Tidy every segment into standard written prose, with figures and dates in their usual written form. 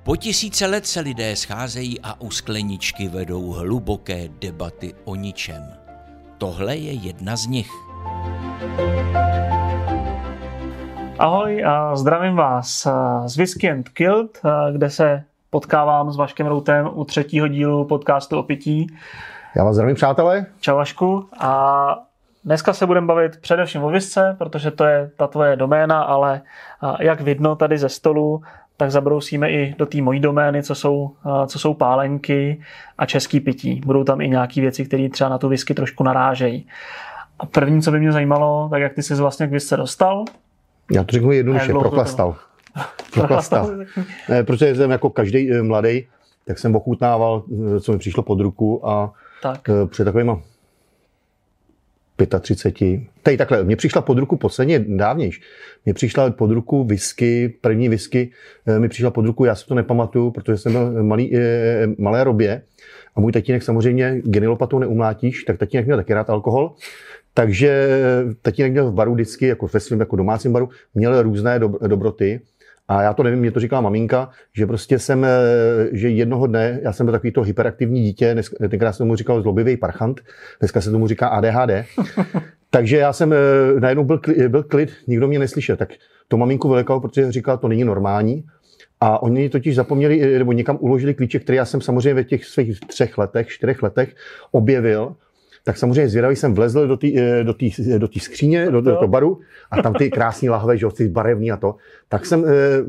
Po tisíce let se lidé scházejí a u skleničky vedou hluboké debaty o ničem. Tohle je jedna z nich. Ahoj a zdravím vás z Whisky and Killed, kde se potkávám s Vaškem Routem u 3. dílu podcastu o pití. Já vás zdravím, přátelé. Čau Vašku. A dneska se budeme bavit především o whisce, protože to je ta tvoje doména, ale jak vidno tady ze stolu, tak zabrousíme i do té mojí domény, co jsou pálenky a český pití. Budou tam i nějaké věci, které třeba na tu whisky trošku narážejí. A první, co by mě zajímalo, tak jak ty jsi vlastně k whisce dostal? Já to řeknu jednoduše, proklastal. Protože jsem jako každý mladý, tak jsem ochutnával, co mi přišlo pod ruku a tak. Před takovýma 35. Tady takhle, mně přišla pod ruku posledně dávnějš. Mně přišla pod ruku whisky, první whisky mi přišla pod ruku, já si to nepamatuju, protože jsem byl malé robě a můj tatínek samozřejmě genilopatou neumlátíš, tak tatínek měl taky rád alkohol. Takže tatínek měl v baru vždycky, jako ve svém jako domácím baru, měl různé dobroty. A já to nevím, mě to říkala maminka, že prostě že jednoho dne, já jsem byl takový to hyperaktivní dítě, tenkrát jsem tomu říkal zlobivý parchant, dneska se tomu říká ADHD. Takže já jsem najednou byl klid, nikdo mě neslyšel. Tak to maminku vylekal, protože říkal, to není normální. A oni totiž zapomněli, nebo někam uložili klíček, který já jsem samozřejmě ve těch svých 4 letech objevil. Tak samozřejmě zvědavý jsem vlezl do té skříně, do toho baru a tam ty krásný lahve, že ty barevný a to. Tak jsem,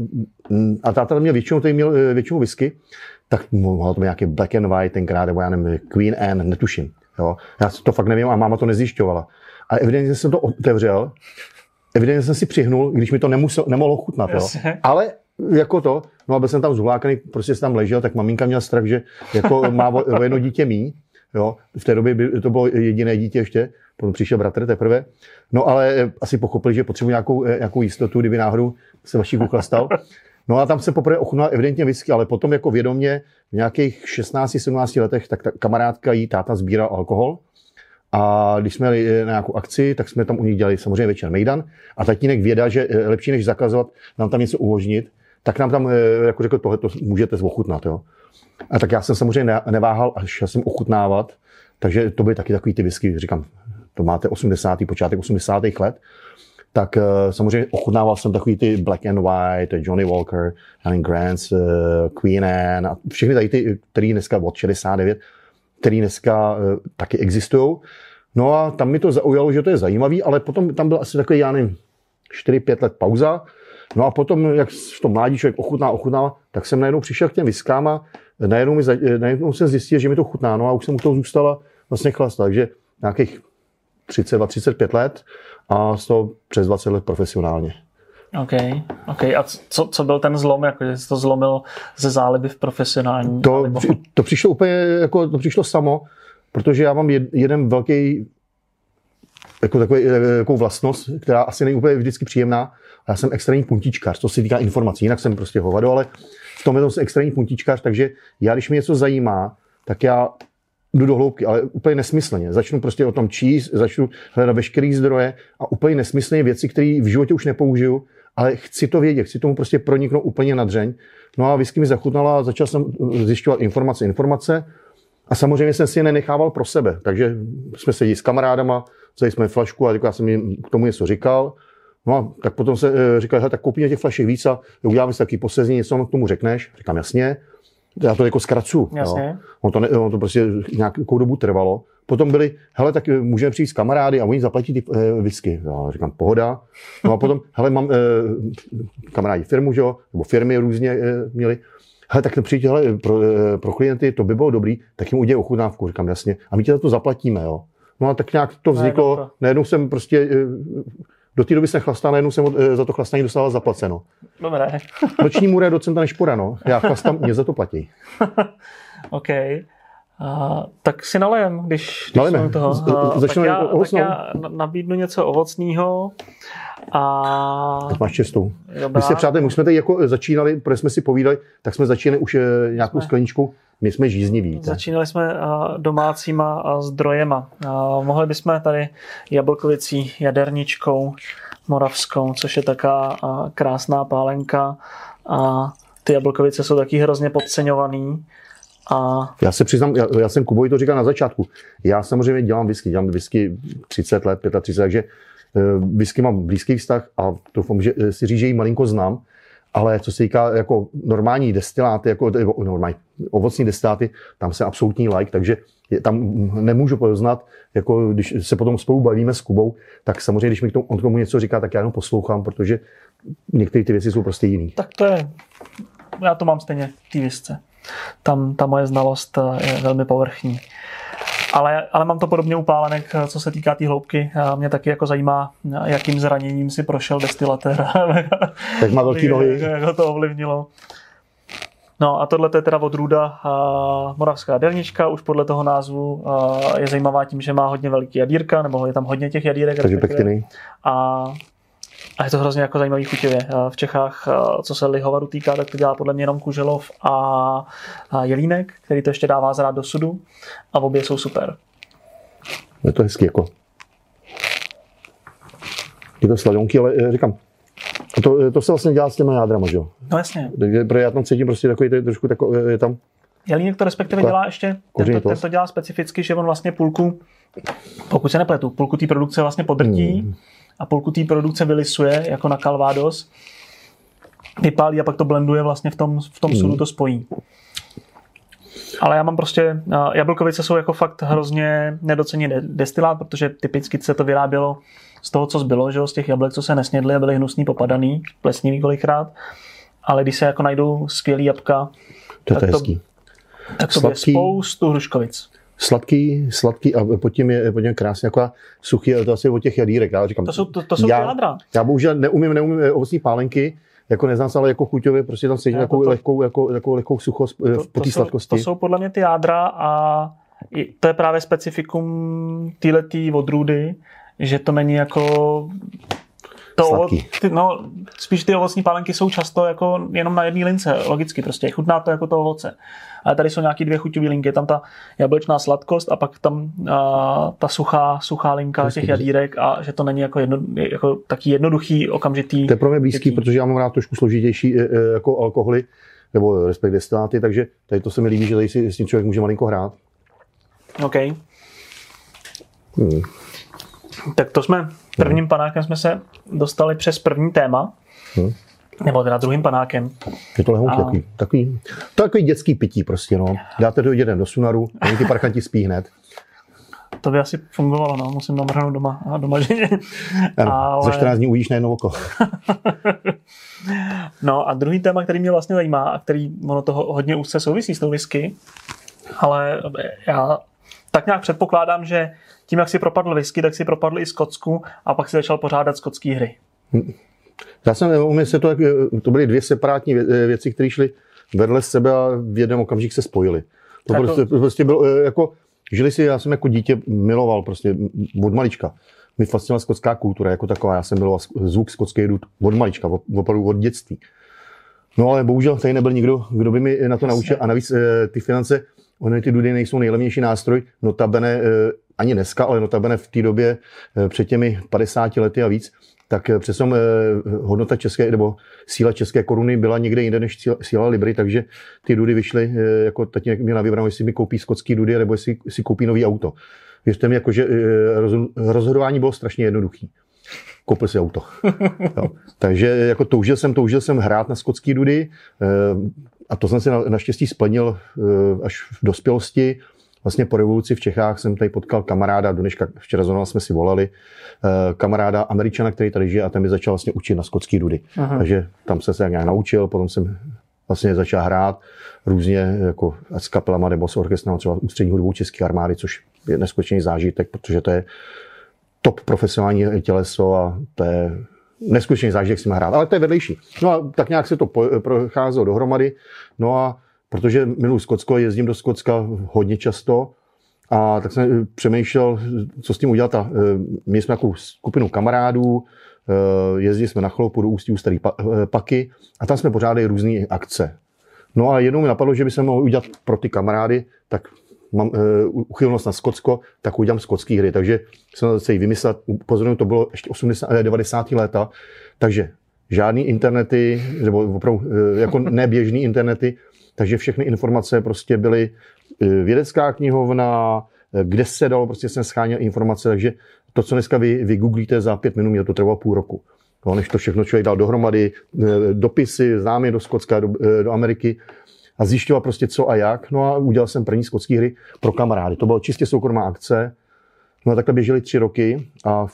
a táta měl většinou whisky, tak mohlo to být nějaký Black and White tenkrát, nebo já nevím, Queen Anne, netuším. Jo. Já to fakt nevím a máma to nezjišťovala. A evidentně jsem to otevřel, evidentně jsem si přihnul, když mi to nemohlo chutnat. Jo. Ale jako to, no a byl jsem tam zhulákaný, prostě jsem tam ležel, tak maminka měla strach, že jako má o jedno dítě míň. Jo, v té době to bylo jediné dítě ještě, potom přišel bratr teprve. No ale asi pochopili, že potřebuji nějakou jistotu, kdyby náhodou se Vašík uchlastal. No a tam se poprvé ochutnal evidentně whisky, ale potom jako vědomě v nějakých 16-17 letech, tak ta kamarádka jí táta sbíral alkohol. A když jsme jeli na nějakou akci, tak jsme tam u nich dělali samozřejmě večer mejdan. A tatínek věděl, že lepší než zakazovat nám tam něco umožnit, tak nám tam jako řekl, tohle můžete ochutnat. Jo. A tak já jsem samozřejmě neváhal a šel jsem ochutnávat, takže to byly taky takový ty whisky, říkám, to máte počátek 80. let, tak samozřejmě ochutnával jsem takový ty Black and White, Johnny Walker, Alan Grants, Queen Anne a všechny tady ty, který dneska od 69, který dneska taky existují. No a tam mi to zaujalo, že to je zajímavý, ale potom tam byl asi takový, já nevím, 4-5 let pauza. No a potom, jak v tom mládí člověk ochutnával, tak jsem najednou přišel k těm whiskám a najednou jsem zjistil, že mi to chutná, no a už jsem u toho zůstala vlastně chlast, takže nějakých 32-35 let a z toho přes 20 let profesionálně. OK. A co byl ten zlom, jako že jsi to zlomil ze záliby v profesionální? To přišlo úplně, jako to přišlo samo, protože já mám jeden velký, jako takovou vlastnost, která asi není úplně vždycky příjemná. A já jsem extrémní puntíčkář, co se týká informací, jinak jsem prostě hovado, ale v tom jsem extrémní puntíčkář, takže já, když mě něco zajímá, tak já jdu do hloubky, ale úplně nesmyslně. Začnu prostě o tom číst, začnu hledat veškerý zdroje a úplně nesmyslně věci, které v životě už nepoužiju, ale chci to vědět, chci tomu prostě proniknout úplně na dřeň. No a whisky mi zachutnala a začal jsem zjišťovat informace a samozřejmě jsem si je nenechával pro sebe, takže jsme sedili s kamarádama, vzali jsme flašku a já jsem jim k tomu něco říkal. No a tak potom se říkal, tak koupíme těch flašek víc a uděláme si taky posezení, něco k tomu řekneš. Říkám, jasně. Já to jako zkracuju. Jasně. Ono to prostě nějakou dobu trvalo. Potom byli, hele, tak můžeme přijít s kamarády a oni zaplatí ty whisky. Já říkám, pohoda. No a potom, hele, mám kamarádi firmu, že jo, nebo firmy různě měli. Hele, tak přijďte, hele, pro klienty to by bylo dobrý, tak jim udělej ochutnávku. Říkám, jasně. A my ti za to zaplatíme, jo. No a tak nějak to vzniklo. Najednou jsem prostě do té doby jsem chlastal, najednou jsem za to chlastání dostával zaplaceno. Dobré. Noční můra docenta nešpora, no. Já chlastám, mě za to platí. OK. Tak si nalejem, když jsme toho. Tak já nabídnu něco ovocného. Tak máš čistou. My se, přátelé, už jsme tady jako začínali, protože jsme si povídali, tak jsme začínali už nějakou skleničku. My jsme žízniví. Začínali jsme domácíma zdrojema. Mohli bychom tady jablkovicí jaderničkou moravskou, což je taká krásná pálenka. ty jablkovice jsou taky hrozně podceňovaný. A... Já se přiznám, já jsem Kubovi to říkal na začátku. Já samozřejmě dělám whisky 30 let, 35, takže whisky mám blízký vztah a doufám, že si říct, že ji malinko znám, ale co se týká jako normální destiláty, jako normální ovocní destiláty, tam se absolutní like, takže tam nemůžu poznat, jako když se potom spolu bavíme s Kubou, tak samozřejmě, když mi on k tomu něco říká, tak já jenom poslouchám, protože některé ty věci jsou prostě jiný. Tak to je, já to mám stejně v té whisce. Tam ta moje znalost je velmi povrchní. Ale mám to podobně u pálenek, co se týká té hloubky. Mě taky jako zajímá, jakým zraněním si prošel destilatér. Tak má velký nohy. Jak ho to ovlivnilo. No a tohle je teda odrůda moravská delnička, už podle toho názvu je zajímavá tím, že má hodně veliký jadírka, nebo je tam hodně těch jadírek. Takže pektiny. A je to hrozně jako zajímavý chuťově. V Čechách, co se lihovaru týká, tak to dělá podle mě jenom Kuželov a Jelínek, který to ještě dává zrát do sudu a obě jsou super. Je to hezky jako. Je to sladonky, ale říkám, to se vlastně dělá s těma jádrama, že jo? No jasně. Protože já tam cítím prostě takový, trošku takový, je tam... Jelínek to respektive dělá ještě, ten to dělá specificky, že on vlastně půlku, pokud se nepletu, půlku té produkce vlastně podrtí, a půlku té produkce vylisuje, jako na Calvados, vypálí a pak to blenduje vlastně v tom sudu to spojí. Ale já mám prostě, jablkovice jsou jako fakt hrozně nedoceněný destilát, protože typicky se to vyrábělo z toho, co zbylo, že jo, z těch jablek, co se nesnědly a byly hnusný, popadaný, plesnivý kolikrát. Ale když se jako najdou skvělý jabka, tak to je spoustu hruškovic. Sladký a pod tím je krásně jako suchý, ale to asi od těch jadírek. Já říkám, to jsou jádra. Já bohužel neumím ovocní pálenky, jako neznám se, ale jako chuťově prostě tam cítím takovou lehkou suchost po té sladkosti. To jsou podle mě ty jádra a to je právě specifikum téhletý odrůdy, že to není jako... Spíš ty ovocní pálenky jsou často jako jenom na jedné lince, logicky prostě, chutná to jako to ovoce. Ale tady jsou nějaký dvě chuťové linky, je tam ta jablečná sladkost a pak tam ta suchá linka těch jadírek a že to není jako taky jednoduchý, okamžitý. To je pro mě blízký, protože já mám rád trošku složitější jako alkoholy, nebo respektive destiláty, takže tady to se mi líbí, že tady si s tím člověk může malinko hrát. OK. Tak to jsme prvním panákem jsme se dostali přes první téma. Nebo teda druhým panákem. Je to lehonký, takový dětský pití prostě, no. Dáte to dětem do sunaru, oni ty parchanti spí hned. To by asi fungovalo, no. Musím namrhnout doma ženě. Ale... Za 14 dní uvidíš na jedno oko. No a druhý téma, který mě vlastně zajímá a který ono toho hodně úzce souvisí s tou whisky, ale já tak nějak předpokládám, že tím, jak si propadl whisky, tak si propadl i skotsku a pak si začal pořádat skotské hry. Já jsem to byly dvě separátní věci, které šly vedle sebe a v jeden okamžik se spojily. To prostě bylo jako, já jsem jako dítě miloval prostě od malička. Mě fascinovala skotská kultura jako taková, já jsem miloval zvuk skotských dud od malička, opravdu od dětství. No ale bohužel tady nebyl nikdo, kdo by mi na to naučil a navíc ty finance, ony ty dudy nejsou nejlevnější nástroj, notabene ani dneska, ale notabene v té době před těmi 50 lety a víc, tak přece hodnota české, nebo síla české koruny byla někde jinde než síla libry, takže ty dudy vyšly, jako tatínek měl na vybranou, jestli mi koupí skotský dudy, nebo jestli si koupí nový auto. Věřte mi, jako, že rozhodování bylo strašně jednoduchý. Koupil si auto. Jo. Takže jako toužil jsem hrát na skotský dudy a to jsem si naštěstí splnil až v dospělosti. Vlastně po revoluci v Čechách jsem tady potkal kamaráda, dneška včera zrovna jsme si volali, kamaráda Američana, který tady žije a ten mi začal vlastně učit na skotský dudy. Aha. Takže tam jsem se nějak naučil, potom jsem vlastně začal hrát různě jako s kapelama nebo s orchestrem, třeba ústřední hudbou české armády, což je neskutečný zážitek, protože to je top profesionální těleso a to je neskutečný zážitek s tím hrát, ale to je vedlejší. No a tak nějak se to procházelo dohromady, no a protože miluji Skotsko, jezdím do Skotska hodně často a tak jsem přemýšlel, co s tím udělat. My jsme takovou skupinu kamarádů, jezdili jsme na chalupu do Ústí u Starý Paky a tam jsme pořádali různé akce. No a jednou mi napadlo, že by se mohl udělat pro ty kamarády, tak mám uchylnost na Skotsko, tak udělám skotské hry. Takže jsem se jí vymyslel, upozorňuji, to bylo ještě 90. léta, takže žádný internety, nebo opravdu jako neběžný internety, takže všechny informace prostě byly vědecká knihovna, kde se dalo, prostě jsem scháněl informace, takže to, co dneska vy googlíte za 5 minut, to trvalo půl roku. No, než to všechno člověk dal dohromady, dopisy, známě do Skotska, do Ameriky a zjišťoval prostě co a jak. No a udělal jsem první skotské hry pro kamarády. To byla čistě soukromá akce. No a takhle běžely 3 roky a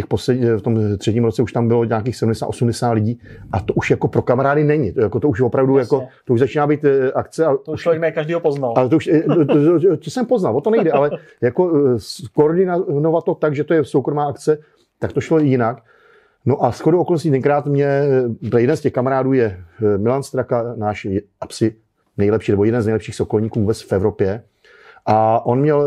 v tom 3. roce už tam bylo nějakých 70-80 lidí a to už jako pro kamarády není. To už opravdu jako, to už začíná být akce. To už člověk ne každýho poznal. Ale to jsem poznal, o to nejde, ale jako koordinovat to tak, že to je soukromá akce, tak to šlo jinak. No a shodou okolností tenkrát jeden z těch kamarádů je Milan Straka, náš asi nejlepší, nebo jeden z nejlepších sokolníků vůbec v Evropě. A on měl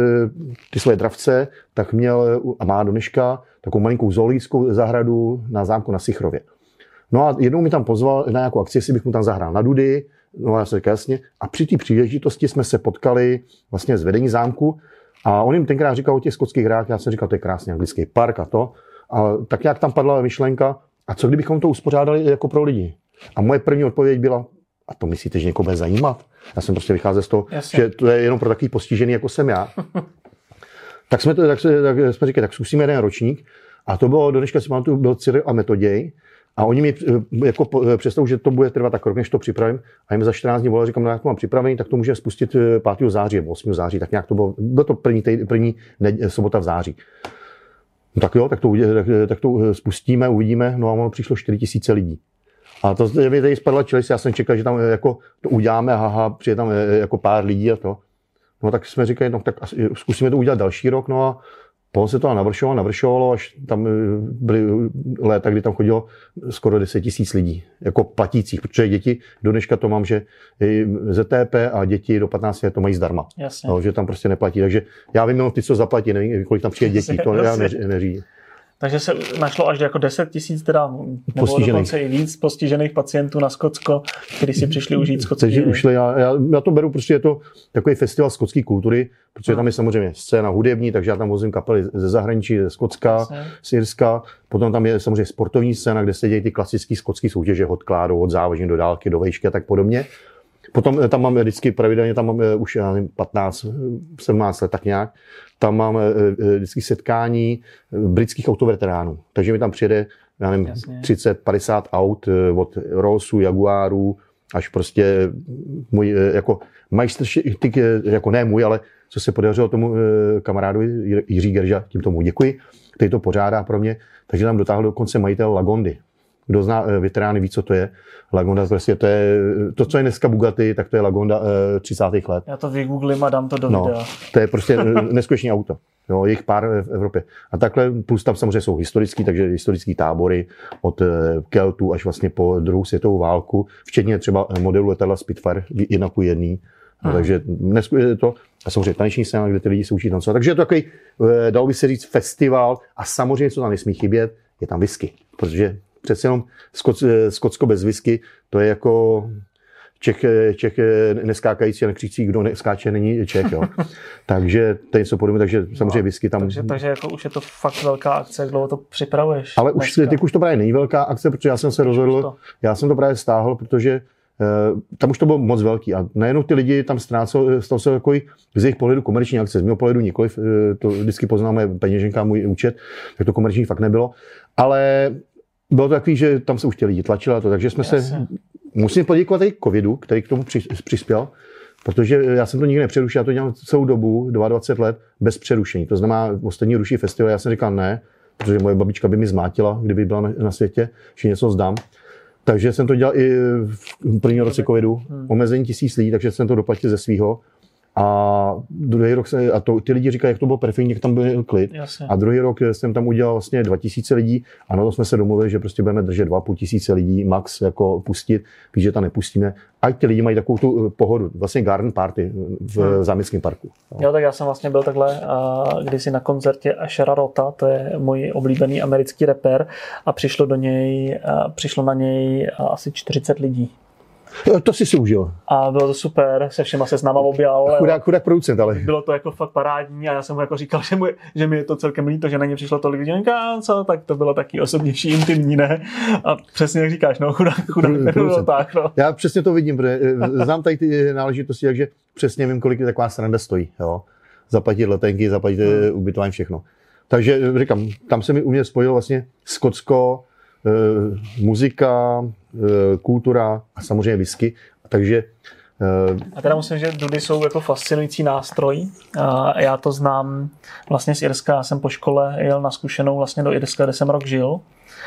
ty svoje dravce, tak měl a má do dneška takovou malinkou zoologickou zahradu na zámku na Sichrově. No a jednou mi tam pozval na nějakou akci, jestli bych mu tam zahrál na dudy, no a já se říkal jasně. A při té příležitosti jsme se potkali vlastně z vedení zámku a on jim tenkrát říkal o těch skotských hrách, já jsem říkal, to je krásný anglický park a to. A tak jak tam padla myšlenka, a co kdybychom to uspořádali jako pro lidi? A moje první odpověď byla, a to myslíte, že někoho bude zajímat? Já jsem prostě vycházel z toho, že to je jenom pro takový postižený, jako jsem já. tak jsme říkali, tak zkusíme jeden ročník. A to bylo, do dneška si pamatuju, byl Cyril a Metoděj. A oni mi jako představují, že to bude trvat tak rok, než to připravím. A jim za 14 dní volali, říkám, no jak to mám připravený, tak to může spustit 5. září nebo 8. září. Tak nějak to bylo to první sobota v září. No tak jo, tak to spustíme, uvidíme. No a ono přišlo 4 000 lidí. A to mi tady spadla čelist, já jsem čekal, že tam jako to uděláme, přijde tam jako pár lidí a to. No tak jsme říkali, no tak zkusíme to udělat další rok, no a potom se to navršovalo, až tam byly léta, kdy tam chodilo skoro 10 000 lidí, jako platících, protože děti, do dneška to mám, že ZTP a děti do 15 let to mají zdarma. No, že tam prostě neplatí, takže já vím jenom ty, co zaplatí, nevím, kolik tam přijde dětí, to já neřídím. Takže se našlo až jako 10 000 teda, nebo dokonce i víc postižených pacientů na Skotsko, kteří si přišli užít skotské hry. Já to beru, prostě je to takový festival skotské kultury, protože tam je samozřejmě scéna hudební, takže já tam vozím kapely ze zahraničí, ze Skotska, z Irska, potom tam je samozřejmě sportovní scéna, kde se dějí ty klasické skotské soutěže od kládu, od závožní do dálky, do vejšky a tak podobně. Potom tam máme vždycky pravidelně, tam máme už 15, 17 let tak nějak, tam máme vždycky setkání britských autoveteránů. Takže mi tam přijede, já nevím, 30-50 aut od Rollsů, Jaguarů, až prostě můj jako majstrštík, jako ne můj, ale co se podařilo tomu kamarádovi Jiří Gerža, tím tomu děkuji, který to pořádá pro mě, takže tam dotáhl dokonce majitel Lagondy. Kdo zná veterány, ví, co to je. Lagonda, prostě to je to, co je dneska Bugatti, tak to je Lagonda 30. let. Já to vygooglím a dám to do videa. To je prostě neskutečné auto. Jo, je jich pár v Evropě. A takhle, plus tam samozřejmě jsou historický, takže historický tábory od Keltů až vlastně po druhou světovou válku, včetně třeba modelu letadla Spitfire 1:1. No, takže je to, a samozřejmě taneční scéna, kde ty lidi se učí tancovat. Takže je to takový, dalo by se říct, festival a samozřejmě, co tam nesmí chybět, je tam whisky. Protože přece jenom Skotsko bez whisky, to je jako Čech neskákající a nekřičí, kdo neskáče, není Čech. Jo. Takže to je něco podobného, takže samozřejmě whisky tam... Takže jako už je to fakt velká akce, jak dlouho to připravuješ? Ale teď už to právě není velká akce, protože já jsem se rozhodl, já jsem to právě stáhl, protože tam už to bylo moc velký a najednou ty lidi tam stal se takový z jejich pohledu komerční akce, z mého pohledu nikoliv, to vždycky poznáme peněženka, můj účet, tak to komerční fakt nebylo, ale bylo to takový, že tam se už ti lidi tlačili a to, takže jsme musím poděkovat i covidu, který k tomu přispěl, protože já jsem to nikdy nepřerušil, já to dělám celou dobu, 22 let, bez přerušení, to znamená ostatní ruší festival, já jsem říkal ne, protože moje babička by mi zmátila, kdyby byla na světě, že něco zdám. Takže jsem to dělal i v prvním roce covidu, omezení 1000 lidí, takže jsem to doplatil ze svýho. A druhý rok ty lidi říkají, jak to bylo perfektní, jak tam byl klid. Jasně. A druhý rok jsem tam udělal vlastně 2000 lidí a na to jsme se domluvili, že prostě budeme držet 2500 lidí max jako pustit, víš, že tam nepustíme. Ať ty lidi mají takovou tu pohodu, vlastně garden party v zámeckém parku. Jo, tak já jsem vlastně byl takhle kdysi na koncertě Ashera Rota, to je můj oblíbený americký rapper a přišlo na něj asi 40 lidí. To si užil. A bylo to super, se všema se s náma objal. Chudák producent, ale. Bylo to jako fakt parádní a já jsem mu jako říkal, že mi je to celkem líto, že na ně přišlo tolik lidí. Co, tak to bylo taky osobnější, intimní, ne? A přesně jak říkáš, no, chudák nebylo tak, no. Já přesně to vidím, protože znám tady ty náležitosti, takže přesně vím, kolik taková sranda stojí, jo. Zaplatit letenky, zaplatit ubytování, všechno. Takže říkám, tam se mi u mě spojilo vlastně Skotsko, muzika, kultura a samozřejmě whisky. Takže a teda musím říct, že dudy jsou jako fascinující nástroj. A já to znám vlastně z Irska. Já jsem po škole jel na zkušenou vlastně do Irska, kde jsem rok žil.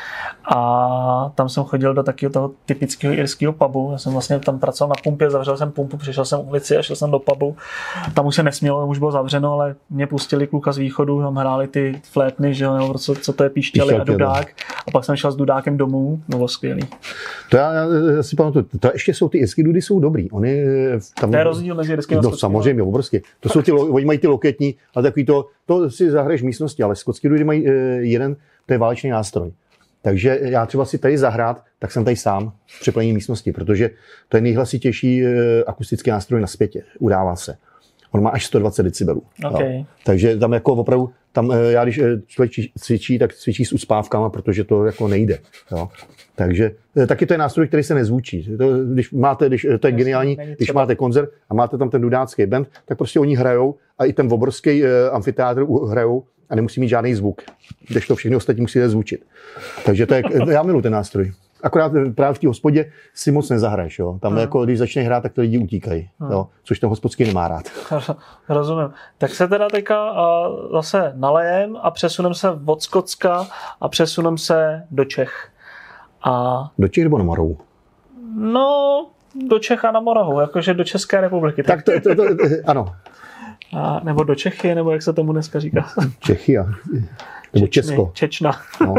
A tam jsem chodil do takového toho typického irského pubu. Já jsem vlastně tam pracoval na pumpě, zavřel jsem pumpu, přišel jsem ulici a šel jsem do pubu. Tam už se nesmělo, už bylo zavřeno, ale mě pustili kluka z východu, tam hráli ty flétny, že jo, nebo co to je, píšťaly a dudák. A pak jsem šel s dudákem domů, no bylo skvělý. To já si pamatuju, to ještě jsou ty irský dudy jsou dobrý. Oni tam, to je rozdíl mezi irským a skotským. No samozřejmě, obrovský. To jsou ty, oni mají ty loketní, ale takový to si zahraješ v místnosti, ale skotský dudy mají jeden, to je válečný nástroj. Takže já třeba si tady zahrát, tak jsem tady sám v přeplnění místnosti, protože to je nejhlasitější akustický nástroj na světě. Udává se. On má až 120 decibelů. Okay. Takže tam jako opravdu, já když člověk cvičí, tak cvičí s uspávkama, protože to jako nejde. Jo. Takže taky to je nástroj, který se nezvučí. To je geniální, když máte koncert a máte tam ten dudácký band, tak prostě oni hrajou a i ten obrovský amfiteátr hrajou a nemusí mít žádný zvuk, když to všechny ostatní musíte zvučit. Takže to je, já miluji ten nástroj. Akorát právě v té hospodě si moc nezahraješ. Jo. Tam jako, když začne hrát, tak to lidi utíkají. Jo. Což ten hospodský nemá rád. Rozumím. Tak se teda teďka zase nalejem a přesunem se od Skotska a přesunem se do Čech. Do Čech nebo na Moravu? No, do Čech a na Moravu, jakože do České republiky. Tak to ano. Nebo do Čechy, nebo jak se tomu dneska říká? Čechy, nebo Česko. Čečna. No.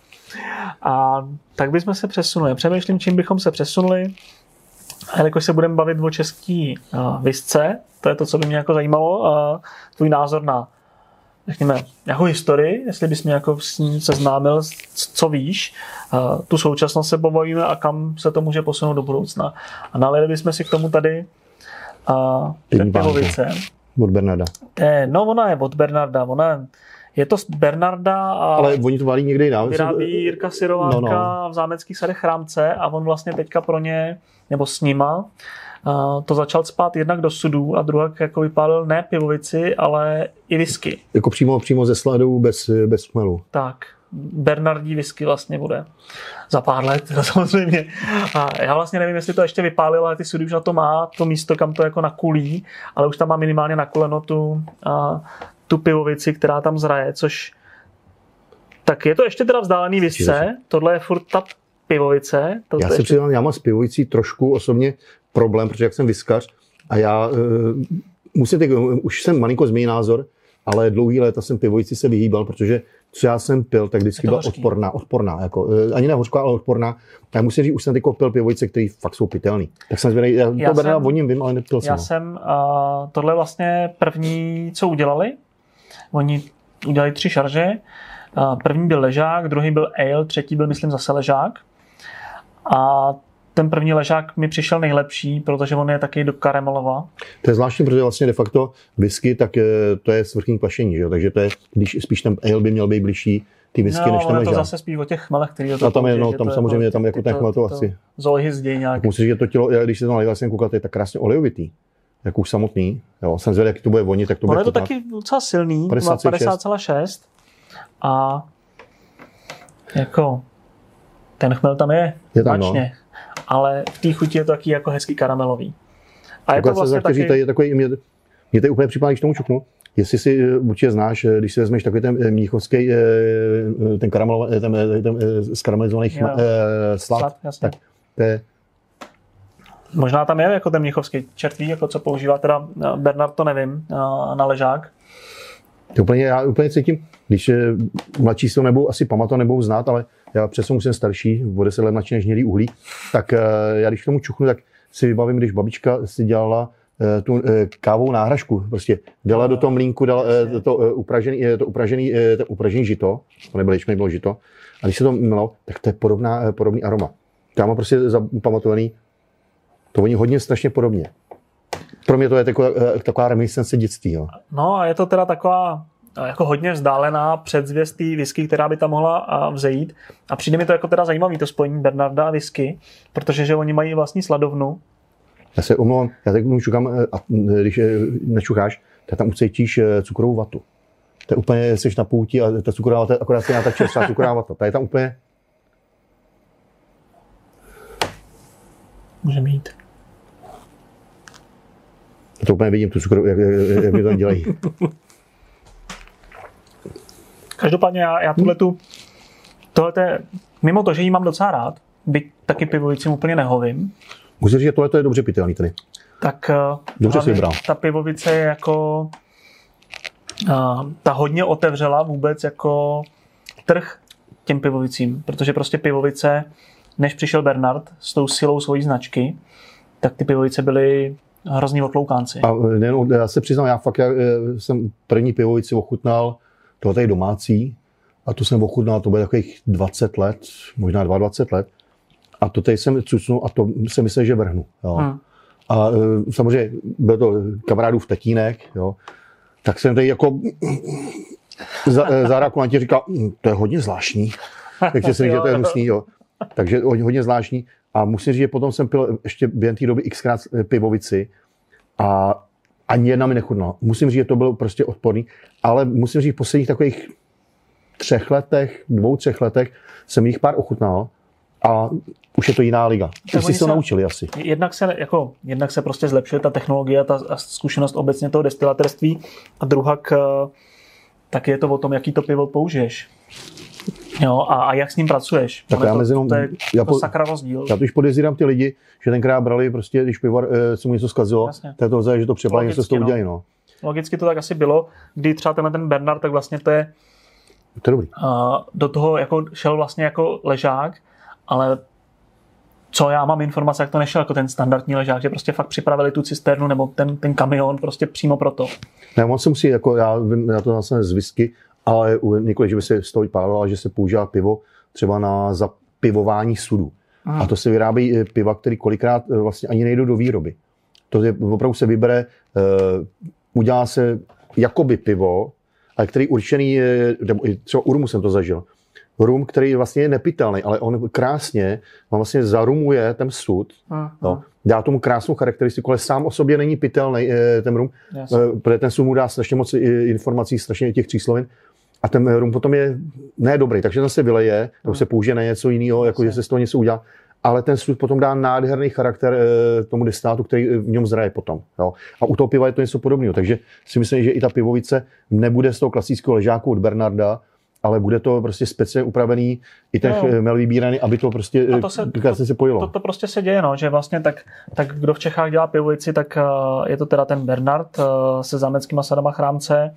A tak bychom se přesunuli. Přemýšlím, čím bychom se přesunuli. A jelikož se budeme bavit o český whisce, to je to, co by mě jako zajímalo. Tvůj názor na, řekněme, nějakou historii, jestli bys mě jako s ní seznámil, co víš. Tu současnost se pobavíme a kam se to může posunout do budoucna. A nalili bychom si k tomu tady pivovice. Od Bernarda. No, ona je od Bernarda. Je to z Bernarda. Ale oni to valí někde jiná. Vyrábí Jirka Syrovánka v Zámeckých sadech Chrámce a on vlastně teďka pro ně, nebo s nima, to začal cpát jednak do sudů a druhá jako vypálil ne pivovici, ale i whisky. Jako přímo ze sladou bez chmelu. Tak. Bernardí whisky vlastně bude za pár let, samozřejmě. A já vlastně nevím, jestli to ještě vypálilo, ale ty sudy už na to má, to místo, kam to jako nakulí, ale už tam má minimálně nakuleno tu pivovici, která tam zraje, což tak je to ještě teda vzdálený whisce, tohle je furt ta pivovice. Já se přiznám, já mám s pivovicí trošku osobně problém, protože jak jsem whiskař a já už jsem malinko změnil názor, ale dlouhý léta jsem pivovici se vyhýbal, protože co já jsem pil, tak vždycky byla odporná. Jako, ani ne hořká, ale odporná. Já musím říct, už jsem teďko pil pivovice, které fakt jsou pitelný. Tak jsem zvědavý, já to Bernarda voním vím, ale nepil jsem. Já jsem, tohle vlastně první, co udělali, oni udělali 3 šarže. První byl ležák, druhý byl ale, třetí byl, myslím, zase ležák. A ten první ležák mi přišel nejlepší, protože on je taky do karamelova. To je zvláštní, protože vlastně de facto whisky, tak to je svrchní kvašení, že jo? Takže to je, když spíš ten ale by měl být bližší ty whisky, než ten ležák. No, to zase spíš o těch chmelech, který to tam je, no, tam samozřejmě je tam jako ten chmel to asi. Zohyzděj nějak. Musíš, že to tělo, když se to nalivá, jsem koukal, to je tak krásně olejovitý. Jako už samotný. Jo, jsem zvědavý, jak to bude vonit, tak to bude. Je to taky docela silný, 50,6 a jako ten chmel tam je značně. No. Ale v té chuti je to taky jako hezký karamelový. A je to vlastně taky... Tady je takový, mě to je úplně připadá, když tomu čuknu. Jestli si určitě znáš, když si vezmeš takový ten mnichovský, ten skaramelizovaný slad, tak to je... Možná tam je jako ten mnichovský čertví, jako co používá teda Bernard, to nevím, na ležák. Já úplně cítím, když mladší si to nebudou asi pamatovat, nebudou znát, ale já přesně už jsem starší, o 10 let mladší než hnědý uhlí, tak já když k tomu čuchnu, tak si vybavím, když babička si dělala tu kávovou náhražku. Prostě dala do toho mlýnku, dala to upražený žito, to nebylo žito, a když se to mělo, tak to je podobný aroma. Já mám prostě zapamatovaný To oni hodně strašně podobně. Pro mě to je taková reminiscence dětství. Jo. No a je to teda taková jako hodně vzdálená předzvěst té whisky, která by tam mohla vzejít. A přijde mi to jako teda zajímavý, to spojení Bernarda a whisky, protože že oni mají vlastní sladovnu. Já se omlouvám, já teď čukám, a když nečucháš, tak tam ucítíš cukrovou vatu. To je úplně, jsi na pouti a ta cukrová vata, akorát se tak čerstvá cukrová vata. Ta je tam úplně... Může mít. Já to úplně vidím, tu cukrovou, jak mi to dělají. Každopádně já tohle mimo to, že jí mám docela rád, byť taky pivovicím úplně nehovím. Musím říct, že tohle je dobře pitelný tady. Tak dobře si vybral. Ta pivovice je jako ta hodně otevřela vůbec jako trh těm pivovicím, protože prostě pivovice, než přišel Bernard s tou silou svojí značky, tak ty pivovice byly hrozný otloukánci. A nejenom, já se přiznám, já jsem první pivovici ochutnal, tohle je domácí, a to jsem ochutnal, to bylo takových 20 let, možná 22 let. A to tady jsem cucnul a to jsem myslel, že vrhnu. Jo. A samozřejmě byl to kamarádův tatínek, jo. Tak jsem tady jako zároveň ti říkal, to je hodně zvláštní. Takže jsem říkal, že to je hnusný, jo. Takže hodně zvláštní. A musím říct, že potom jsem pil ještě během té doby xkrát pivovici a ani jedna mi nechutnala. Musím říct, že to bylo prostě odporný, ale musím říct, v posledních takových 2-3 letech jsem jich pár ochutnal a už je to jiná liga. Už si to naučili asi. Jednak se prostě zlepšuje ta technologie a zkušenost obecně toho destilatérství a druhak tak je to o tom, jaký to pivo použiješ. Jo, a jak s ním pracuješ. Tak to je sakra rozdíl. Já to už podezírám ty lidi, že tenkrát brali prostě, když pivovar se mu něco zkazilo, tak to vzali, že to přepálí, něco s toho udělají. No. Logicky to tak asi bylo, kdy třeba ten Bernard, tak vlastně to je dobrý. Do toho jako šel vlastně jako ležák, ale co já mám informace, jak to nešel jako ten standardní ležák, že prostě fakt připravili tu cisternu nebo ten kamion prostě přímo pro to. Ne, on se musí, jako já to vlastně z whisky, ale nikoli, že by se z toho vypálilo, že se používá pivo třeba na zapivování sudu. A to se vyrábí piva, který kolikrát vlastně ani nejdou do výroby. To je, opravdu se vybere, udělá se jakoby pivo, ale který určený, třeba u rumu jsem to zažil. Rum, který vlastně je nepitelný, ale on krásně vlastně zarumuje ten sud. No, dá tomu krásnou charakteristiku, ale sám o sobě není pitelný ten rum, protože ten sud mu dá strašně moc informací, strašně těch tříslovin. A ten rum potom je ne dobrý, takže ten se vyleje, nebo se použije na něco jiného, jako že se z toho něco udělá. Ale ten sud potom dá nádherný charakter tomu destillátu, který v něm zraje potom. Jo. A u toho piva je to něco podobného. Takže si myslím, že i ta pivovice nebude z toho klasického ležáku od Bernarda, ale bude to prostě speciálně upravený i ten chmel vybíraný, aby to prostě se pojilo. To prostě se děje, no, že vlastně tak kdo v Čechách dělá pivovici, tak je to teda ten Bernard se zámeckýma sadama Chrámce.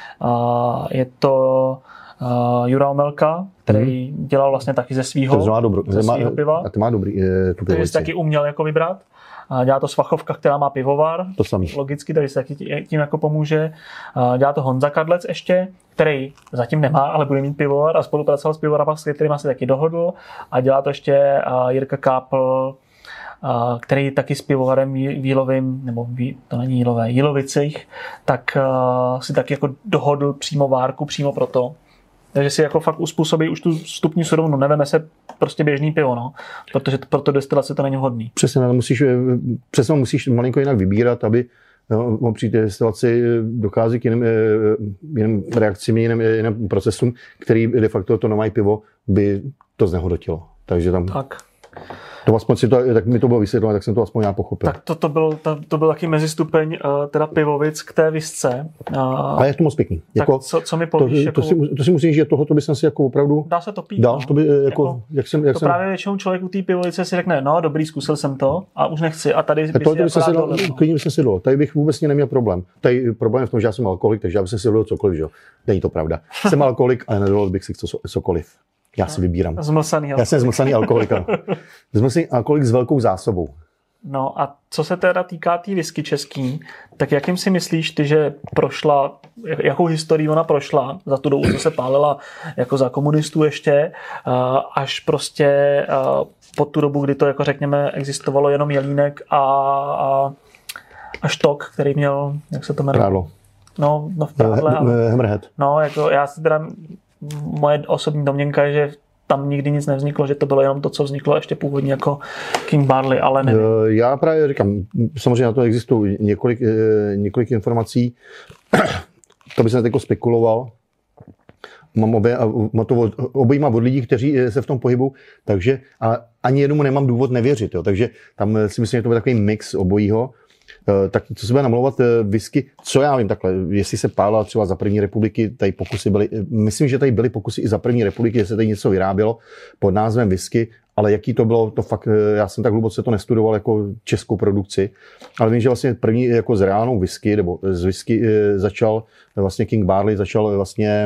Je to Jura Omelka, který dělal vlastně taky ze svýho piva. A to má dobrý tu pivovici. Takže si taky uměl jako vybrat. Dělá to Svachovka, která má pivovar. To samý. Logicky, tady se taky tím jako pomůže. Dělá to Honza Kadlec ještě, který zatím nemá, ale bude mít pivovar a spolupracoval s pivovarama, s kterýma se taky dohodl. A dělá to ještě Jirka Kápl, který taky s pivovarem Jílovým, nebo to není Jílové, Jílovicích, tak si taky jako dohodl přímo várku, přímo pro to. Takže si jako fakt uspůsobí už tu vstupní surovinu, neveme se prostě běžný pivo, no, protože pro to destilace to není vhodný. Přesně musíš malinko jinak vybírat, aby při té destilaci dochází k jiným reakcím, jiným procesům, který de facto to nové pivo by to znehodnotilo. Takže tam... Tak. To aspoň tak mi to bylo vysvětleno, tak jsem to aspoň já pochopil. Tak to byl taky mezistupeň teda pivovic k té visce. A je to moc pěkný. Tak jako, co mi povíš? To si musím říct, že tohoto bych si jako opravdu... Dá se to pít. Dá, to by jako právě většinou člověk u té pivovice si řekne, no dobrý, zkusil jsem to a už nechci. A tady klidně bych si dal. Tady bych vůbec neměl problém. Tady problém je v tom, že já jsem alkoholik, takže já bych si dovolil cokoliv, že jo. Není to pravda. Jsem alkoholik a nedovolil bych si cokoliv. Já si vybírám. Zmlsaný alkoholik. Já jsem zmlsaný alkoholik. Zmlsaný alkoholik s velkou zásobou. No a co se teda týká té whisky český, tak jakým si myslíš ty, že prošla, jakou historii ona prošla za tu dobu, co se pálila jako za komunistů ještě, až prostě po tu dobu, kdy to jako řekněme existovalo jenom Jelínek a Štok, který měl, jak se to jmenuje? Prádlo. No v Prádle. Hammerhead. No, jako já si teda, moje osobní domněnka je, že tam nikdy nic nevzniklo, že to bylo jenom to, co vzniklo ještě původně jako King Barley, ale nevím. Já právě říkám, samozřejmě na to existují několik informací, to by se teď spekuloval. Mám to obejma od lidí, kteří se v tom pohybu, takže ani jednomu nemám důvod nevěřit. Jo. Takže tam si myslím, že to bude takový mix obojího. Tak co se bude namlouvat whisky, co já vím takhle, jestli se pálila třeba za první republiky, tady pokusy byly, myslím, že tady byly pokusy i za první republiky, že se tady něco vyrábělo pod názvem whisky, ale jaký to bylo, to fakt, já jsem tak hluboce to nestudoval jako českou produkci, ale vím, že vlastně první jako s reálnou whisky, nebo z whisky začal vlastně King Barley, začal vlastně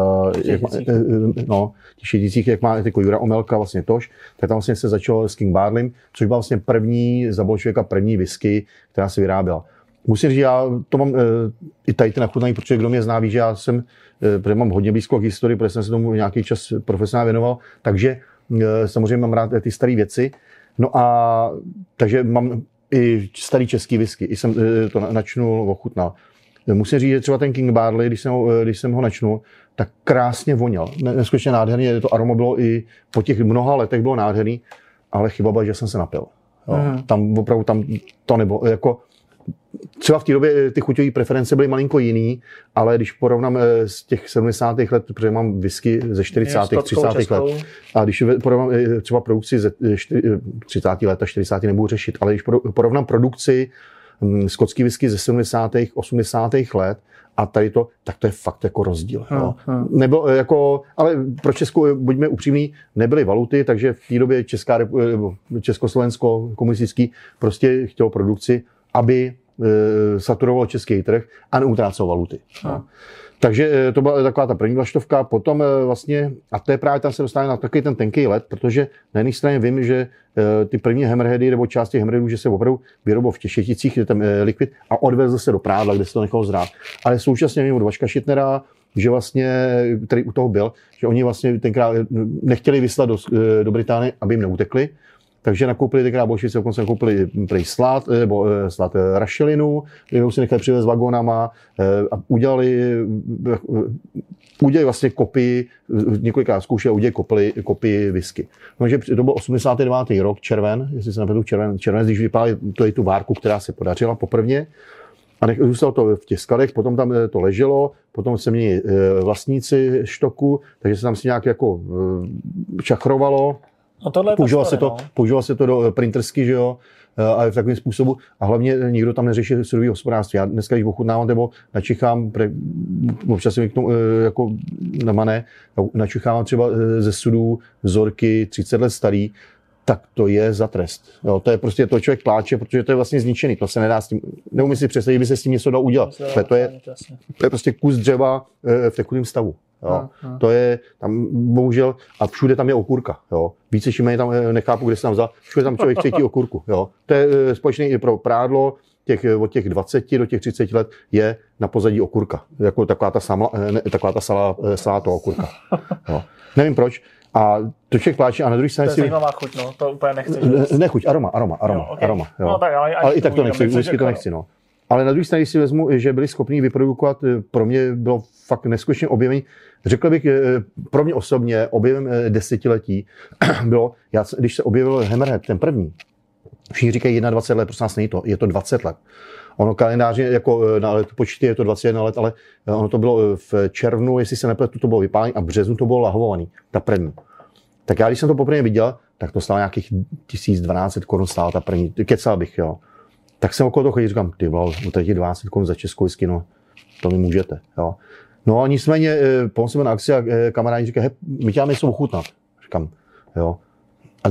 těch šedících, jak má jako Jura Omelka, vlastně tož, tak tam vlastně se začalo s King Barleym, což byla vlastně první, za bolševika první whisky, která se vyráběla. Musím říct, já to mám i tady ty nachutnaný, protože kdo mě zná, ví, že já jsem, protože mám hodně blízko k historii, protože jsem se tomu nějaký čas profesionálně věnoval, takže samozřejmě mám rád ty staré věci. No a takže mám i starý český whisky, i jsem to načnul, ochutnal. Musím říct, že třeba ten King Barley, když jsem ho načnul, tak krásně voněl. Neskutečně nádherně, to aroma bylo i po těch mnoha letech bylo nádherný, ale chyba byla, že jsem se napil. Jo. Tam opravdu to nebylo, jako třeba v té době ty chuťové preference byly malinko jiný, ale když porovnám z těch 70. let, protože mám whisky ze 40. 30. let, a když porovnám třeba produkci ze 30. let a 40. nebudu řešit, ale když porovnám produkci skotský whisky ze 70. 80. let a tady to, tak to je fakt jako rozdíl. Nebylo jako, ale pro Českou, buďme upřímní, nebyly valuty, takže v té době Československo komunistický prostě chtělo produkci, aby saturovalo český trh a neutrácelo valuty. Takže to byla taková ta první vlaštovka. Potom vlastně, a to je právě tam se dostane na takový ten tenký led, protože na jedné straně vím, že ty první Hammerheady nebo část těch Hammerheadů, že se opravdu vyrobil v Těšeticích, kde tam likvid a odvezl se do Prádla, kde se to nechalo zrát. Ale současně vím od Vaška Šitnera, že vlastně, který u toho byl, že oni vlastně tenkrát nechtěli vyslat do Británie, aby jim neutekli. Takže nakoupili tenkrát bolševici, dokonce nakoupili prej slad rašelinu, kterou si nechali přivést vagónama a udělali vlastně kopii, několikrát zkoušeli a udělali kopii whisky. No, že to byl 89. rok, červen, jestli se napětu červen, když vypálili tu várku, která se podařila poprvně. A zůstalo to v těch skladech, potom tam to leželo, potom se měli vlastníci Štoku, takže se tam si nějak jako čachrovalo. Používalo se to do printersky, že jo, a v takovém způsobu. A hlavně nikdo tam neřeší sudový hospodářství. Já dneska, když ochutnávám nebo načichám, občas mi k tomu jako namané, načichávám třeba ze sudů vzorky 30 let starý, tak to je za trest. Jo, to je prostě, to člověk pláče, protože to je vlastně zničený. To se nedá s tím, neumím si představit, by se s tím něco dalo udělat. To je prostě kus dřeva v tekutém stavu. Jo. To je tam bohužel, a všude tam je okurka. Jo. Více šimeně tam nechápu, kde se tam vzal. Všude tam člověk cítí okurku. Jo. To je společný i pro prádlo, od těch 20 do těch 30 let je na pozadí okurka. Jako taková ta salátová okurka. Jo. Nevím proč. A to člověk pláče a na druhé straně to je zajímavá chuť, no. To úplně nechci. Ne chuť, aroma. Jo. No, tak, ale i tak to nechci, vždycky to nechci, no. Ale na druhé straně si vezmu, že byli schopni vyprodukovat, pro mě bylo fakt neskutečné objevení. Řekl bych, pro mě osobně objevem desetiletí bylo, když se objevil Hammerhead, ten první, všichni říkají 21 let, prosím nás není to, je to 20 let. Ono kalendářně, jako na letopočty je to 21 let, ale ono to bylo v červnu, jestli se nepletu, to bylo vypálení a v březnu to bylo lahvovaný, ta první. Tak já, když jsem to poprvé viděl, tak to stálo nějakých 1200 korun stála ta první, kecal bych, jo. Tak jsem okolo toho chodil, říkám, ty vole, utratí 12 korun za českou whisky, no, to mi můžete, jo. No a nicméně, potom jsem byl na akci a kamarádi říkají, my tě máme něco ochutnat. Říkám, jo. A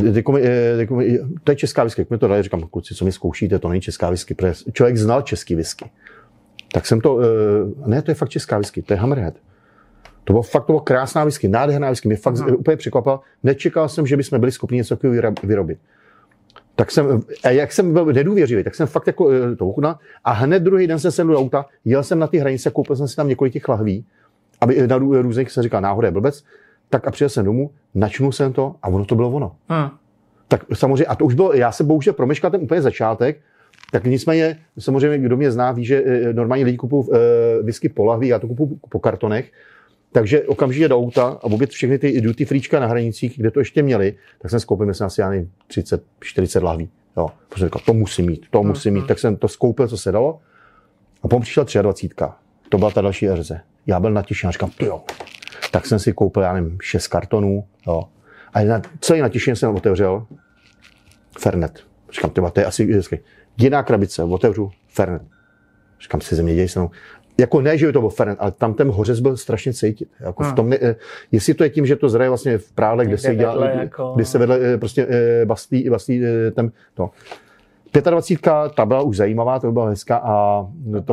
to je česká whisky, jak mi to dali, říkám, kluci, co mi zkoušíte, to není česká whisky, protože člověk znal český whisky. Tak jsem to, ne, to je fakt česká whisky, to je Hammerhead. To bylo krásná whisky, nádherná whisky, mě fakt úplně překvapila. Nečekal jsem, že bychom byli schopni něco takového vyrobit. jak jsem byl nedůvěřivý, tak jsem fakt jako to ochutnal a hned druhý den jsem sedl do auta, jel jsem na ty hranice, koupil jsem si tam několik těch lahví, aby na různých se říkal náhoda je blbec, tak a přijel jsem domů, načnul jsem to a ono to bylo ono. Tak samozřejmě, a to už bylo, já se bohužel promeškal ten úplně začátek, tak nicméně, samozřejmě, kdo mě zná, ví, že normálně lidi kupují whisky po lahví, já to kupuju po kartonech, takže okamžitě do auta a obět všechny ty duty freečka na hranicích, kde to ještě měli, tak jsem skoupil, myslím, asi 30-40 lahví. Jo, protože jsem říkal, to musím mít, tak jsem to skoupil, co se dalo. A potom přišla 23. To byla ta další erze. Já byl natěšený a říkám, jo. Tak jsem si koupil, já nevím, 6 kartonů, jo. A celý natěšený jsem otevřel Fernet. Říkám, to je asi jiná krabice, otevřu Fernet. Říkám si, zeměděj se mnou. Jako ne, že by to byl Fernet, ale tam ten hořec byl strašně cítit. Jako v tom, jestli to je tím, že to zraje vlastně v prále, kde se dělá, kde se vedle prostě bastí ten, no. 25. ta byla už zajímavá, to byla hezká a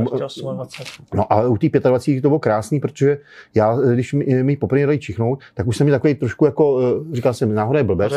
no a u té 25. to bylo krásný, protože já, když mi poprvé dali čichnout, tak už jsem mi takový trošku jako, říkal jsem, náhoda je blbec.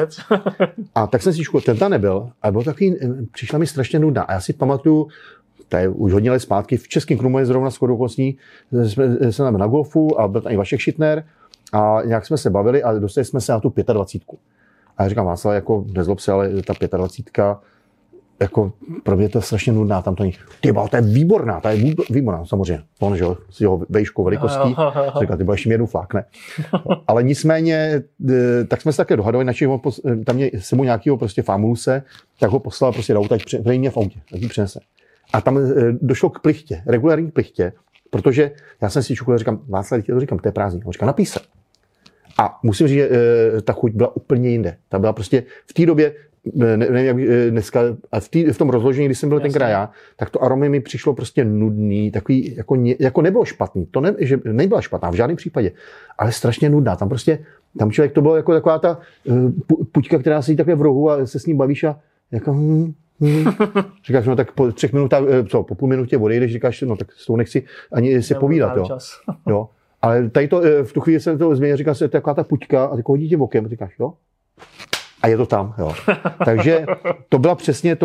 A tak jsem si čichnout, ten tam nebyl, ale byl takový, přišla mi strašně nudná. A já si pamatuju, to je už hodně let zpátky, v Českém Krumlově zrovna shodou okolností, jsme tam na golfu a byl tam i Vašek Šitner a nějak jsme se bavili a dostali jsme se na tu 25. A já říkám, Václav, jako nezlob se, ale ta 25, jako pro mě to je strašně nudná, tam to není. Tyba, to je výborná, samozřejmě. On, že jo, s jeho vejškou velikostí, říkal, ty ještě mi jednou flákne. Ale nicméně, tak jsme se také dohadovali, načím tam mě sebou nějakého prostě fámuluse, tak ho poslal prostě do auta, ať mě v autě, tak ji přinese. A tam došlo k plichtě, regulární plichtě, protože já jsem si čukl, říkám, Václav, to říkám, to je prázdný. On říká, napij se. A musím říct, že ta chuť byla úplně jinde. Ta byla prostě v té době, nevím, jak dneska, a v tom rozložení, když jsem byl tenkrát já, tak to aromy mi přišlo prostě nudný, takový, jako nebylo špatný. To ne, že nebyla špatná v žádném případě, ale strašně nudná. Tam člověk to bylo jako taková ta puťka, která sedí takhle v rohu a se s ním bavíš a jako říkáš, no tak po 3 minutách, po půl minutě odejdeš, říkáš, no tak s tou nechci ani si povídat, jo. Ale tady to, v tu chvíli jsem to změnil, říkal se, to je taková ta puťka a ty hodí tě bokem, říkáš, jo. A je to tam, jo. Takže to byla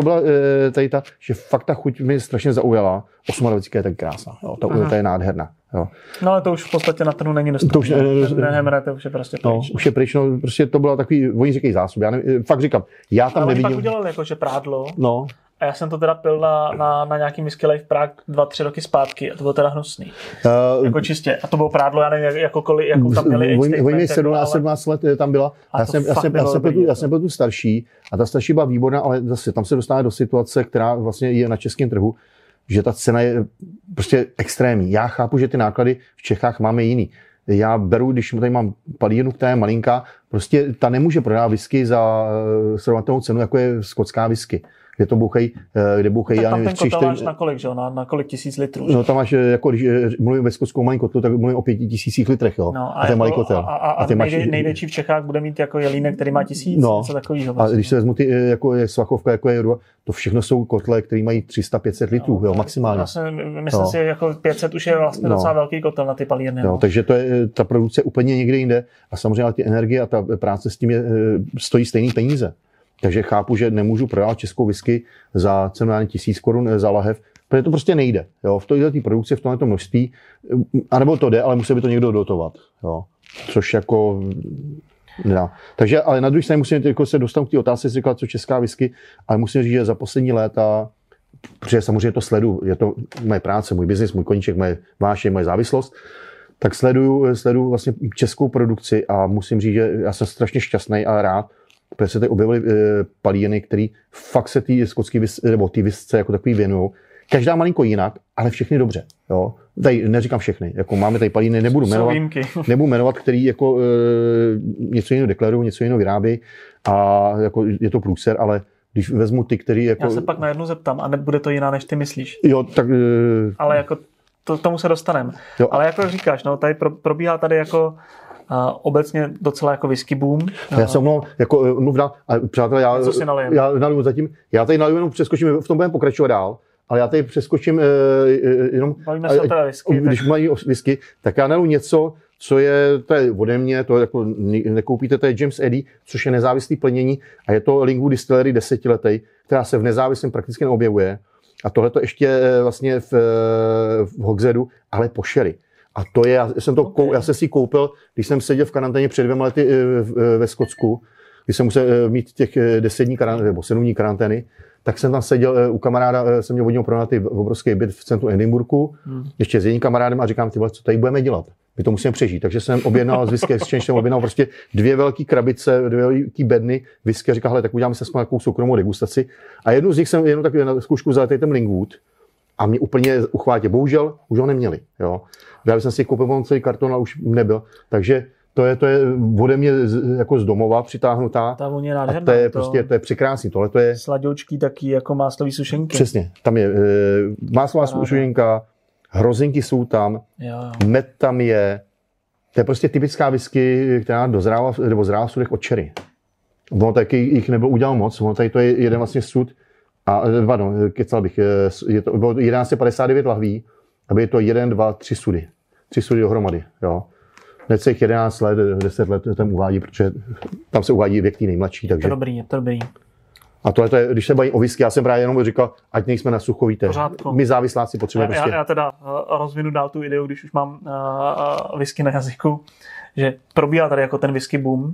tady ta, že fakt ta chuť mi strašně zaujala. 28 je tak krásná, jo. Ta je nádherná, jo. No ale to už v podstatě na trhu není dostupné. To už je prostě pryč. No, už je pryč, no, prostě to byla takový, oni říkají zásob, já nevím, fakt říkám, já tam nevidím. Ale pak udělali jakože prádlo. No. A já jsem to teda pil na nějaký Whisky Life Prague 2-3 roky zpátky a to bylo teda hnusný. Jako čistě. A to bylo prádlo, já nevím, jakou tam měli Oni měli 17 let tam byla. Já jsem byl tu starší a ta starší byla výborná, ale zase tam se dostává do situace, která vlastně je na českém trhu, že ta cena je prostě extrémní. Já chápu, že ty náklady v Čechách máme jiný. Já beru, když tady mám palírnu, která je malinká, prostě ta nemůže prodávat whisky za srovnatelnou cenu, jako je skotská whisky. Kde to bouchají, já nevím, 3-4... máš na kolik, že jo? Na kolik tisíc litrů? No tam máš, jako když mluvím ve skotskou malý kotlu, tak mluvím o 5000 litrech, jo? No, a to je malý kotel. A největší v Čechách bude mít jako jelínek, který má 1000, no, něco takového. Vlastně. A když se vezmu ty, jako je Svachovka, jako je Rua, to všechno jsou kotle, které mají 300-500 litrů, jo, maximálně. Myslím si, jako 500 už je vlastně docela velký kotel na ty palírny. No, takže to je, ta produkce úplně někde jinde a samozřejmě ty energie a ta práce s tím stojí stejný peníze. Takže chápu, že nemůžu prodávat českou whisky za cenu 1000 korun za lahev, protože to prostě nejde. Jo? V této produkci, v tomto množství, anebo to jde, ale musí by to někdo dotovat. Jo? Což jako nedá. Takže, ale na druhé straně musím jako se dostat k té otázce, říkat, co česká whisky, ale musím říct, že za poslední léta, protože samozřejmě to sleduju, je to moje práce, můj biznis, můj koníček, moje vášeň, moje závislost, tak sleduju vlastně českou produkci a musím říct, že já jsem strašně šťastný a rád, protože se tady objevily palíny, které fakt se ty skotské nebo ty whisce jako takový věnují. Každá malinko jinak, ale všechny dobře. Jo? Tady neříkám všechny. Jako máme tady palíny, nebudu jmenovat, který jako něco jiného deklarují, něco jiného vyrábí a jako je to průser, ale když vezmu ty, který jako... Já se pak na jednu zeptám a nebude to jiná, než ty myslíš. Jo, tak... Ale jako tomu se dostaneme. Ale jako říkáš, no, tady probíhá tady jako obecně docela jako whisky boom. Já jsem jako mluvil, ale přátelé, já naliju zatím, já tady naliju jenom přeskočím, v tom budeme pokračovat dál, ale já tady přeskočím jenom, bavíme se o té whisky, když mají whisky, tak já naliju něco, co je, to je ode mě, to jako nekoupíte, to je James Eddy, což je nezávislý plnění a je to Lingwood Distillery 10letý, která se v nezávislém prakticky neobjevuje. A tohle to ještě vlastně v Hogsheadu, ale po sherry. A to je, já jsem si ji koupil, když jsem seděl v karanténě před 2 lety ve Skotsku, když jsem musel mít těch 10 dní nebo 7 dní karantény, tak jsem tam seděl u kamaráda, jsem měl od něho pronajatý obrovský byt v centru Edinburghu, ještě s jedním kamarádem a říkám, ty vole, co tady budeme dělat? My to musíme přežít. Takže jsem objednal z Whisky Exchange, jsem objednal prostě 2 velké krabice, 2 velké bedny whisky a říkal, hele, tak uděláme se aspoň nějakou soukromou degustaci. A jednu z nich jsem jenom tak na zkoušku vzal ten Lingwood a mě úplně uchvátě. Bohužel už ho neměli. Jo. Já jsem si koupil celý karton a už nebyl. Takže to je ode mě jako z domova přitáhnutá. Ta vůně je nádherná. A to je prostě, to je překrásný. Tohle to je sladoučky taky jako máslový sušenky. Přesně. Tam je máslová sušenka, hrozinky jsou tam, med tam je. To je prostě typická whisky, která dozrála nebo zrála v sudech od cherry. Ono taky jich nebylo udělal moc. Ono tady to je jeden vlastně sud. A kecal bych, bylo 1159 lahví, aby je to 1, 2, 3 sudy. 3 sudy dohromady, jo. Necelých 11 let, 10 let tam uvádí, protože tam se uvádí věk tý nejmladší, takže. Je to dobrý. A tohle je, když se baví o whisky, já jsem právě jenom říkal, ať nejsme na suchovité. My závisláci potřebujeme prostě. Já teda rozvinu dál tu ideu, když už mám whisky na jazyku, že probíhá tady jako ten whisky boom.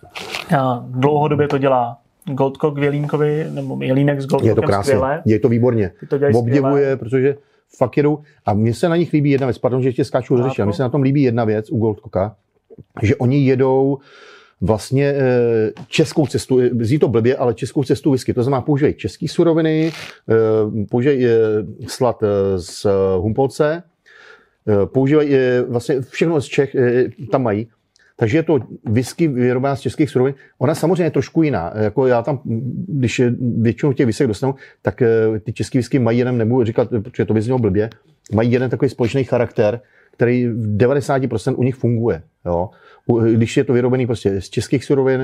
Dlouhodobě to dělá Goldcock v Jelínkovi, nebo Jelínek s Goldcockem. Je to krásně, je to výborně. Obdivuje, protože fakt jedou. A mně se na nich líbí jedna věc, pardon, že ještě skáču do řeči, a mně se na tom líbí jedna věc u Goldcocka, že oni jedou vlastně českou cestu, zní to blbě, ale českou cestu whisky. To znamená, používají české suroviny, používají slad z Humpolce, používají vlastně všechno z Čech, tam mají. Takže je to whisky vyrobená z českých surovin. Ona samozřejmě je trošku jiná. Jako já tam, když většinou těch whisky dostanu, tak ty české whisky mají jeden, nebudu říkat, protože to by znělo blbě, mají jeden takový společný charakter, který v 90% u nich funguje. Jo. Když je to vyrobený prostě z českých surovin,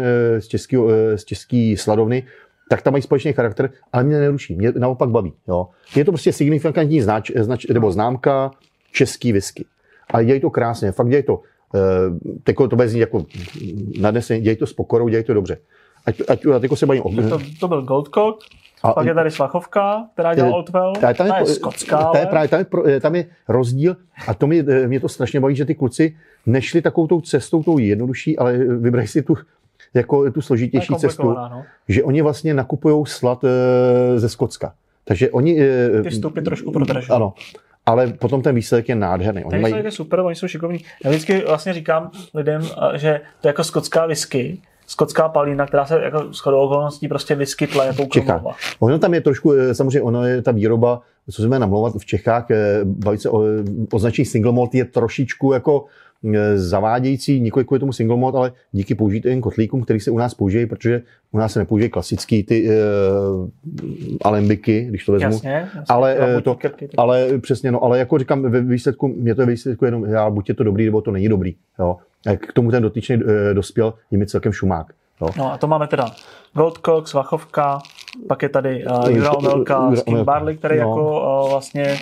z české sladovny, tak tam mají společný charakter, ale mě neruší, mě naopak baví. Jo. Je to prostě signifikantní nebo známka český whisky. Ale dělají to krásně, fakt dělají to. To bude znít jako nadneseně, dělají to s pokorou, dělají to dobře. Ať se bavím o... To byl Goldcock, pak je tady Slachovka, která dělá Oldwell, ta je skotská. Tam je rozdíl a to mě to strašně baví, že ty kluci nešli takovou tou cestou, tou jednodušší, ale vybrali si tu složitější cestu, no. Že oni vlastně nakupujou slad ze Skotska. Takže oni... Ty vstupy trošku prodražují. Ano. Ale potom ten výsledek je nádherný. Ten výsledek je super, oni jsou šikovní. Já vždycky vlastně říkám lidem, že to je jako skotská whisky, skotská palína, která se jako shodou okolností prostě vyskytla jako kromlova. Ono tam je trošku, samozřejmě ono je ta výroba, co jsme namlouvat v Čechách, bavit se o označení single malt je trošičku jako zavádějící, nikoli kvůli tomu single malt, ale díky použitým kotlíkům, který se u nás použijí, protože u nás se nepoužijí klasický ty alembiky, když to vezmu. Jasně, ale přesně, no, ale jako říkám, ve výsledku jenom, buď je to dobrý, nebo to není dobrý. Jo. A k tomu ten dotyčný dospěl, je mi celkem šumák. Jo. No a to máme teda Goldcock, Svachovka, pak je tady Jura Omelka z King Barley, který jako vlastně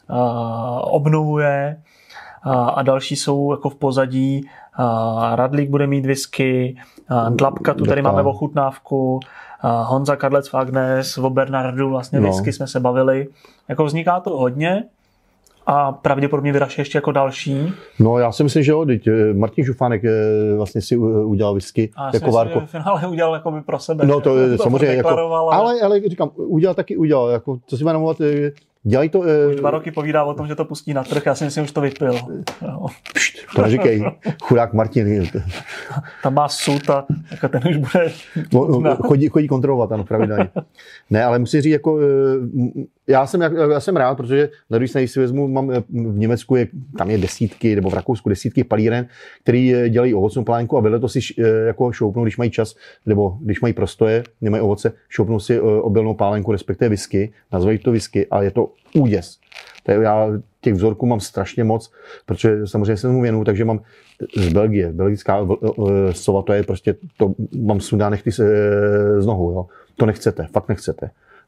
obnovuje a další jsou jako v pozadí. Radlík bude mít whisky, Dlapka, tu tady máme ochutnávku, Honza Kadlec Fagnes, o Bernardu vlastně whisky jsme se bavili. Jako vzniká to hodně a pravděpodobně vyraší ještě jako další. No já si myslím, že jo, Martin Žufánek vlastně si udělal whisky jako várko. V finále udělal jako by pro sebe. No to je samozřejmě jako, ale říkám, udělal, jako, co si má namluvat, dělají to... Už 2 roky povídá o tom, že to pustí na trh, já si myslím, že už to vypil. To neříkej, chudák Martin. Tam má sud a jako ten už bude... Chodí kontrolovat, ano, pravidelně. Ne, ale musím říct, jako, já jsem rád, protože na druhé straně si vezmu, mám v Německu, tam je desítky, nebo v Rakousku desítky palíren, který dělají ovocnou pálenku a vedle to si jako šoupnou, když mají čas, nebo když mají prostoje, nemají ovoce, šoupnou si obilnou pálenku, respektive whisky, nazvají to whisky, ale je to úděs. Já těch vzorků mám strašně moc, protože samozřejmě se tomu věnuju, takže mám z Belgie, belgická sova, to je prostě, to mám sundá nechty z nohou, jo. To nechcete, fakt nechcete.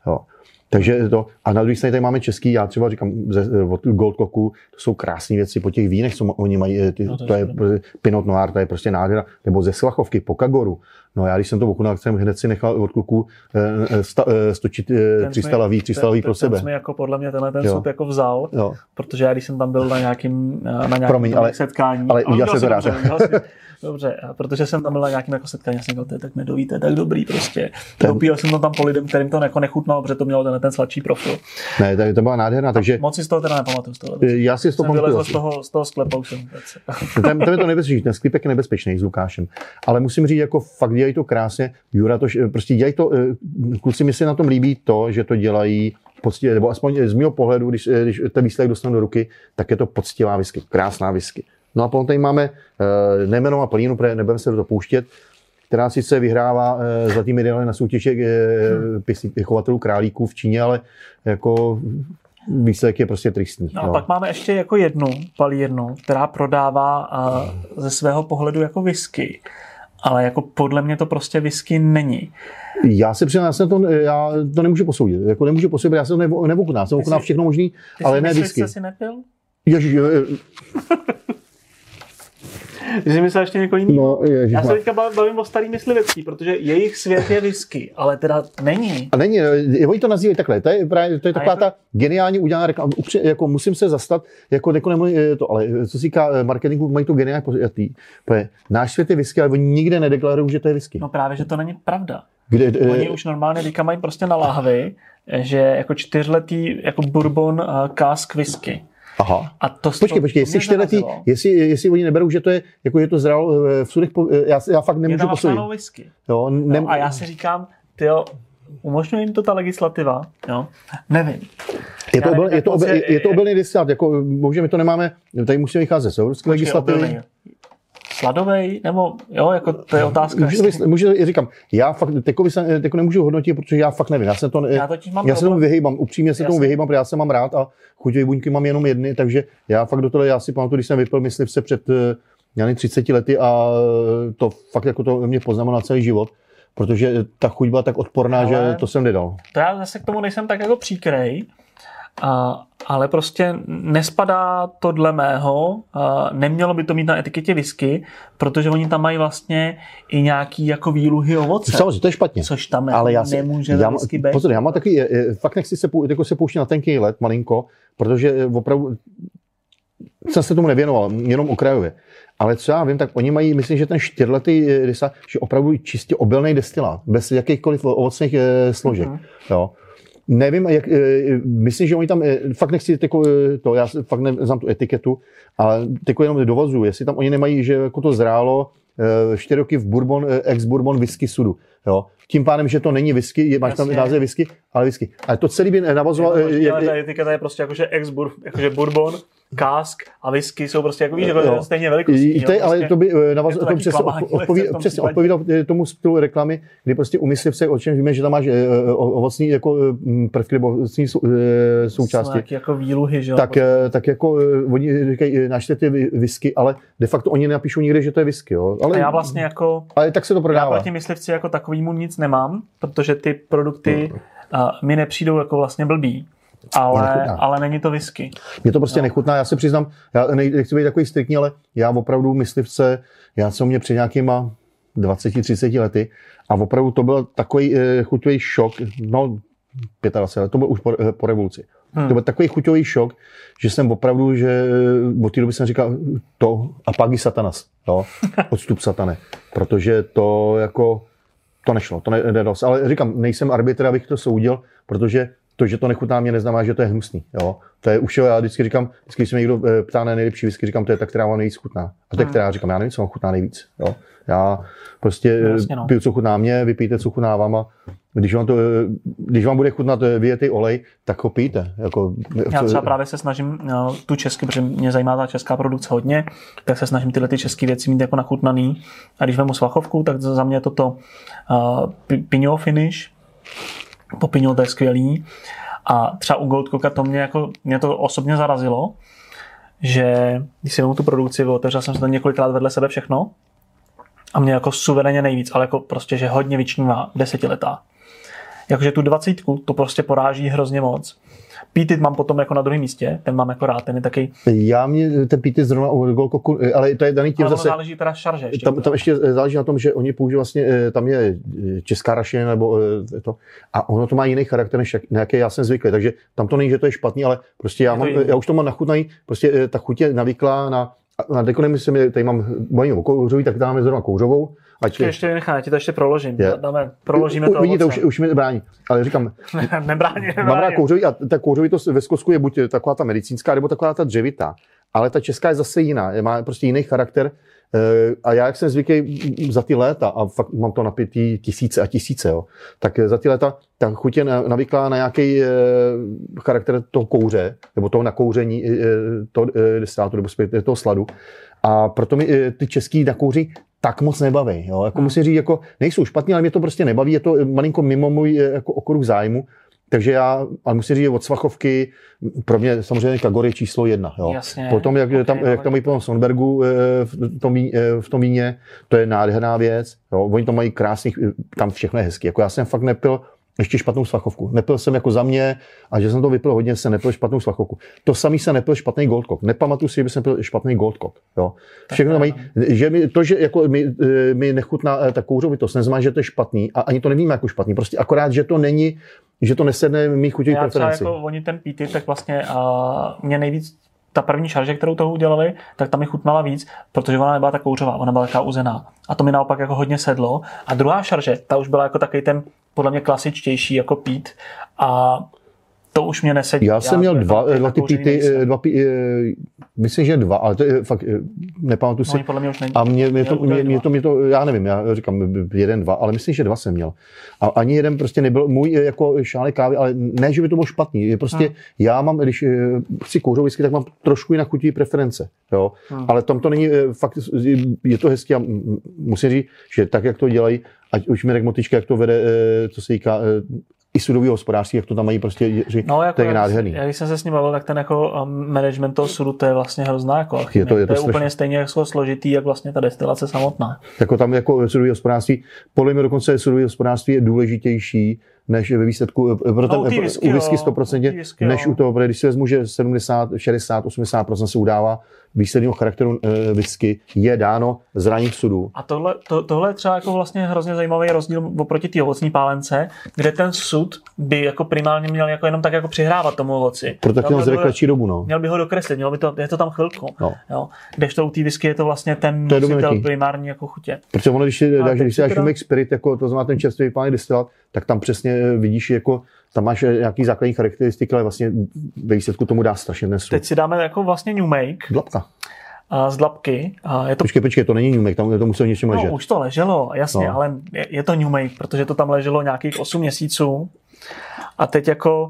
Jo. Takže to, a na druhé straně tady máme český, já třeba říkám, od Gold Clocku, to jsou krásné věci po těch vínech, co oni mají, to je Pinot Noir, to je prostě nádhera, nebo ze Svachovky, Pokagoru. No já když jsem to ochutnal, jsem hned si nechal od kluků stočit 300 lahví pro sebe. Ten jsme jako podle mě ten sud jako vzal, protože já když jsem tam byl na nějakým setkání. Ale udělal se to rád. Dobře, protože jsem tam byl na nějakým jako setkání, jsem říkal, tak nedovíte, tak dobrý prostě. Dopíl jsem to tam po lidem, kterým to jako nechutnalo, protože to mělo ten sladší profil. Ne, to byla nádherná, takže... Moc si z toho teda nepamatuju. Já si z toho pamatuju. Z toho sklepa už jsem vůbec. To je to nebezpečný, ten sklípek je nebezpečný s Lukášem. Ale musím říct, jako fakt dělají to krásně. Jura to, prostě dělají to, kluci mi se na tom líbí to, že to dělají poctivě, nebo aspoň z mého pohledu, když ten výsledek dostanu do ruky, tak je to poctivá whisky, krásná whisky. No a potom tady máme nejmenovanou Palínu, protože nebudeme se do toho pouštět, která sice vyhrává zlatý medaile na soutěži chovatelů králíků v Číně, ale jako výsledek je prostě tristní. No a pak máme ještě jako jednu palírnu, která prodává ze svého pohledu jako whisky, ale jako podle mě to prostě whisky není. Já se přiznám, já to nemůžu posoudit. Jako nemůžu posoudit, já jsem to nevochutnal. Jsem ochutnal všechno možný, ale ne whisky. Ty jsi nepil? Ježiš, Ty jsi myslel ještě někoho jiného? No, já se teďka bavím o starý myslivecký, protože jejich svět je whisky, ale teda není. A není, oni to nazývají takhle, to je taková ta geniálně udělaná reklama. Jako musím se zastat, jako to, ale co se týká marketingu, mají to geniálně pojatý. Náš svět je whisky, ale oni nikde nedeklarují, že to je whisky. No právě, že to není pravda. Oni už normálně teďka mají prostě na láhvi, že jako 4letý jako bourbon cask whisky. Aha. A to počkej, jestli 4letý, jestli oni neberou, že to je, jako je to zrál v sudech, já fakt nemůžu posoudit. whisky. Jo, no, a já si říkám, umožňuje jim to ta legislativa, jo? Nevím. Je to obilný destilát, jako bohužel my to nemáme, tady musíme vycházet z evropské legislativy. Sladovej, nebo jo, jako to je otázka. Můžu říkám, já fakt teko nemůžu hodnotit, protože já fakt nevím. Já se tomu vyhýbám, upřímně se tomu vyhýbám, protože já se mám rád a chuťové buňky mám jenom jedny, takže já fakt do toho, já si pamatuju, když jsem vypil myslivce před 30 lety a to fakt jako to mě poznamenalo na celý život, protože ta chuť byla tak odporná, že to jsem nedal. To já zase k tomu nejsem tak jako příkrej, ale prostě nespadá to dle mého, nemělo by to mít na etiketě whisky, protože oni tam mají vlastně i nějaký jako výluhy ovoce. Samozřejmě, to je špatně. Což tam ale nemůže whisky být. Pozor, já mám takový, fakt nechci se pouštět na tenký let malinko, protože opravdu jsem se tomu nevěnoval, jenom okrajově. Ale co já vím, tak oni mají, myslím, že ten 4letý destilát, že opravdu čistě obilný destilát, bez jakýchkoliv ovocných složek. Jo. Nevím, myslím, že oni tam, fakt nechci to, já fakt neznám tu etiketu, ale jenom dovozuju, jestli tam oni nemají, že jako to zrálo 4 roky v ex-bourbon whisky sudu. Jo. Tím pádem, že to není whisky, máš tam název whisky, ale whisky. Ale to celý by navazoval... Ta etiketa je prostě jakože jakože bourbon, cask a whisky jsou prostě jako víš, jako stejně velikostí. Ale to by přesně odpovídal tomu stylu reklamy, kdy prostě u myslivce, o čem víme, že tam máš ovocný jako prvky nebo ovocný součásti. Jsou jako výluhy, že jo? Tak jako oni říkají, náš svět je whisky, ale de facto oni nenapíšou nikde, že to je whisky. Jo? Ale já vlastně jako... Ale tak se to prodává. Já proti myslivci jako takovýmu nic nemám, protože ty produkty mi nepřijdou jako vlastně blbý. Ale není to whisky. Mě to prostě nechutná, já se přiznám, já nechci být takový striktní, ale já opravdu myslivce, já jsem mě před nějakýma 20-30 lety a opravdu to byl takový chuťový šok, 25 let, to byl už po revoluci. To byl takový chuťový šok, že jsem opravdu, že od té doby jsem říkal to a págy satanas, odstup satane, protože to jako, to nešlo, to nedalo se, ale říkám, nejsem arbitr, abych to soudil, protože to, že to nechutná, mě neznamená, že to je hnusný. Jo? To je už, já vždycky říkám, když se mě někdo ptá na nejlepší whisky, říkám, to je ta, která vám nejvíc chutná. A to je, která říkám, já nevím, co vám chutná nejvíc. Jo? Já prostě piju, co chutná mě, vypijte, co chutná vám a když vám bude chutnat vyjetý olej, tak ho pijte. Jako, já třeba právě se snažím tu česky, protože mě zajímá ta česká produkce hodně, tak se snažím tyhle české věci mít jako nachutnaný. A když vemu Svachovku, tak za mě je toto Pinot finish. Po Pinot to je skvělý. A třeba u Gold Clocka mě to osobně zarazilo, že když si vemu tu produkci, otevřel jsem se to několikrát vedle sebe všechno a mě jako suverénně nejvíc, ale jako prostě, že hodně vyčnívá 10letá. Jakože tu 20 to prostě poráží hrozně moc. Pítit mám potom jako na druhém místě, ten mám jako rád, ten je taky... Já mě ten pítit zrovna u Gold Cocku, ale to je daný tím zase... záleží teda šarže ještě. Tam ještě záleží na tom, že oni používají vlastně, tam je česká rašelina nebo to, a ono to má jiný charakter, než nějaké já jsem zvyklý, takže tam to není, že to je špatný, ale prostě já už to mám nachutnaný, prostě ta chuť je navyklá na dekonem, tady mám bojím kouřový, tak dáme zrovna kouřovou. Ještě nechá, ti to ještě proložím. Proložíme to. Vidíte, už mi brání, ale říkám, nebrání. Mám rád kouřový a ta kouřovitost ve Skotsku je buď taková ta medicínská, nebo taková ta dřevitá, ale ta česká je zase jiná, má prostě jiný charakter a já, jak jsem zvyklý za ty léta, a fakt mám to napitý tisíce a tisíce, jo, tak za ty léta ta chuť je navyklá na nějaký charakter toho kouře, nebo toho nakouření toho destilátu, nebo toho sladu. A proto mi ty český nakouří tak moc nebaví. Jo? Jako musím říct, jako nejsou špatný, ale mě to prostě nebaví, je to malinko mimo můj jako okruh zájmu. Takže ale musím říct, od Svachovky, pro mě samozřejmě Kagor je číslo 1. Jo? Jasně. Potom, jak tam mají po Sonbergu v tom víně, to je nádherná věc. Jo? Oni tam mají krásných, tam všechno je hezky. Jako já jsem fakt nepil ještě špatnou Svachovku. Nepil jsem jako za mě, a že jsem to vypil hodně, jsem nepil špatnou Svachovku. To samý jsem nepil špatný Gold Cock. Nepamatuju si, že jsem pil špatný Gold Cock. Jo. Všechno to mají, že jako mi nechutná ta kouřovitost, neznamená, že to je špatný, a ani to nevíme jako špatný. Prostě akorát, že to není, že to nesedne mých chuťových preferenci. Já třeba jako oni ten píty, tak vlastně mě nejvíc ta první šarže, kterou toho udělali, tak tam mi chutnala víc, protože ona nebyla tak kouřová, ona byla taková uzená. A to mi naopak jako hodně sedlo. A druhá šarže, ta už byla jako takový ten podle mě klasičtější jako pít a to už mě nesedí. Já jsem měl dva ty píty, myslím, že 2, ale to je fakt, nepamatuju si. No, podle mě už není. A mě to, já nevím, já říkám 1, 2, ale myslím, že 2 jsem měl. A ani jeden prostě nebyl můj jako šálek kávy, ale ne, že by to bylo špatný. Je prostě, já mám, když chci kouřový whisky, tak mám trošku jinak chutí preference. Jo? Ale tam to není, fakt je to hezky a musím říct, že tak, jak to dělají, ať už Mirek Motyčka, jak to vede, co se týká i sudového hospodářství, jak to tam mají prostě, jako to je nádherný. Já když jsem se s ním bavil, tak ten jako management toho sudu, to je vlastně hrozná jako alchymie. To je úplně stejně jako složitý, jak vlastně ta destilace samotná. Jako tam jako sudové hospodářství, podle mě dokonce sudové hospodářství je důležitější než ve výsledku, u whisky 100%, než u toho, protože když si vezmu, že 70, 60, 80% se udává výsledného charakteru whisky, je dáno zraním sudu. A tohle je třeba jako vlastně hrozně zajímavý rozdíl oproti té ovocní pálence, kde ten sud by jako primárně měl jako jenom tak jako přihrávat tomu ovoci. Proto měl zde kratší dobu, no. Měl by ho dokreslit, je to tam chvilku. No. Jo. Kdežto u té whisky je to vlastně ten nositel primární jako chutě. Protože ono, když si dáš Make Spirit, jako to znamená ten čerstvý vypálený destilát, tak tam přesně vidíš, jako tam máš nějaký základní charakteristiky, ale vlastně ve výsledku tomu dá strašně ten sud. Teď si dáme jako vlastně New Make. Dlapka. Z dlapky. Je to... Počkej, to není New Make, tam to muselo něčem ležet. No, už to leželo, jasně, ale je to New Make, protože to tam leželo nějakých 8 měsíců. A teď jako...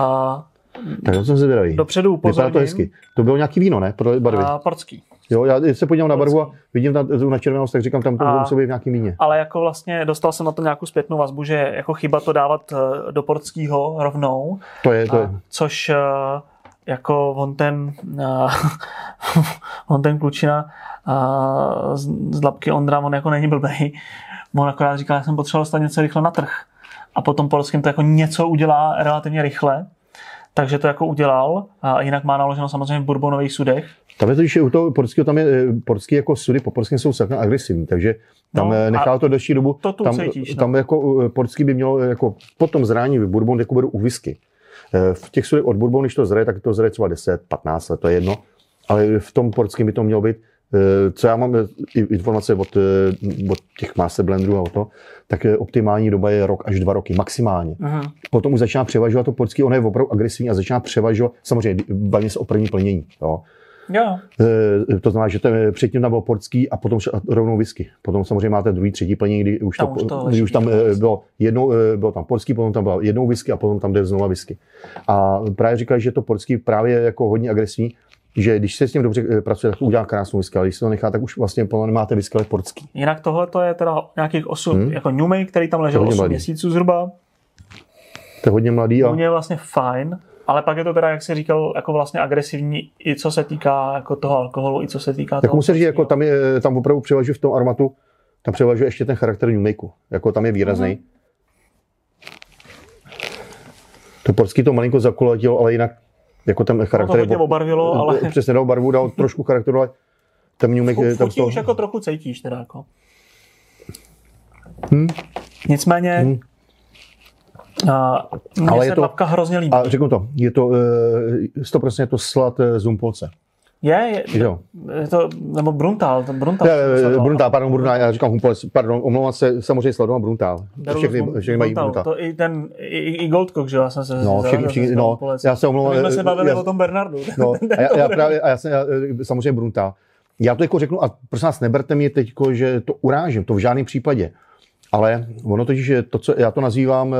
Tak to jsem zvědavý. Dopředu upozorním. Vypadá to hezky. To bylo nějaký víno, ne? Pro barvy. Portský. Jo, já se podívám na barvu a vidím na červenost, tak říkám, tam to musí být v nějaký víně. Ale jako vlastně dostal jsem na to nějakou zpětnou vazbu, že jako chyba to dávat do portského rovnou. To je. Což jako on ten klučina z Dlapky Ondra, on jako není blbej. On akorát říkal, že jsem potřeboval dostat něco rychle na trh. A potom portským to jako něco udělá relativně rychle. Takže to jako udělal. A jinak má naloženo samozřejmě v bourbonových sudech. Tam je to, když u toho portského, tam je portský jako sudy po portském jsou celkem agresivní, takže tam nechá to delší dobu. To cítíš, tam jako portský by mělo jako potom zrání v bourbon, jako budou u whisky. V těch sudech od bourbon, když to zraje, tak to zraje třeba 10, 15 let, to je jedno. Ale v tom portském by to mělo být, co já mám informace od těch master blendrů a o to, tak optimální doba je rok až 2 roky, maximálně. Aha. Potom už začíná převažovat to portský, ono je opravdu agresivní a začíná převažovat, samozřejmě bavíme se o první plnění. Jo. Jo. To znamená, že předtím tam byl portský a potom rovnou whisky. Potom samozřejmě máte druhý, třetí plnění, kdy už tam bylo tam portský, potom tam byla jednou whisky a potom tam jde znova whisky. A právě říkali, že to portský právě jako hodně agresivní, že když se s tím dobře pracuje, tak udělá krásnou whisky, ale když se to nechá, tak už vlastně nemáte whisky, ale portský. Jinak tohle to je teda nějakých 8, jako New Make, který tam ležel 8 měsíců zhruba. To je hodně mladý. To je vlastně fajn. Ale pak je to teda, jak jsi říkal, jako vlastně agresivní, i co se týká jako toho alkoholu, i co se týká tak toho. Musím říct, jako tam opravdu převažuje v tom aromatu, tam převažuje ještě ten charakter New Makeu. Jako tam je výrazný. To portský to malinko zakulatilo, ale jinak jako ten charakter... To hodně obarvilo, ale... Přesně dal barvu, dal trošku charakteru, ale ten mňumek... V chuti už jako trochu cítíš teda jako. Nicméně... Mně se tlapka hrozně líbí. A řeknu to, je to 100% je to slad z Humpolce. Je to, nebo Bruntál. Bruntal, já říkám Humpolec, pardon, omlouvám se, samozřejmě sladom a Bruntál. Všechny mají Bruntál. To i Goldcock, že já jsem se já se omlouvám. My jsme se bavili o tom Bernardu. No, já samozřejmě Bruntál. Já to jako řeknu, a prosím vás, neberte mě teď, že to urážím, to v žádném případě. Ale ono totiž je to, co já to nazývám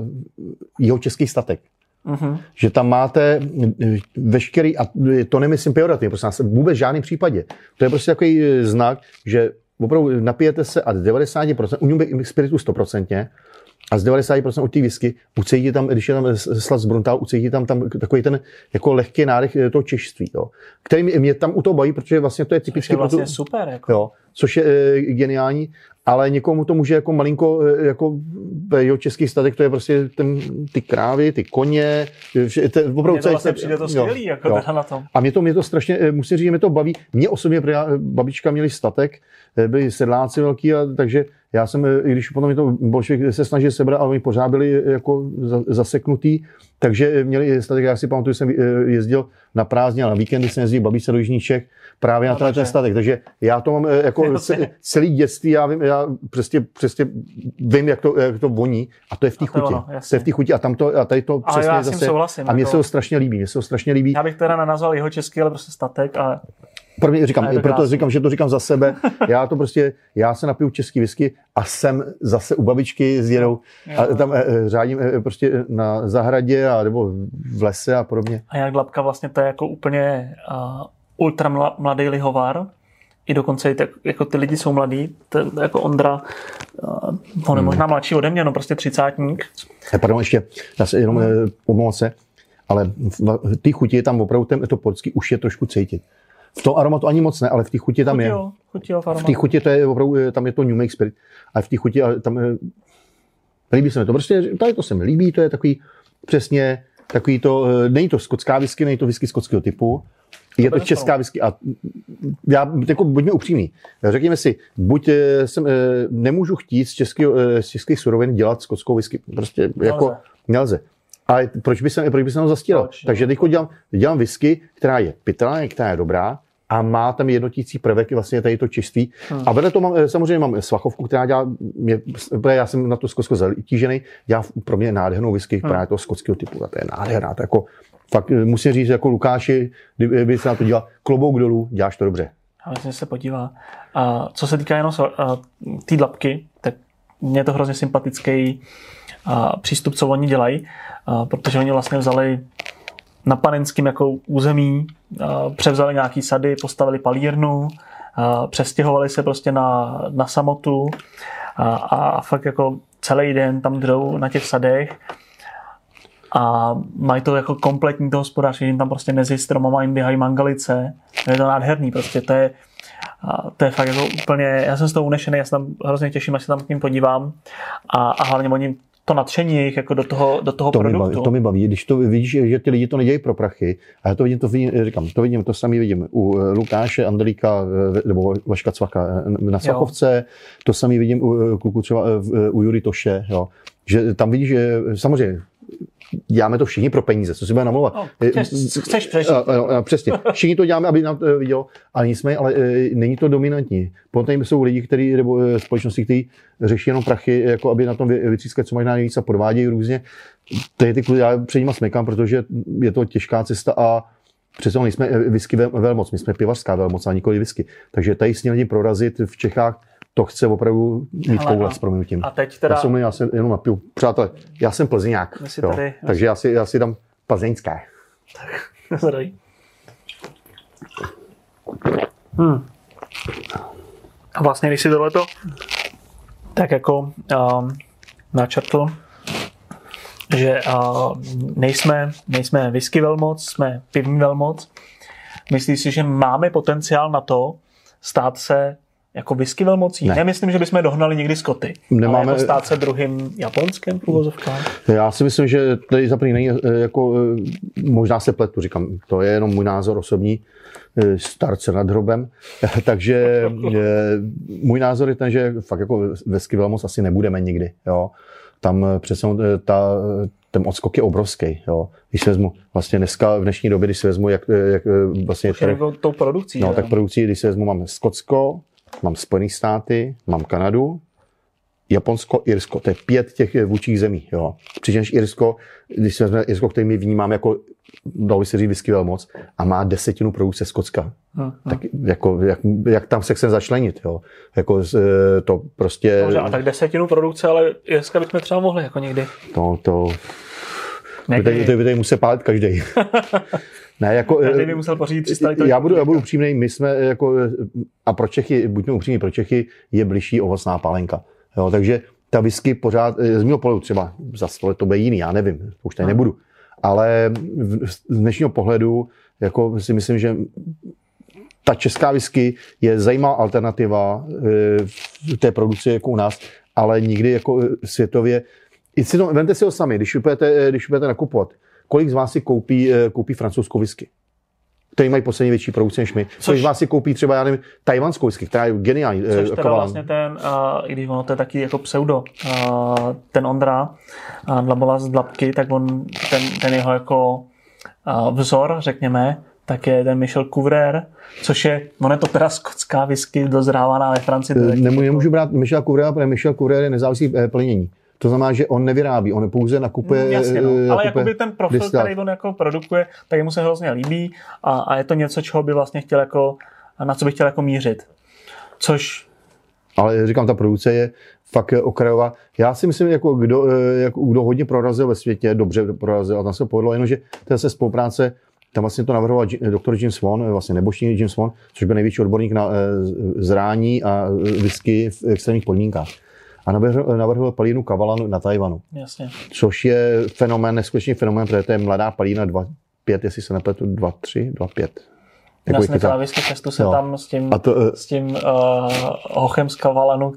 jeho český statek. Že tam máte veškerý, a to nemyslím pejorativně, prostě vůbec v žádném případě. To je prostě takový znak, že opravdu napijete se a z 90%, u něj spiritu 100%, a z 90% od té whisky ucítí tam, když je tam slad z Bruntál, ucítí tam takový ten jako lehký nádech toho češství, jo, který mě tam u toho baví, protože vlastně to je typicky... To je vlastně super. Jako. Jo, což je geniální, ale někomu to může jako malinko, jako jeho český statek, to je prostě ty krávy, ty koně. Mně to vlastně přijde to skvělý, jako teda na tom. A mě to strašně, musím říct, že mě to baví. Mě osobně, babička měli statek, byli sedláci velký, takže já jsem, i když potom mě to bolševik se snažil sebrat, ale oni pořád byli jako zaseknutý, takže měli statek. Já si pamatuju, jsem jezdil na prázdně, ale na víkendy jsem jezdil babičce do Jižních Čech právě na ten statek. Takže já to mám jako celý dětství, já přesně vím, jak to voní, a to je v té chuti. To je v té chuti a tady to přesně zase. Souhlasím, a mně se to strašně líbí. Já bych teda nenazval jeho český, ale prostě statek a proto říkám, že to říkám za sebe. Já se napiju český whisky a jsem zase u babičky s dědou a tam řádím prostě na zahradě a nebo v lese a podobně. A jak Dlabka vlastně to je jako úplně ultra mladý lihovar. I dokonce jako ty lidi jsou mladí, jako Ondra, on je možná mladší ode mě, no prostě 30. Pardon, ještě, já se jenom omlouvám se, ale v té chuti je tam opravdu to portský už je trošku cítit. V tom aromatu ani moc ne, ale v té chuti tam je. V té chuti to je opravdu, tam je to New Make Spirit, ale v té chuti tam líbí se mi to. Prostě tady to se mi líbí, to je takový přesně takový to, není to skotská whisky, není to whisky skotského typu, je to česká whisky a já, jako buďme upřímní, řekněme si, nemůžu chtít z českých surovin dělat skotskou whisky, prostě jako nelze. Ale proč by se ho zastíral? Takže teď dělám whisky, která je pitná, která je dobrá a má tam jednotící prvek vlastně tady to čistý. A vedle toho samozřejmě mám Svachovku, která dělá, já jsem na to skotsko zatížený, dělá pro mě nádhernou whisky, která je toho skotského typu. A to je nádherná. To jako, fakt musím říct, jako Lukáši, kdyby se na to dělal klobouk dolů, děláš to dobře. A myslím, že se podívá. A co se týká jenom té Dlabky, tak mě je to hrozně sympatický přístup, co oni dělají, protože oni vlastně vzali na panenským jako území, převzali nějaký sady, postavili palírnu, přestěhovali se prostě na samotu a fakt jako celý den tam jdou na těch sadech a mají to jako kompletní to hospodářství, jim tam prostě mezi stromama jim běhají mangalice, je to nádherný, prostě to je fakt jako úplně, já jsem z toho unešený, já se tam hrozně těším, až se tam k ním podívám a hlavně oni to nadšení jejich jako do toho produktu. To mi baví, když to vidíš, že ty lidi to nedějí pro prachy, a já to sami vidím u Lukáše Andrlíka nebo Vaška Cvaka na Svachovce, to sami vidím u kluku třeba u Jury Toše, jo. Že tam vidíš, že samozřejmě děláme to všichni pro peníze, co si bude namlouvat. Chceš přežít. Přesně. Všichni to děláme, aby nám to vidělo, ale nicméně, ale není to dominantní. Potom jsou lidi, nebo společnosti, kteří řeší jenom prachy, jako aby na tom vytřískali co možná nejvíc a podvádějí různě. Já před nima smekám, protože je to těžká cesta a přece nejsme whisky velmoc, my jsme pivařská velmoc a nikoli whisky. Takže tady s lidi prorazit v Čechách, to chce opravdu mít koule s prominutím. A teď teda... Já se jenom napiju. Přátelé, já jsem Plzeňák. Takže já si dám plzeňské. A vlastně, když si tohleto tak jako načrtl, že nejsme whisky velmoc, jsme pivní velmoc. Myslíš si, že máme potenciál na to stát se jako whisky velmocí? Ne. Nemyslím, že bychom dohnali někdy Skoty. Nemáme... Ale jako stát se druhým Japonskem v uvozovkách. Já si myslím, že tady za první není, jako, možná se pletu, říkám, to je jenom můj názor osobní, starce nad hrobem, takže můj názor je ten, že fakt jako whisky velmoc asi nebudeme nikdy, jo. Tam přece ten odskok je obrovský, jo. Když se vezmu vlastně dneska, v dnešní době, když se vezmu, jak vlastně... Už jako tou produkcí. No, tak produkcí, když se vezmu, mám Skotsko, mám Spojené státy, mám Kanadu, Japonsko, Irsko. To je 5 těch vůdčích zemí, jo. Přičemž Irsko, když se vezme Irsko, který my vnímáme jako, dalo by se říct, whisky velmoc, a má 10% produkce Skotska. Tak jako, jak tam se chce začlenit, jo. Jako to prostě... Dobře, a tak 10% produkce, ale Irska bychom třeba mohli jako někdy. To by tady musel pálit každý. Ne, jako, každý by musel pořídit 300 litrů. Já budu upřímnej, my jsme jako, a pro Čechy, buďme upřímní, pro Čechy je bližší ovocná pálenka. Jo, takže ta whisky pořád, z mého pohledu třeba za 100 let to bude jiný, já nevím, už tady nebudu. Ale z dnešního pohledu jako si myslím, že ta česká whisky je zajímavá alternativa v té produkci jako u nás, ale nikdy jako světově. Vemte si ho sami, když budete nakupovat. Kolik z vás si koupí francouzskou whisky? Který mají poslední větší produkci než my. Což z vás si koupí třeba, já nevím, tajvanskou whisky, která je geniální. Což teda vlastně ten, i když ono to je taky jako pseudo, ten Ondra, Dlabola z Dlabky, tak on, ten jeho jako vzor, řekněme, tak je ten Michel Couvreur, což je, on je to teda skotská whisky dozrávaná ve Francii. Nemůžu brát Michela Couvreur, protože Michel Couvreur je nezávislý plnění. To znamená, že on nevyrábí, on pouze nakupuje. Jasně, no. Ale jakoby ten profil, který on jako produkuje, tak mu se hrozně líbí a je to něco, čeho by vlastně chtěl jako, na co by chtěl jako mířit. Což... Ale říkám, ta produkce je fakt okrajová. Já si myslím, jako kdo hodně prorazil ve světě, dobře prorazil, a tam se povedlo, jenomže to je se spolupráce, tam vlastně to navrhoval doktor Jim Swan, vlastně nebožný Jim Swan, což byl největší odborník na zrání a whisky v extrémních podmínkách. A navrhl palínu Kavalanu na Tajvanu. Jasně. Což je fenomén, neskutečný fenomén, protože to je mladá palína 2,5, jestli se nepletu, 2,3, 2,5. Jasně, ta whisky festu se tam s tím hochem z Kavalanu,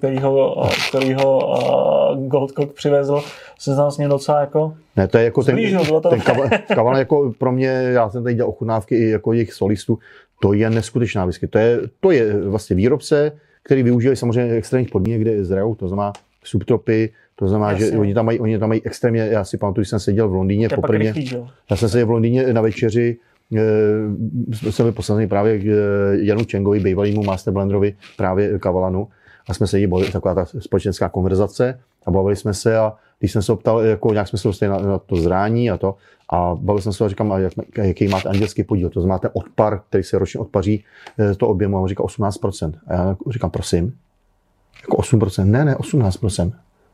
kterýho Goldcock přivezl, se tam s ním docela jako... Ne, to je jako ten Kavalan jako pro mě, já jsem tady dělal ochutnávky i jako jejich solistů, to je neskutečná whisky. To je vlastně výrobce, který využívají samozřejmě extrémních podmínek, kde zrajou, to znamená subtropy, to znamená, jasně, že oni tam mají extrémně, já si pamatuju, že jsem seděl v Londýně poprvé. Já jsem seděl v Londýně na večeři, jsme byli poslani právě k Janu Čengovi, bývalýmu master blenderovi právě Kavalanu, a jsme seděli, taková ta společenská konverzace a bavili jsme se, a když jsem se optal, jako nějak jsme se dostali na to zrání a to, a bavil jsem se a říkám, jaký máte andělský podíl, to znamená ten odpar, který se ročně odpaří to objemu, a on říká 18%. A já říkám, prosím, jako 8%, ne, 18%.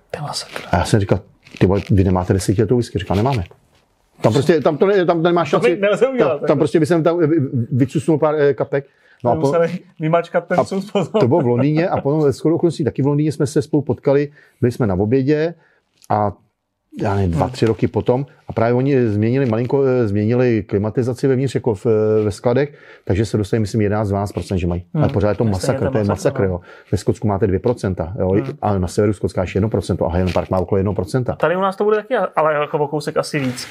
A já jsem říkal, vy nemáte 10letou whisky, říkal, nemáme. Tam nemáš šanci, tam prostě by jsem tam vycusnul pár kapek. No museli vymačkat ten sus. To bylo v Londýně a potom shodou okolností taky v Londýně jsme se spolu potkali, byli jsme na obědě a já nevím, 2-3 roky potom, a právě oni změnili klimatizaci vevnitř jako ve skladech, takže se dostali, myslím, 11-12%, že mají. Ale pořád je to masakr, to je masakr, jo. Ve Skotsku máte 2%, jo, a na severu Skotska ještě 1%, a Highland Park má okolo 1%. Tady u nás to bude taky, ale jako o kousek asi víc.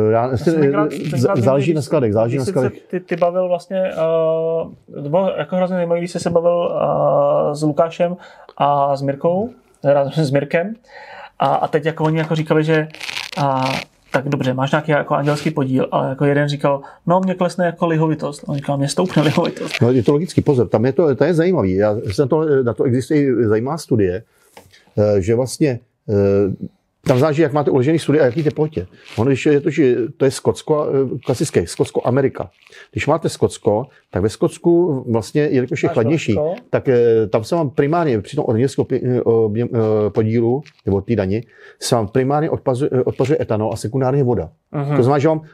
Záleží na skladech, Ty bavil vlastně, to bylo jako hrozně zajímavé, když jsi se bavil s Lukášem a s Mirkou, s Mirkem, a teď jako oni jako říkali, že tak dobře, máš nějaký jako andělský podíl, ale jako jeden říkal, no mě klesne jako lihovitost. On říkal, mě stoupne lihovitost. No je to logický, pozor, tam je to je zajímavý. Na to existuje zajímavá studie, že vlastně tam záleží, jak máte uložený studie a jaký teplotě. To je Skotsko, klasické, Skotsko-Amerika. Když máte Skotsko, tak ve Skotsku vlastně, jelikož je chladnější, tak tam se vám primárně při tom andělském podílu, nebo té dani, se vám primárně odpařuje etanol a sekundárně voda. Uh-huh. To znamená, že vám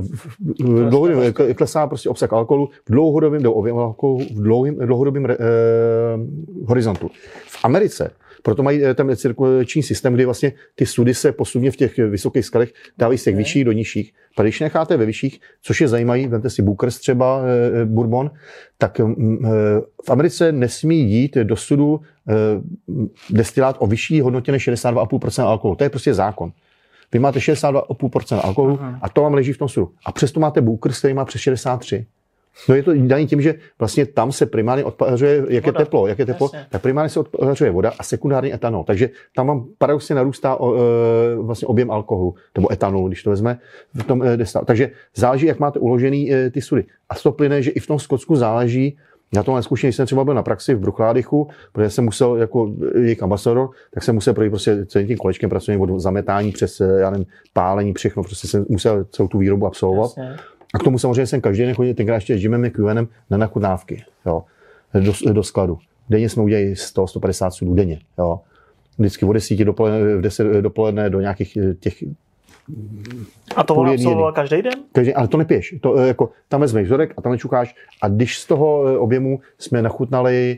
klesá prostě obsah alkoholu v dlouhodobém horizontu. V Americe Proto mají ten cirkulační systém, kdy vlastně ty sudy se postupně v těch vysokých skalech dávají z těch vyšších do nižších. A když necháte ve vyšších, což je zajímavý, vemte si Bookers třeba, bourbon, tak v Americe nesmí jít do sudu destilát o vyšší hodnotě než 62,5% alkoholu. To je prostě zákon. Vy máte 62,5% alkoholu a to vám leží v tom sudu. A přesto máte Bookers, který má přes 63. No je to daný tím, že vlastně tam se primárně odpařuje, jak je teplo, tak primárně se odpařuje voda a sekundární etanol. Takže tam vám paradoxně narůstá vlastně objem alkoholu, nebo etanolu, když to vezme v tom destilátu. Takže záleží, jak máte uložený ty sudy. A z toho plyne, že i v tom Skotsku záleží. Já to neskušeně, jsem třeba byl na praxi v Bruchládychu, protože jsem musel jako jejich ambasador, tak jsem musel projít prostě celým tím kolečkem pracovním od zametání přes, já nevím, pálení, všechno, prostě jsem musel celou tu výrobu absolvovat. Jasně. A k tomu samozřejmě jsem každý den chodil, tenkrát ještě s Jimem McEwenem na nachutnávky, jo, do skladu. Denně jsme udělali 100-150 sudů denně, jo. Vždycky od 10 dopoledne, v 10 dopoledne do nějakých těch. A to on absolvoval každý den? Ale to nepiješ. To, jako, tam vezmeš vzorek a tam nečukáš. A když z toho objemu jsme nachutnali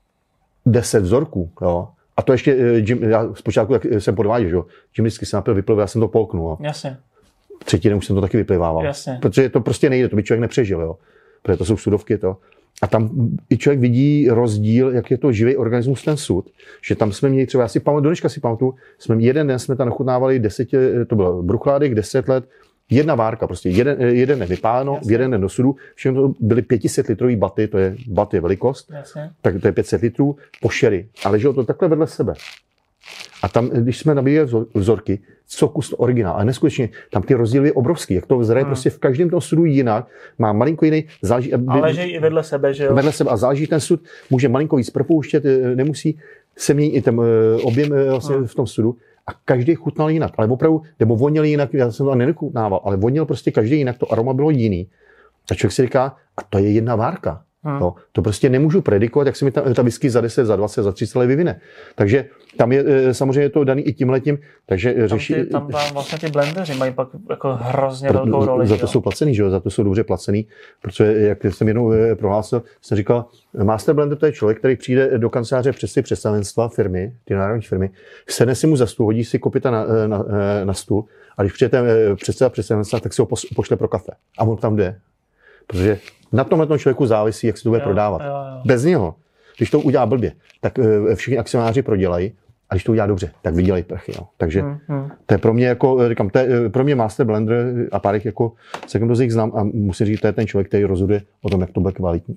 10 vzorků, jo, a to ještě Jim, já zpočátku jak jsem podváděl, že jo, Jim vždycky se napil, vyplivil, já jsem to polknul. Jo. Jasně. Třetí den už jsem to taky vyplivával. Jasně. Protože to prostě nejde, to by člověk nepřežil, jo. Protože to jsou sudovky, to. A tam i člověk vidí rozdíl, jak je to živý organismus ten sud, že tam jsme měli třeba, já si pamatuju, do dneška si pamatuju, jeden den jsme tam nachutnávali 10, to byl Bruchládyk, 10 let, jedna várka, prostě jeden den vypáleno, jeden den do sudu, všechno to byly 500 litrový baty, to je bat je velikost, tak to je 500 litrů po sherry, ale leželo to takhle vedle sebe. A tam, když jsme nabíjeli vzorky, co kus originál, ale neskutečně, tam ty rozdíly je obrovský, jak to zraje prostě v každém tom sudu jinak, má malinko jiný, záleží, ale leží i vedle sebe, že jo? Vedle sebe a záleží ten sud, může malinko víc propouštět, nemusí se měnit i ten objem vlastně v tom sudu a každý chutnal jinak, ale opravdu, nebo voněl jinak, já jsem to nenechutnával, ale voněl prostě každý jinak, to aroma bylo jiný. A člověk si říká, a to je jedna várka. No, to prostě nemůžu predikovat, jak se mi ta whisky za 10, za 20, za 30 let vyvine. Takže tam je samozřejmě to daný i tímhletím, takže řeší. Tam vlastně ty blendeři mají pak jako hrozně velkou roli. Za to jsou placený, že jo? Za to jsou dobře placený, protože jak jsem jednou prohlásil, jsem říkal, master blender to je člověk, který přijde do kanceláře přes ty představenstva firmy, ty národní firmy, sedne si mu za stůl, hodí si kopyta na stůl a když přijde předseda představenstva, tak si ho pošle pro kafe. A on tam jde. Protože na tomhle člověku závisí, jak se to bude prodávat. Jo. Bez něho, když to udělá blbě, tak všichni akcionáři prodělají, a když to udělá dobře, tak vydělají prachy. Jo. Takže to je pro mě jako, říkám, to je pro mě master blender a pár jako second dose znám a musím říct, to je ten člověk, který rozhoduje o tom, jak to bude kvalitní.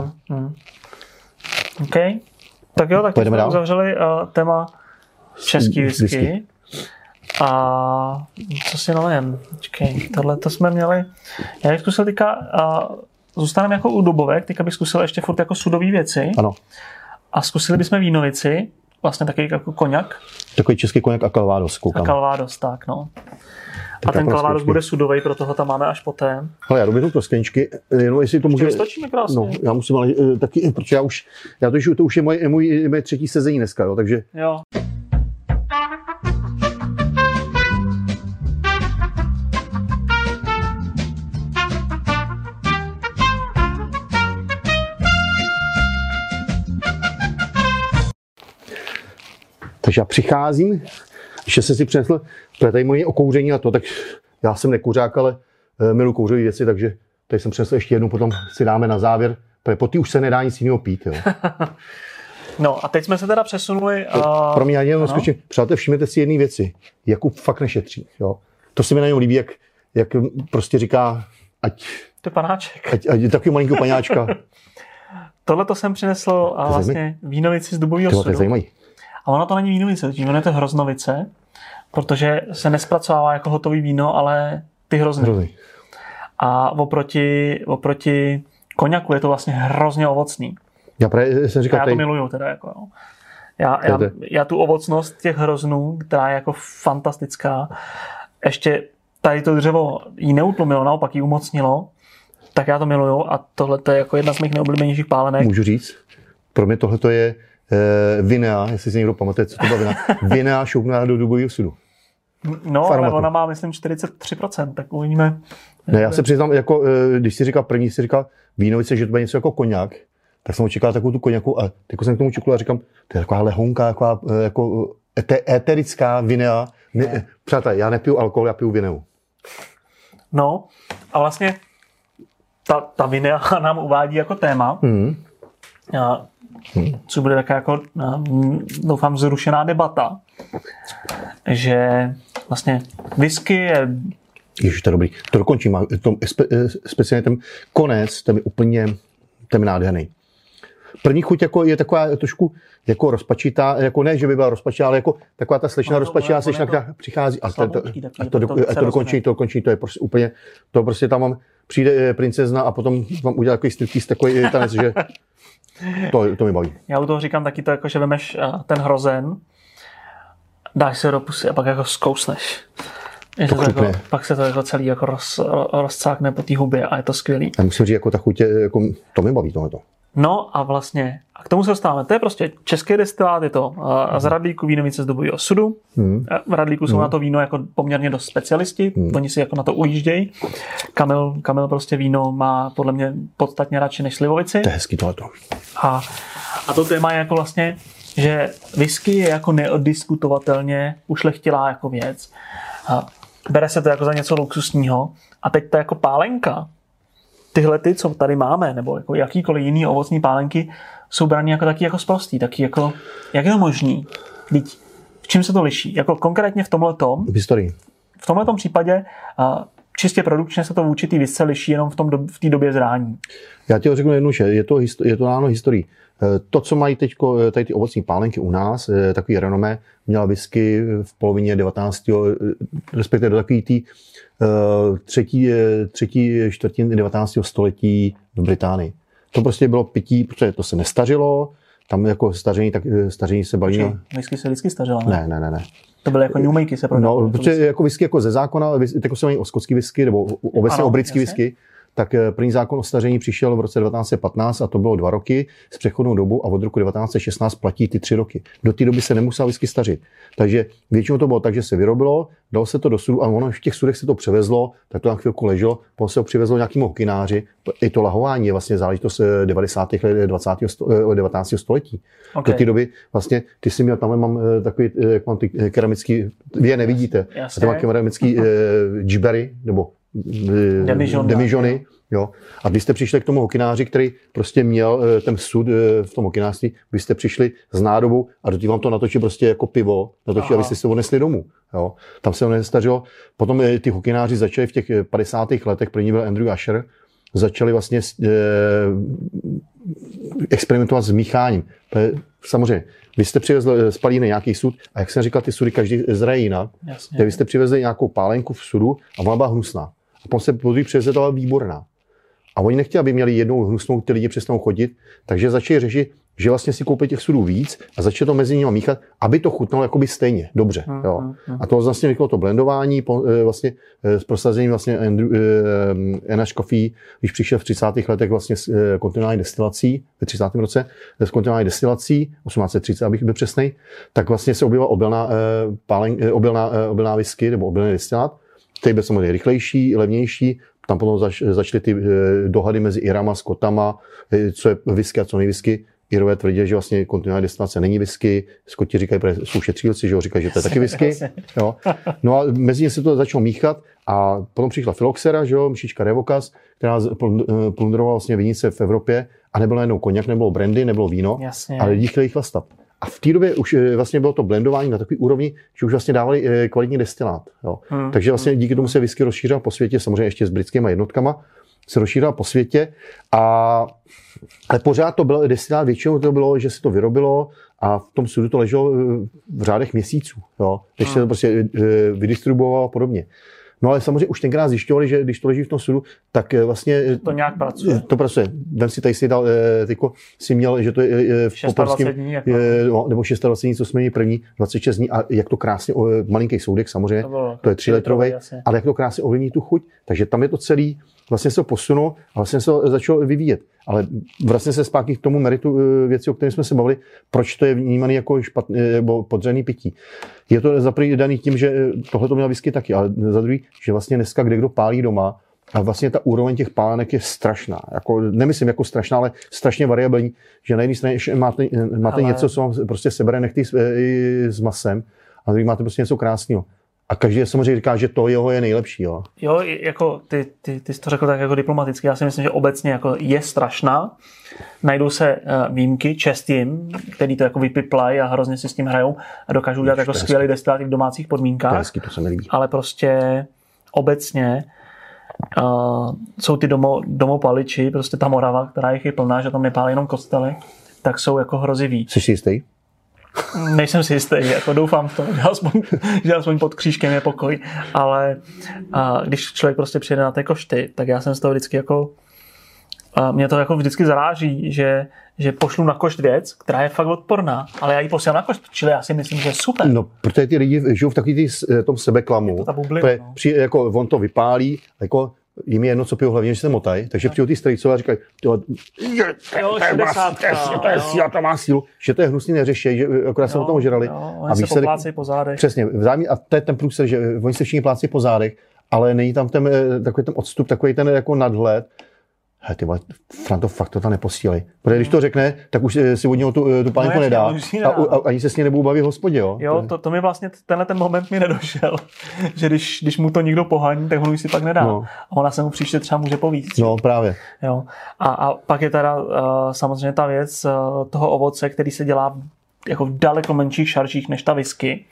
OK. Tak jo, tak jsme uzavřeli téma český whisky. A co si nalejem? Počkej, tohle to jsme měli. Já bych zkusil teďka, zůstaneme jako u dubovek, teďka bych zkusil ještě furt jako sudové věci. Ano. A zkusili bychom vínovici, vlastně taky jako koněk. Takový český koněk a Calvados, koukám. A Calvados, tak no. A ten Calvados bude sudovej, proto ho tam máme až poté. Ale já doběhnu pro skleničky, jenom jestli to může... Vystočíme krásně. No, já musím ale taky, protože to už je moje třetí sezení dneska, jo, takže... Jo. Takže já přicházím, ještě jsem si přinesl, tady moje okouření a to, tak já jsem nekuřák, ale miluji kouřové věci, takže tady jsem přinesl ještě jednu, potom si dáme na závěr, protože po té už se nedá nic jiného pít. Jo. No a teď jsme se teda přesunuli... Pro mě jenom skočím. Přátelé, všimněte si jedné věci. Jakub fakt nešetří. Jo. To se mi na něm líbí, jak prostě říká, ať... To je panáček. Ať takový malinký panáčka. Tohle to jsem přinesl a vlastně vínovici z dubového sudu. To je zajímavý. A ono to není vínovice, ono je to hroznovice, protože se nespracovává jako hotový víno, ale ty hrozny. A oproti koněku je to vlastně hrozně ovocný. Já jsem říkal, já to miluju teda. Jako, jo. Já tu ovocnost těch hroznů, která je jako fantastická, ještě tady to dřevo jí neutlumilo, naopak jí umocnilo, tak já to miluju a tohle je jako jedna z mých nejoblíbenějších pálenek. Můžu říct, pro mě tohle je Vinea, jestli si někdo pamatuje, co to byla Vinea. Vinea šoupnutá do dubového sudu. No, ale ona má, myslím, 43%, tak uvidíme. Ne, já se přiznám, jako, když si říkal první, si říkal vínovice, že to bude něco jako koněk, tak jsem očekával takovou tu koněku a teď jsem k tomu čukl a říkám, to je taková lehonka, jako éterická vinea. Přátelé, já nepiju alkohol, já piju vineu. No a vlastně ta vinea nám uvádí jako téma, co bude taková jako, doufám, zrušená debata, že vlastně whisky je... Ježiš, to je dobrý. To dokončím. Speciálně ten konec, ten je úplně nádherný. První chuť jako je taková trošku jako rozpačitá, jako ne, že by byla rozpačitá, ale jako taková ta slečna rozpačitá slečna, která přichází a to dokončí, to je prostě úplně, to prostě tam mám, přijde princezna a potom vám udělá takový striptease, takový tanec, že to mi baví. Já u toho říkám taky to, jako, že vemeš ten hrozen, dáš se do pusy a pak jako zkousneš. Jako, pak se to jako celý jako rozcákne po té hubě a je to skvělý. Já musím říct, jako ta chutě, jako, to mi baví tohleto. No a vlastně, a k tomu se dostáváme, to je prostě český destilát, je to z Radlíku vínovice z Dubového Sudu. V Radlíku jsou na to víno jako poměrně dost specialisti, oni si jako na to ujíždějí. Kamil prostě víno má podle mě podstatně radši než slivovici. To je hezký tohleto. A to téma je jako vlastně, že whisky je jako neoddiskutovatelně ušlechtilá jako věc. Bere se to jako za něco luxusního a teď to jako pálenka, tyhle ty, co tady máme, nebo jako jakýkoliv jiný ovocní pálenky, jsou braný jako taky jako sprostý, taky jako, jak je to možný? V čím se to liší? Jako konkrétně v tomhletom? V historii. V tomhletom případě čistě produkčně se to vůči té visce liší jenom v té době zrání. Já ti řeknu jednu, že je to dáno historií. To, co mají teď tady ty ovocní pálenky u nás, takový renomé, měla whisky v polovině 19. respektive do takový tý třetí čtvrtiny 19. století v Británii. To prostě bylo pití, protože to se nestařilo, tam jako staření se baví. Whisky se vždycky stařila, ne? Ne. To byly jako newmakey se prodávaly. No, protože jako whisky jako ze zákona, jako se mají o skotský whisky, nebo obecně o britský whisky, tak první zákon o staření přišel v roce 1915 a to bylo 2 roky s přechodnou dobu a od roku 1916 platí ty 3 roky. Do té doby se nemusel whisky stařit. Takže většinou to bylo tak, že se vyrobilo, dalo se to do sudu a ono v těch sudech se to převezlo, tak to na chvilku leželo, potom se to přivezlo nějakému hokynáři. I to lahování je vlastně záležitost 90. let 19. století. Okay. Do té doby vlastně, ty si měl, tam mám takový, jak mám ty keramický, vy je nevidíte, a ty mám keramický džbery, nebo demižony. Jo. A vy jste přišli k tomu hokynáři, který prostě měl ten sud v tom hokynářství, vy jste přišli s nádobou a do vám to natočí prostě jako pivo, natočí, abyste si to odnesli domů. Jo. Tam se to nestařilo. Potom ty hokynáři začali v těch 50. letech, první byl Andrew Asher, začali vlastně experimentovat s mícháním. Samozřejmě, vy jste přivezli z palíny nějaký sud a jak jsem říkal, ty sudy každý zrají jinak. Vy jste přivezli nějakou pálenku v sudu a ona byla hnusná. A potom se později přivezla, byla výborná. A oni nechtěli, aby měli jednou hnusnou, ty lidi přestanou chodit, takže začali řešit, že vlastně si koupí těch sudů víc a začali to mezi nimi míchat, aby to chutnalo jakoby stejně, dobře. Jo. A to vlastně vzniklo to blendování, vlastně s prosazením vlastně Anash Coffee, když přišel v 30. letech vlastně s kontinuální destilací, ve 30. roce, s kontinuální destilací, 1830, abych byl přesnej, tak vlastně se objevila obilná whisky, nebo obilný destilát, který byl samozřejmě rychlejší, levnější. Tam potom začaly ty dohady mezi Irama, Skotama, co je whisky a co není whisky. Irové tvrdí, že vlastně kontinuální destilace není whisky, Skoti říkají, že jsou šetřilci, že říkají, že to je taky whisky. Jo. No a mezi ně se to začalo míchat a potom přišla Phylloxera, že jo, myšička Revokas, která plundrovala vlastně vinice v Evropě a nebylo jenom konjak, nebylo brandy, nebylo víno, ale lidi chtěli chlastat. A v té době už vlastně bylo to blendování na takový úrovni, že už vlastně dávali kvalitní destilát. Jo. Takže vlastně díky tomu se whisky rozšířila po světě, samozřejmě ještě s britskými jednotkama, se rozšířila po světě, ale pořád to byl destilát, většinou to bylo, že se to vyrobilo a v tom sudu to leželo v řádech měsíců, jo, než se to prostě vydistribuovalo a podobně. No ale samozřejmě už tenkrát zjišťovali, že když to leží v tom sudu, tak vlastně to nějak pracuje. To pracuje. Vem si tady si dal, tyko, si měl, že to je v poporském, nebo 26 dní, co jsme měli první, 26 dní a jak to krásně, malinký soudek samozřejmě, to je 3 litrový, ale jak to krásně ovlivní tu chuť, takže tam je to celý, vlastně se to posunulo a vlastně se to začalo vyvíjet. Ale vlastně se zpátky k tomu meritu věci, o kterém jsme se bavili, proč to je vnímané jako špatné nebo podřadný pití. Je to za první daný tím, že tohle to měl whisky taky, ale za druhý, že vlastně dneska kde kdo pálí doma, A vlastně ta úroveň těch pálenek je strašná. Jako, nemyslím jako strašná, ale strašně variabilní, že na jedné straně máte něco, co vám prostě sebere nechty s masem, a druhý máte prostě něco krásného. A každý samozřejmě říká, že to jeho je nejlepší. Jo, jako ty jsi to řekl tak jako diplomaticky. Já si myslím, že obecně jako je strašná. Najdou se výjimky, čest jim, který to jako vypiplají a hrozně si s tím hrajou a dokážou dělat jako skvělý destilát v domácích podmínkách. To se mi líbí. Ale prostě obecně jsou ty domopaliči, prostě ta Morava, která jich je plná, že tam nepálí jenom kostely, tak jsou jako hrozivý. Jsi si jistý? Nejsem si jistý, jako doufám v to, že aspoň pod křížkem je pokoj, ale když člověk prostě přijede na té košty, tak já jsem z toho vždycky jako mě to jako vždycky zaráží, že pošlu na košt věc, která je fakt odporná, ale já ji posílám na košt, čili já si myslím, že je super. No, protože ty lidi žijou v takový tom sebeklamu. Je to ta bublina, no. Jako on to vypálí, jako jim je jedno, co pijou, hlavně, že se motají, takže přijou ty strejcové a říkají, to má sílu, že to je hnusný, neřeší, že akorát se o tom ožrali. Oni se poplácejí po zádech. Přesně, a to je ten průser, že oni se všichni plácejí po zádech, ale není tam takový ten odstup, takový ten jako nadhled. He, ty vole, Franto, fakt to tam neposílej. Protože když to řekne, tak už si od něho tu pálenku nedá. A ani se s ní nebudou bavit v hospodě, jo? Jo, to mi vlastně tenhle ten moment mi nedošel, že když mu to někdo pohání, tak on už si pak nedá. No. A ona se mu příště třeba může povíct. No, právě. Jo. A pak je teda samozřejmě ta věc toho ovoce, který se dělá jako v daleko menších šaržích než ta whisky.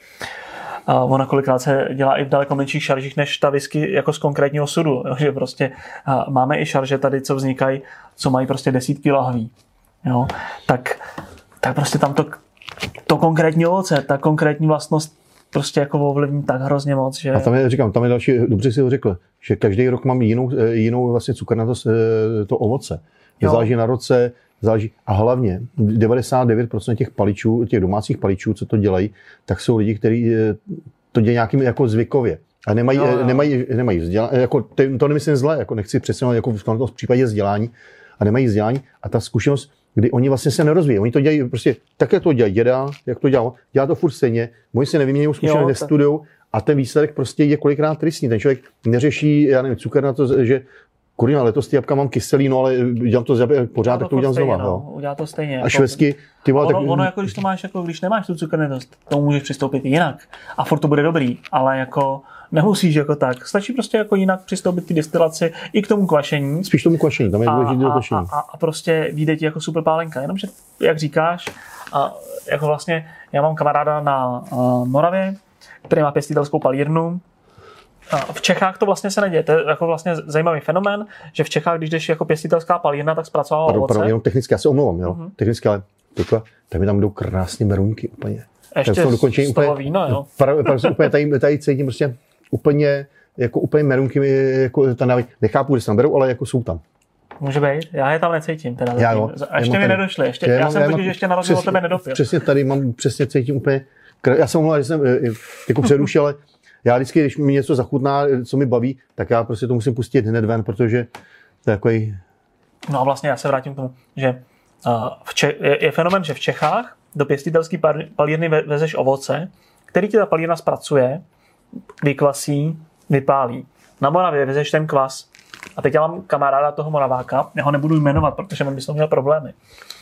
Ona kolikrát se dělá i v daleko menších šaržích než ta whisky jako z konkrétního sudu. Jo? Že prostě máme i šarže tady, co vznikají, co mají prostě desítky lahví. Jo? Tak prostě tam to konkrétní ovoce, ta konkrétní vlastnost prostě jako ovlivní tak hrozně moc, že... A tam je další, dobře si to řekl, že každý rok mám jinou vlastně cukrnatost to ovoce. Záleží na roce, a hlavně 99% těch paličů, těch domácích paličů, co to dělají, tak jsou lidi, kteří to dělají nějakým jako zvykově. A nemají vzdělání, jako to nemyslím zle, jako nechci přesně jako v případě vzdělání, a nemají vzdělání a ta zkušenost, kdy oni vlastně se nerozvíjí. Oni to dělají prostě tak, jak to dělají děda, jak to dělá to furt stejně, oni se nevyměňují zkušenost, nestudujou a ten výsledek prostě je kolikrát tristní. Ten člověk neřeší, já nevím, cukr na to, že kurňa, letos ty jabka mám kyselý, no ale dělám to pořád, tak to udělám znova. No, udělá to stejně. A švestky, ty vole, ono jako když to máš, jako když nemáš tu cukrnitost, tomu můžeš přistoupit jinak. A furt to bude dobrý, ale jako nemusíš jako tak. Stačí prostě jako jinak přistoupit k destilaci i k tomu kvašení. Spíš tomu kvašení, tam je důležité do kvašení. A prostě vyjde ti jako super pálenka. Jenomže, jak říkáš, jako vlastně já mám kamaráda na Moravě, který má pěstitelskou palírnu. V Čechách to vlastně se neděje. To je jako vlastně zajímavý fenomén, že v Čechách, když jdeš jako pěstitelská palírna, tak zpracovává ovoce. Pardon, jenom technicky, já se omlouvám, jo. Technicky, ale teďka, tak mi tam jdou krásné meruňky úplně. Ještě z toho víno, jo. Úplně tady cítím prostě úplně meruňky, jako tam nechápu, že se tam berou, ale jako jsou tam. Může být, já je tam necítím. Teda a ještě mi nedošly, já jsem totiž ještě na rozdíl od tebe nedopil. Přesně tady mám, cítím úplně, já jsem omlouvám, že jsem jako přerušil, ale já vždycky, když mi něco zachutná, co mi baví, tak já prostě to musím pustit hned ven, protože to je takový... No a vlastně já se vrátím k tomu, že je fenomén, že v Čechách do pěstitelské palírny vezeš ovoce, který ti ta palírna zpracuje, vykvasí, vypálí. Na Moravě vezeš ten kvas. A teď já mám kamaráda toho Moraváka, já ho nebudu jmenovat, protože on by s tom měl problémy.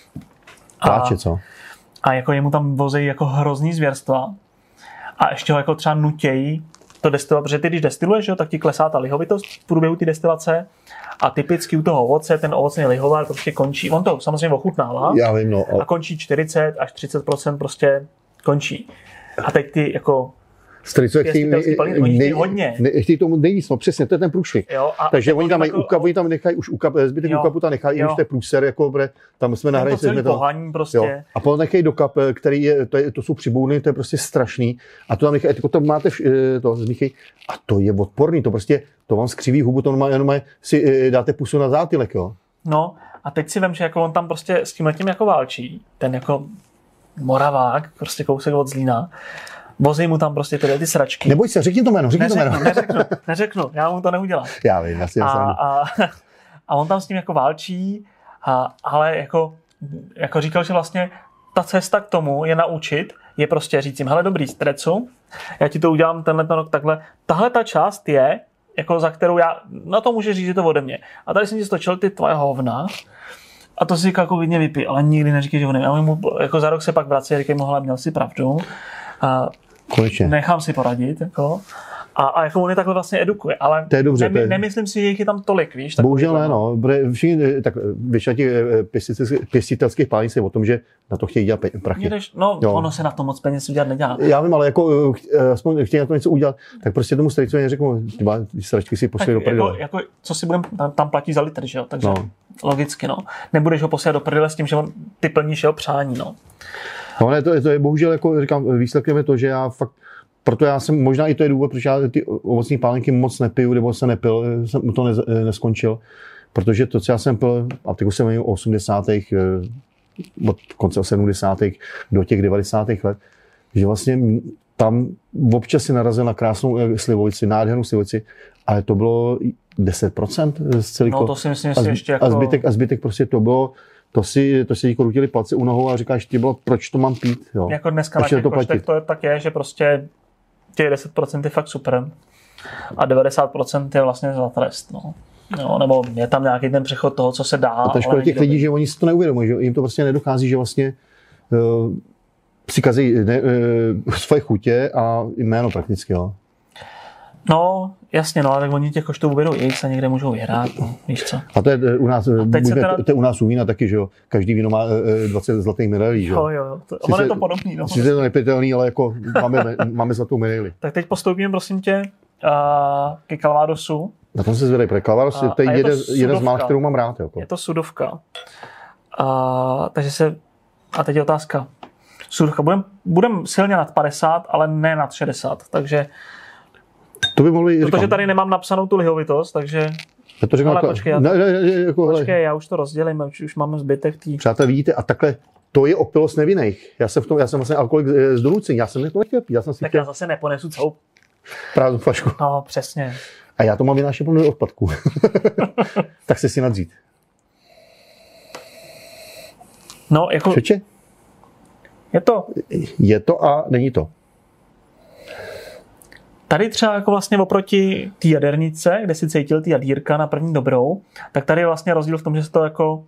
Co? A jako jemu tam vozejí jako hrozný zvěrstva. A ještě ho jako třeba nutějí to destilovat, protože ty, když destiluješ, tak ti klesá ta lihovitost v průběhu ty destilace a typicky u toho ovoce, ten ovocný lihovar prostě končí, on to samozřejmě ochutnává. Já vím, no. A končí 40 až 30% prostě končí. A teď ty jako strejcové chtějí hodně. Chtějí tomu nejvíc, no přesně, to je ten průšvih. Takže oni tam mají oni tam nechají už zbytek úkapu tam nechají, už to je průser, jako tam jsme na hranici. Prostě. A potom nechají dokap, který je, to jsou přibouny, to je prostě strašný. A to tam nechají, to máte to zmíchej. A to je odporný, to prostě, to vám skřiví hubu, to jenom si dáte pusu na zátylek, jo. No a teď si vem, že jako on tam prostě s tímhletím jako válčí, ten jako Moravák, prostě kousek od Zlína. Vozí mu tam prostě ty sračky. Neboj se, řekni to jméno. Neřeknu, já mu to neudělám. Já vím, já si a on tam s tím jako válčí, ale jako říkal, že vlastně ta cesta k tomu je naučit, je prostě říct jim, hele dobrý, strecu, já ti to udělám tenhle rok takhle. Tahle ta část je jako za kterou já, na to může říct, že to ode mě. A tady jsem ti stočil ty tvoje hovna a to si jako vidně vypij, ale nikdy neříkej, že on nevím. A mu jako za rok se pak vrací a říkej, mohla, měl si pravdu. A konečně. Nechám si poradit, jako. A jako on je takhle vlastně edukuje, ale to je dobře, nemyslím si, že jich je tam tolik, víš. Bohužel ne, no. Většina těch pěstitelských pálenic je o tom, že na to chtějí dělat prachy. Ono se na to moc peněz udělat nedělá. Já vím, ale jako aspoň chtějí na to něco udělat, tak prostě tomu strejcovi neřeknu, sračky si pošli do prdele. Jako, co si budem, tam platí za litr, že jo, takže logicky, no. Nebudeš ho posílat do prdele s tím, že ty plníš jeho přání, no. No ne, to je bohužel, jako říkám, výsledkem je to, že já fakt, proto já jsem, možná i to je důvod, protože já ty ovocní pálenky moc nepiju, nebo jsem nepil, jsem to neskončil, protože to, co já jsem pil, a teď už jsem měl 80. od konce 70. do těch 90. let, že vlastně tam občas si narazil na krásnou slivovici, nádhernou slivovici, ale to bylo 10% z celého. No to si myslím, že ještě jako... A zbytek prostě to bylo, to si jako rutili palce u nohou a říkáš, ty bylo, proč to mám pít, jo. Jako dneska na těch koštech to tak je, že prostě těch 10% je fakt super a 90% je vlastně za trest, no. Jo, nebo je tam nějaký ten přechod toho, co se dá. A to je škoda těch lidí, že oni si to neuvědomují, že jim to prostě nedochází, že vlastně si kazí svoje chutě a jméno prakticky, jo. No, jasně, no, ale tak oni těch koštů uvědou x a někde můžou vyhrát, no, víš co. A to je u nás, to je u nás u vína taky, že jo. Každý víno má 20 zlatých medailí, že jo. Jo, ono je to podobný, no. Sice je to nepitelný, ale jako máme zlatou medaili. Tak teď postoupíme, prosím tě, ke Calvadosu. Na tom se zvedají, protože Calvados to je jeden z mála, kterou mám rád. Jako. Je to sudovka. Takže a teď je otázka. Sudovka. Budem silně nad 50, ale ne nad 60, takže to by mohli, protože tady nemám napsanou tu lihovitost, takže já to říkám, ale počkej, já už to rozdělím, už máme zbytek tý. Přátelé, vidíte, a takhle to je opilost nevinných. Já jsem vlastně alkoholik z donucení, já jsem to nechtěl pít. Já zase neponesu celou prázdnou flašku. No, přesně. A já to mám vynášet plnou odpadku. Tak se si nadřít. No, jako... Čeče? Je to a není to. Tady třeba jako vlastně oproti té jadernice, kde si cítil ty jadírka na první dobrou, tak tady je vlastně rozdíl v tom, že se to jako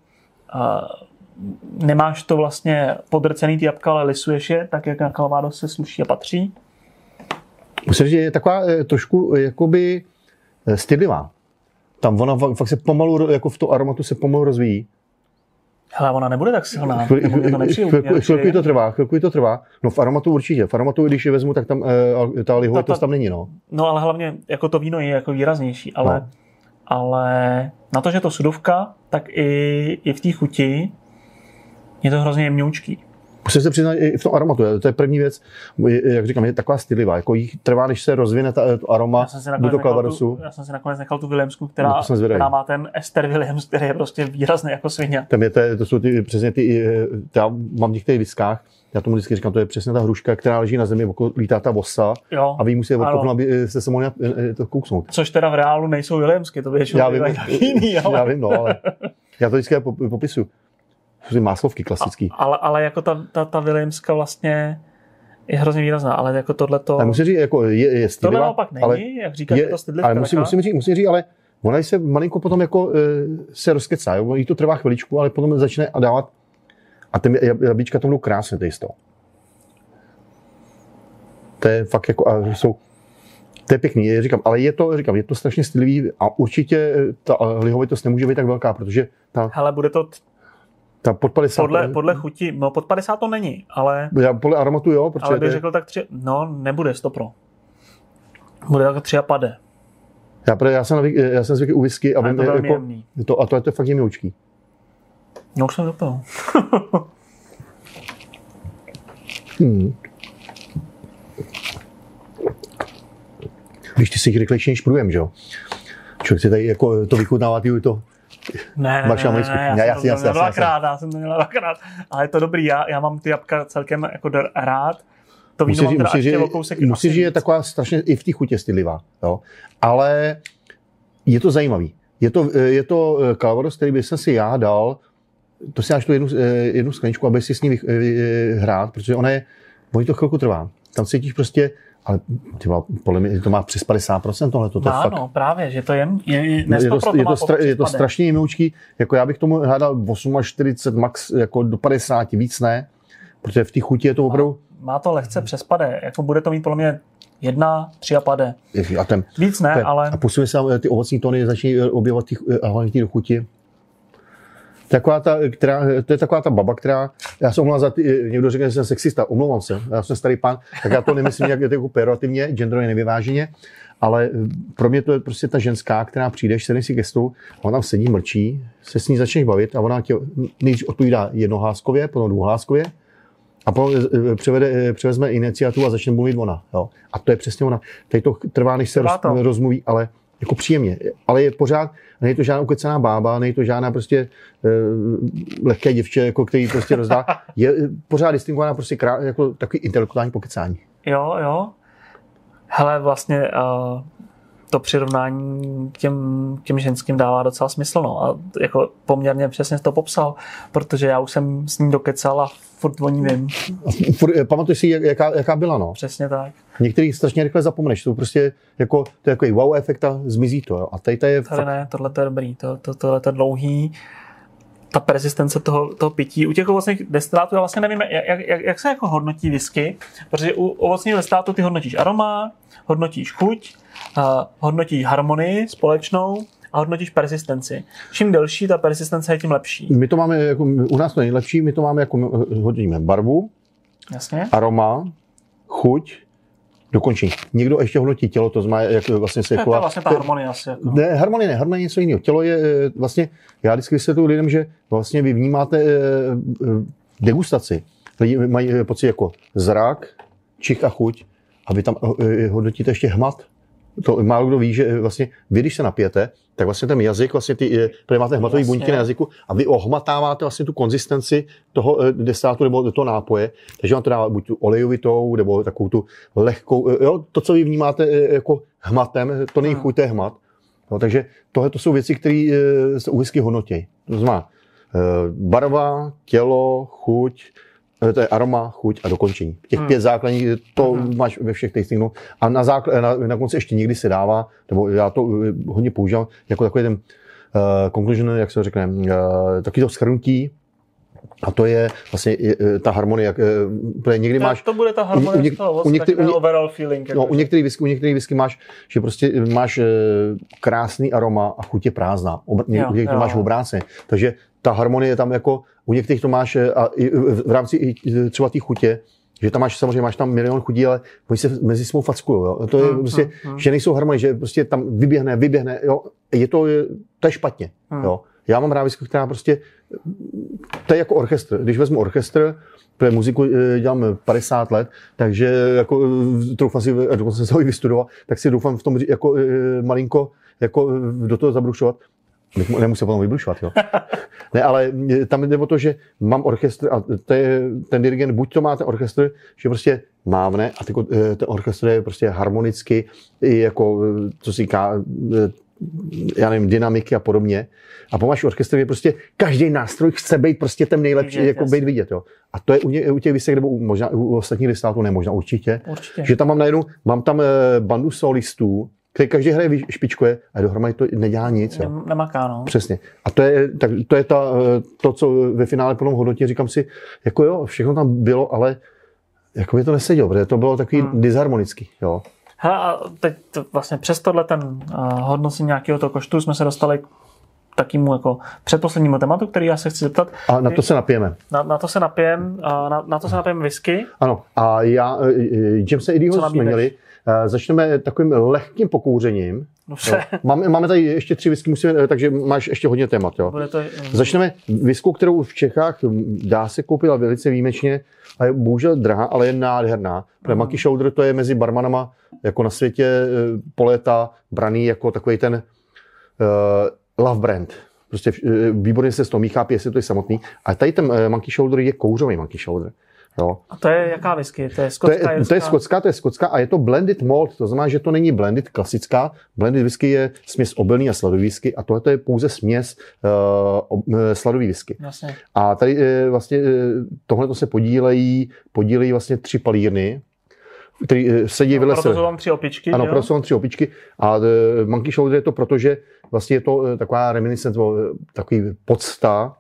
nemáš to vlastně podrcený ty jabka, ale lisuješ je, tak jak na Calvados se sluší a patří. Musím říct, že je taková trošku jakoby stydlivá. Tam ona fakt se pomalu, jako v tom aromatu se pomalu rozvíjí. Hele, ona nebude tak silná. Chvilku to trvá. No v aromatu určitě. V aromatu, když je vezmu, tak tam ta lihovitost tam není, no. No ale hlavně jako to víno je jako výraznější, ale na to, že to sudovka, tak i v té chuti je to hrozně jemňoučký. Musím se přiznat i v tom aromatu, to je první věc, jak říkám, je taková stylivá, jako jí trvá, než se rozvine to aroma do toho Calvadosu. Já jsem si nakonec nechal tu Williamsku, která má ten Ester Williams, který je prostě výrazný jako svině. To jsou přesně ty, já mám v některých viskách, já tomu vždycky říkám, to je přesně ta hruška, která leží na zemi, okolo lítá ta vosa a vy musíte odkopnout, aby se se mohli to kousnout. Což teda v reálu nejsou Williamsky, to většinou bývají taky jiný, ale... Já vím, no, ale já to vždycky popisuju. Máslovky klasický. Ale jako ta Williamska vlastně je hrozně výrazná, ale jako tohleto... Musím říct, jako je stydlivá. Tohle naopak není, jak říkáš, to stydlivka. Ale musím říct, ale ona se malinko potom jako se rozkecá, jo? Jí to trvá chviličku, ale potom začne a dávat a ty jablíčka tomu krásně tasto. To je fakt jako, to je pěkný, říkám, ale je to strašně stydlivý a určitě ta lihovitost nemůže být tak velká, protože hele, bude to pod 50. Podle chuti, no pod 50 to není, ale... Já podle aromatu jo, protože... Ale bych řekl tak 3, no nebude 100%. Bude tak 3 a pade. Já jsem zvyklý u whisky, a to velmi jemný. A to je fakt jemňoučký. No už jsem dopil. Když ty si jich rychlejší než průjem, že jo? Člověk si tady jako to vychutnává to... Ne, já jsem to měla dvakrát, ale je to dobrý, já mám ty jabka celkem jako rád, to víno mám teda ještě o kousek. Musím, že je taková strašně i v té chutě stydlivá, jo, ale je to zajímavý. Je to Calvados, který bych si já dal, to si dáš tu jednu skleničku, aby si s ní hrát, protože oni to chvilku trvá. Tam cítíš prostě, ale podle mě to má přes 50% tohle. To je fakt. No, právě, že to je to strašně jemoučký, jako já bych tomu hádal 40 max, jako do 50, víc ne, protože v té chuti je to opravdu... Má to lehce přespade, jako bude to mít podle mě 1, 3 a pade. Víc ne, ale... A postupně se ty ovocní tóny začínají objevovat hlavně ty do chuti. To je taková ta baba, která, já se omlouvám někdo řekne, že jsem sexista, omlouvám se, já jsem starý pán, tak já to nemyslím nějak jako pejorativně, genderově nevyváženě, ale pro mě to je prostě ta ženská, která přijde, sedne si ke stolu, ona tam sedí, mlčí, se s ní začneš bavit a ona tě nejdřív odpovídá jednohláskově, potom dvouhláskově a potom převezme iniciativu a začne mluvit ona. Jo. A to je přesně ona. Tady to trvá, než se rozmluví, ale jako příjemně. Ale je pořád, není to žádná ukecená bába, není to žádná prostě lehké děvče, jako který prostě rozdá. Je pořád distingovaná prostě jako takový intelektuální pokecání. Jo. Hele, vlastně to přirovnání k těm ženským dává docela smysl, no. A jako poměrně přesně to popsal, protože já už jsem s ní dokecal a furt o ní vím. Pamatuješ si, jaká byla, no? Přesně tak. Některý strašně rychle zapomeneš, to prostě jako, to je takový wow efekt a zmizí to, jo. A tady je fakt... ne, tohle je dobrý, tohle je dlouhý, ta persistence toho pití. U těch ovocných destilátů já vlastně nevím, jak se jako hodnotí whisky, protože u ovocných destilátů ty hodnotíš aroma, hodnotíš chuť, hodnotíš harmonii společnou a hodnotíš persistenci. Čím delší ta persistence je, tím lepší. My to máme, jako, u nás to nejlepší, my to máme jako hodnotíme barvu, jasně, aroma, chuť, dokončení. Někdo ještě hodnotí tělo, to znamená, jak vlastně se to je vlastně ta harmonie asi. Jako. Ne, harmonie je něco jiného. Tělo je vlastně, já vždycky vysvětluji lidem, že vlastně vy vnímáte degustaci. Lidi mají pocit jako zrak, čich a chuť a vy tam hodnotíte ještě hmat. To málo kdo ví, že vlastně vy, když se napijete, tak vlastně ten jazyk, vlastně protože máte hmatové buňky na jazyku a vy ohmatáváte vlastně tu konzistenci toho destilátu nebo toho nápoje, takže vám to dává buď tu olejovitou, nebo takovou tu lehkou, jo, to, co vy vnímáte jako hmatem, to není chuť, to je hmat. No, takže tohle to jsou věci, které se u whisky hodnotí. To znamená barva, tělo, chuť, to je aroma, chuť a dokončení. Těch 5 základních, to máš ve všech tastingů. A na konci ještě někdy se dává, nebo já to hodně používám, jako takový ten conclusion, jak se řekne, taky to shrnutí. A to je vlastně ta harmonie. Někdy máš, to bude ta harmonie z toho, overall feeling. No, u některých whisky máš, že prostě máš krásný aroma a chuť je prázdná. Někdy máš obráceně. Takže ta harmonie tam jako, u některých to máš a i v rámci třeba té chutě, že tam máš tam milion chutí, ale oni se mezi sebou fackujou, jo. To je prostě, že nejsou harmonie, že prostě tam vyběhne, jo. To je špatně, jo. Já mám rád whisky, která prostě, to je jako orchestr. Když vezmu orchestr, protože muziku dělám 50 let, takže jako troufám si, dokonce se ho i vystudoval, tak si doufám v tom jako malinko jako do toho zabrušovat. Nemusím potom vybrušovat, jo. Ne, ale tam jde o to, že mám orchestr a to je ten dirigent, buď to má ten orchestr, že prostě mávne a ten orchestr je prostě harmonicky, i jako, co si říká, já nevím, dynamiky a podobně. A pomáš orchestr je prostě každý nástroj chce být prostě ten nejlepší, jako být vidět, jo. A to je u těch visek, nebo možná u ostatních destilátů, ne, možná určitě. Že tam mám tam bandu solistů, který každý hraje špičkuje a dohromady to nedělá nic. Jo. Nemaká, no. Přesně. A to je to, co ve finále potom hodnotí. Říkám si, jako jo, všechno tam bylo, ale jako by to nesedělo, protože to bylo takový disharmonický, jo. Hele, a teď vlastně přes tohle ten hodnocení nějakého toho koštu jsme se dostali k takému jako předposlednímu tématu, který já se chci zeptat. A na to se napijeme. Na to se napijeme, na to se napijeme whisky. Ano. A Jamesa Eddyho jsme měli. Začneme takovým lehkým pokouřením. Máme tady ještě 3 whisky, takže máš ještě hodně témat. Jo. Začneme whiskou, kterou v Čechách dá se koupit velice výjimečně, a je bohužel drahá, ale je nádherná. Monkey Shoulder, to je mezi barmanama jako na světě po léta braný jako takový ten love brand. Prostě výborně se s toho míchá, pije se to je samotný. A tady ten Monkey Shoulder je kouřový Monkey Shoulder. Jo. A to je jaká whisky? To je skotská? To je skotská a je to blended malt, to znamená, že to není blended klasická. Blended whisky je směs obilný a sladový whisky a tohle je pouze směs sladový whisky. Jasně. A tady vlastně tohle se podílejí vlastně 3 palírny který sedí vedle sebe. Proto jsou tam 3 opičky. Ano, proto jsou tam 3 opičky. A monkey shoulder je to proto, že vlastně je to taková reminiscence, takový podsta,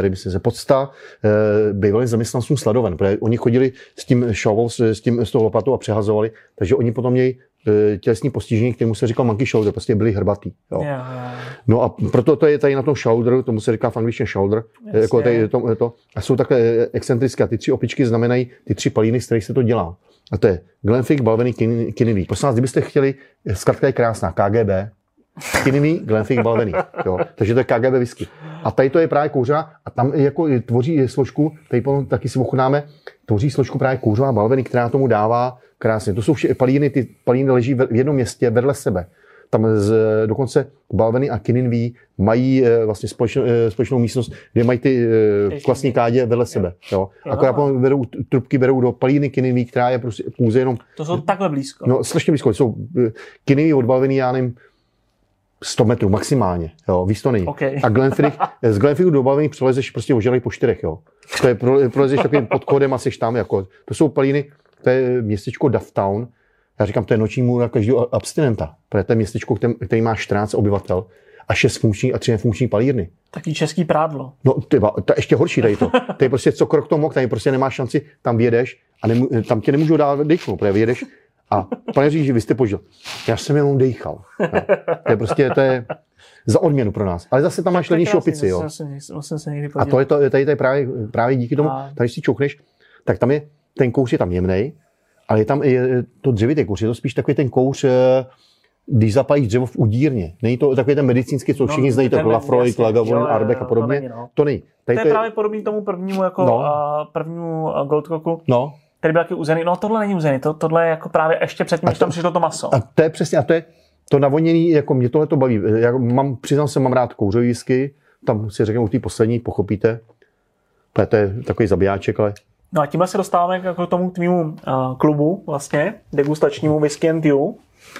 bývalým zaměstnancům sledoven, protože oni chodili s tím shovel, s tou lopatou a přehazovali, takže oni potom měli tělesní postižení, kterému se říkal monkey shoulder, prostě byli hrbatý. Jo. No a proto to je tady na tom shoulder, tomu se říká v angličtině shoulder, jako to, a jsou takové excentrické. A ty 3 opičky znamenají ty 3 palíny, z kterých se to dělá. A to je Glenfiddich, Balvenie, Kinnevy. Prosím vás, kdybyste chtěli, zkratka je krásná, KGB, Kinnevy, Glenfiddich, Balvenie. Takže to je KGB whisky. A tady to je právě kouřová a tam jako tvoří složku, tady potom taky si ochutnáme, tvoří složku právě kouřová Balvenie, která tomu dává krásně. To jsou vše palíny, ty palíny leží v jednom městě vedle sebe. Tam dokonce Balvenie a Kinnevy mají vlastně společnou místnost, kde mají ty klasní kádě vedle sebe. Jo. Akorát trubky berou do palíny Kinnevy, která je prostě pouze jenom... To jsou takhle blízko. No, strašně blízko. Jsou Kinnevy od Balvenie, já nevím, 100 metrů maximálně, jo, víc to není. Okay. A z Glenfiddichu do Balvenie přelezeš prostě ožralej po 4, jo. To je, prolezeš takovým podchodem a seš tam, jako. To jsou palíny, to je městečko Dufftown. Já říkám, to je noční můra každého abstinenta. Protože to je městečko, který má 14 obyvatel a 6 funkční a 3 nefunkční palírny. Taký český prádlo. No, to je ještě horší tady to. To je prostě co krok to mok, tady prostě nemáš šanci, tam vyjedeš a tam tě nemůžou dát dechnout, protože vyjedeš. A pane říct, že vy jste požil. Já jsem jenom dejchal. No. To je prostě, to je za odměnu pro nás. Ale zase tam máš levnější opici, jo. Musím se někdy podívat. A to je tady právě díky tomu, tady si čoukneš, tak tam je, ten kouř je tam jemnej, ale je tam i to dřevitý kouř, je to spíš takový ten kouř, když zapálíš dřevo v udírně. Není to takový ten medicínský, co všichni znají, tak Lafroy, Lagavulin, Ardbeg a podobně. To není. To je právě podobný tomu prvnímu, jako prvnímu Goldcocku. No. Který byl taky uzený. No tohle není uzený, tohle je jako právě ještě předtím, než tam přišlo to maso. A to je přesně, a to je to navonění, jako mě tohle to baví. Já přiznám se, mám rád kouřový whisky, tam si řeknu u té poslední, pochopíte. To je takový zabijáček, ale... No a tímhle se dostáváme k tomu tvýmu klubu, vlastně, degustačnímu Whisky and You,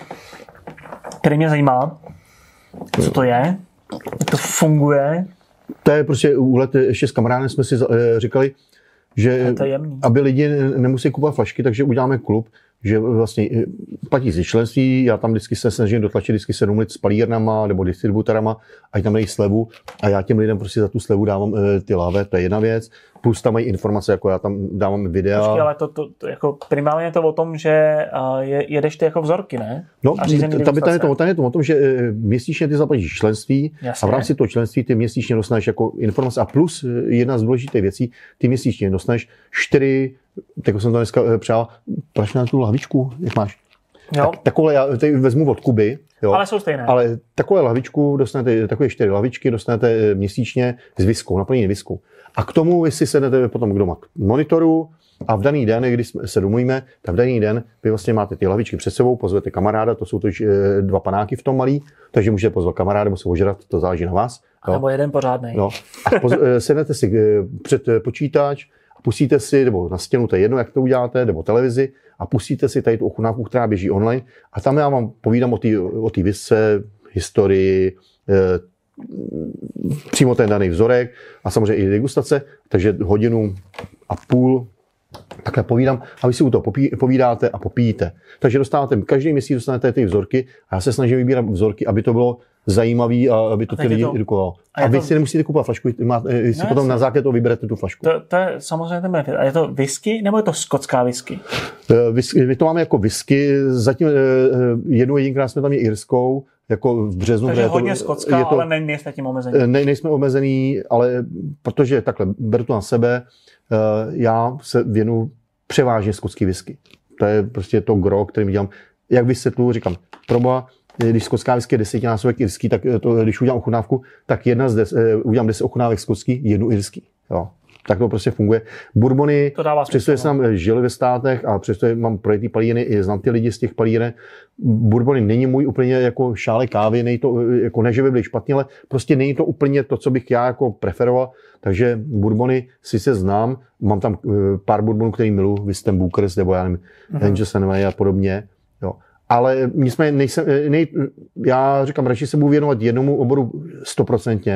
který mě zajímá, co to je, jak to funguje. To je prostě úlet, ještě s kamarádem jsme si říkali, že aby lidi nemusí kupovat flašky, takže uděláme klub, že vlastně platí si členství, já tam vždycky se snažím dotlačit vždycky 7 let s palírnama nebo distributorama, ať tam mají slevu a já těm lidem prostě za tu slevu dávám ty láve, to je jedna věc, plus tam mají informace, jako já tam dávám videa. Počkej, ale to jako primárně je to o tom, že jedeš ty jako vzorky, ne? No, tam je to o tom, že měsíčně ty zaplatíš členství. Jasně. A v rámci toho členství ty měsíčně dostaneš jako informace a plus jedna z důležitých věcí, ty měsíčně dostaneš 4, tak jsem to dneska přál, praš na tu lahvičku, jak máš? Jo. Takové já tady vezmu od Kuby. Jo. Ale jsou stejné. Ale takové lahvičku dostanete, takové 4 lahvičky dostanete měsíčně s viskou, naplnění viskou. A k tomu, jestli sednete potom doma k monitoru a v daný den, když se domluvíme, tak v daný den vy vlastně máte ty lahvičky před sebou, pozvete kamaráda, to jsou to 2 panáky v tom malý, takže můžete pozvat kamaráda nebo se ožrat, to záleží na vás. Jo. Nebo jeden pořádnej. No. A sednete si před počítač, pustíte si, nebo na stěnu, to je jedno, jak to uděláte, nebo televizi, a pustíte si tady tu ochutnávku, která běží online. A tam já vám povídám o té visce, historii, přímo ten daný vzorek a samozřejmě i degustace, takže 1.5 hodiny takhle povídám a vy si u toho povídáte a popíjíte. Takže každý měsíc dostanete ty vzorky a já se snažím vybírat vzorky, aby to bylo zajímavý a aby to ty lidi edukovalo. A vy si nemusíte kupovat flašku, vy si potom na základě toho vyberete tu flašku. To je samozřejmě ten benefit. A je to whisky nebo je to skotská whisky? My to máme jako whisky, zatím jedinkrát jsme tam je irskou, jako v březnu. Takže hodně skotská, ale nejsme tím omezení. Nejsme omezený, ale protože takhle beru to na sebe, já se věnuju převážně skotský whisky. To je prostě to gro, kterým dělám. Jak vysvětluji, říkám, proboha, když skotská whisky je 10násobek irský, tak to, když udělám ochutnávku, tak udělám 10 ochutnávek skotský, 1 irský. Jo. Tak to prostě funguje. Bourbony, přestože jsem žil ve státech a přestože mám projetý palíny, i znám ty lidi z těch palíren, bourbony není můj úplně jako šále kávy, není to, jako ne, že by byly špatně, ale prostě není to úplně to, co bych já jako preferoval. Takže bourbony sice znám, mám tam pár bourbonů, který miluji, Wisdom Bookers, nebo já nevím, Angels and Way a podobně. Jo. Ale nicméně já říkám, radši se budu věnovat jednomu oboru 100%,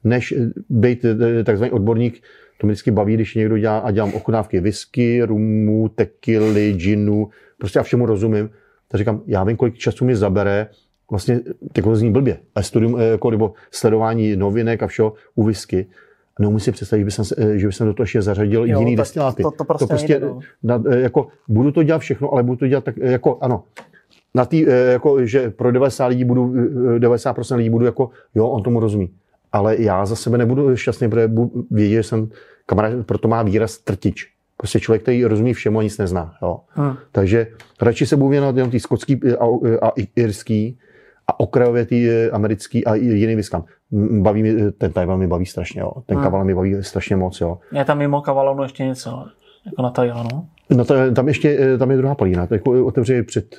než být takzvaný odborník. To mě vždycky baví, když někdo dělá a dělám ochutnávky whisky, rumu, tekily, ginu, prostě a všemu rozumím. Tak říkám, já vím, kolik času mi zabere, vlastně to zní blbě, ale studium, jako, nebo sledování novinek a všeho u whisky. Neumím si představit, že bych do toho ještě zařadil jiný destiláty. To prostě nejde, jako, budu to dělat všechno, ale budu to dělat tak, jako ano. Na tý, jako, že pro 90% lidí budu jako, jo, on tomu rozumí. Ale já za sebe nebudu šťastný, protože budu vědět, že jsem kamarád, proto má výraz trtič. Prostě člověk, který rozumí všemu a nic nezná. Jo. Takže radši se budu věnovat jenom tý skotský a irský a okrajově tý americký a jiným whiskám. Ten Tajvan mi baví strašně, jo. Ten kaval mi baví strašně moc. Jo. Je tam mimo kavalonu ještě něco, jako na Tajvanu? No tam je druhá palína. Jako otevřeli před,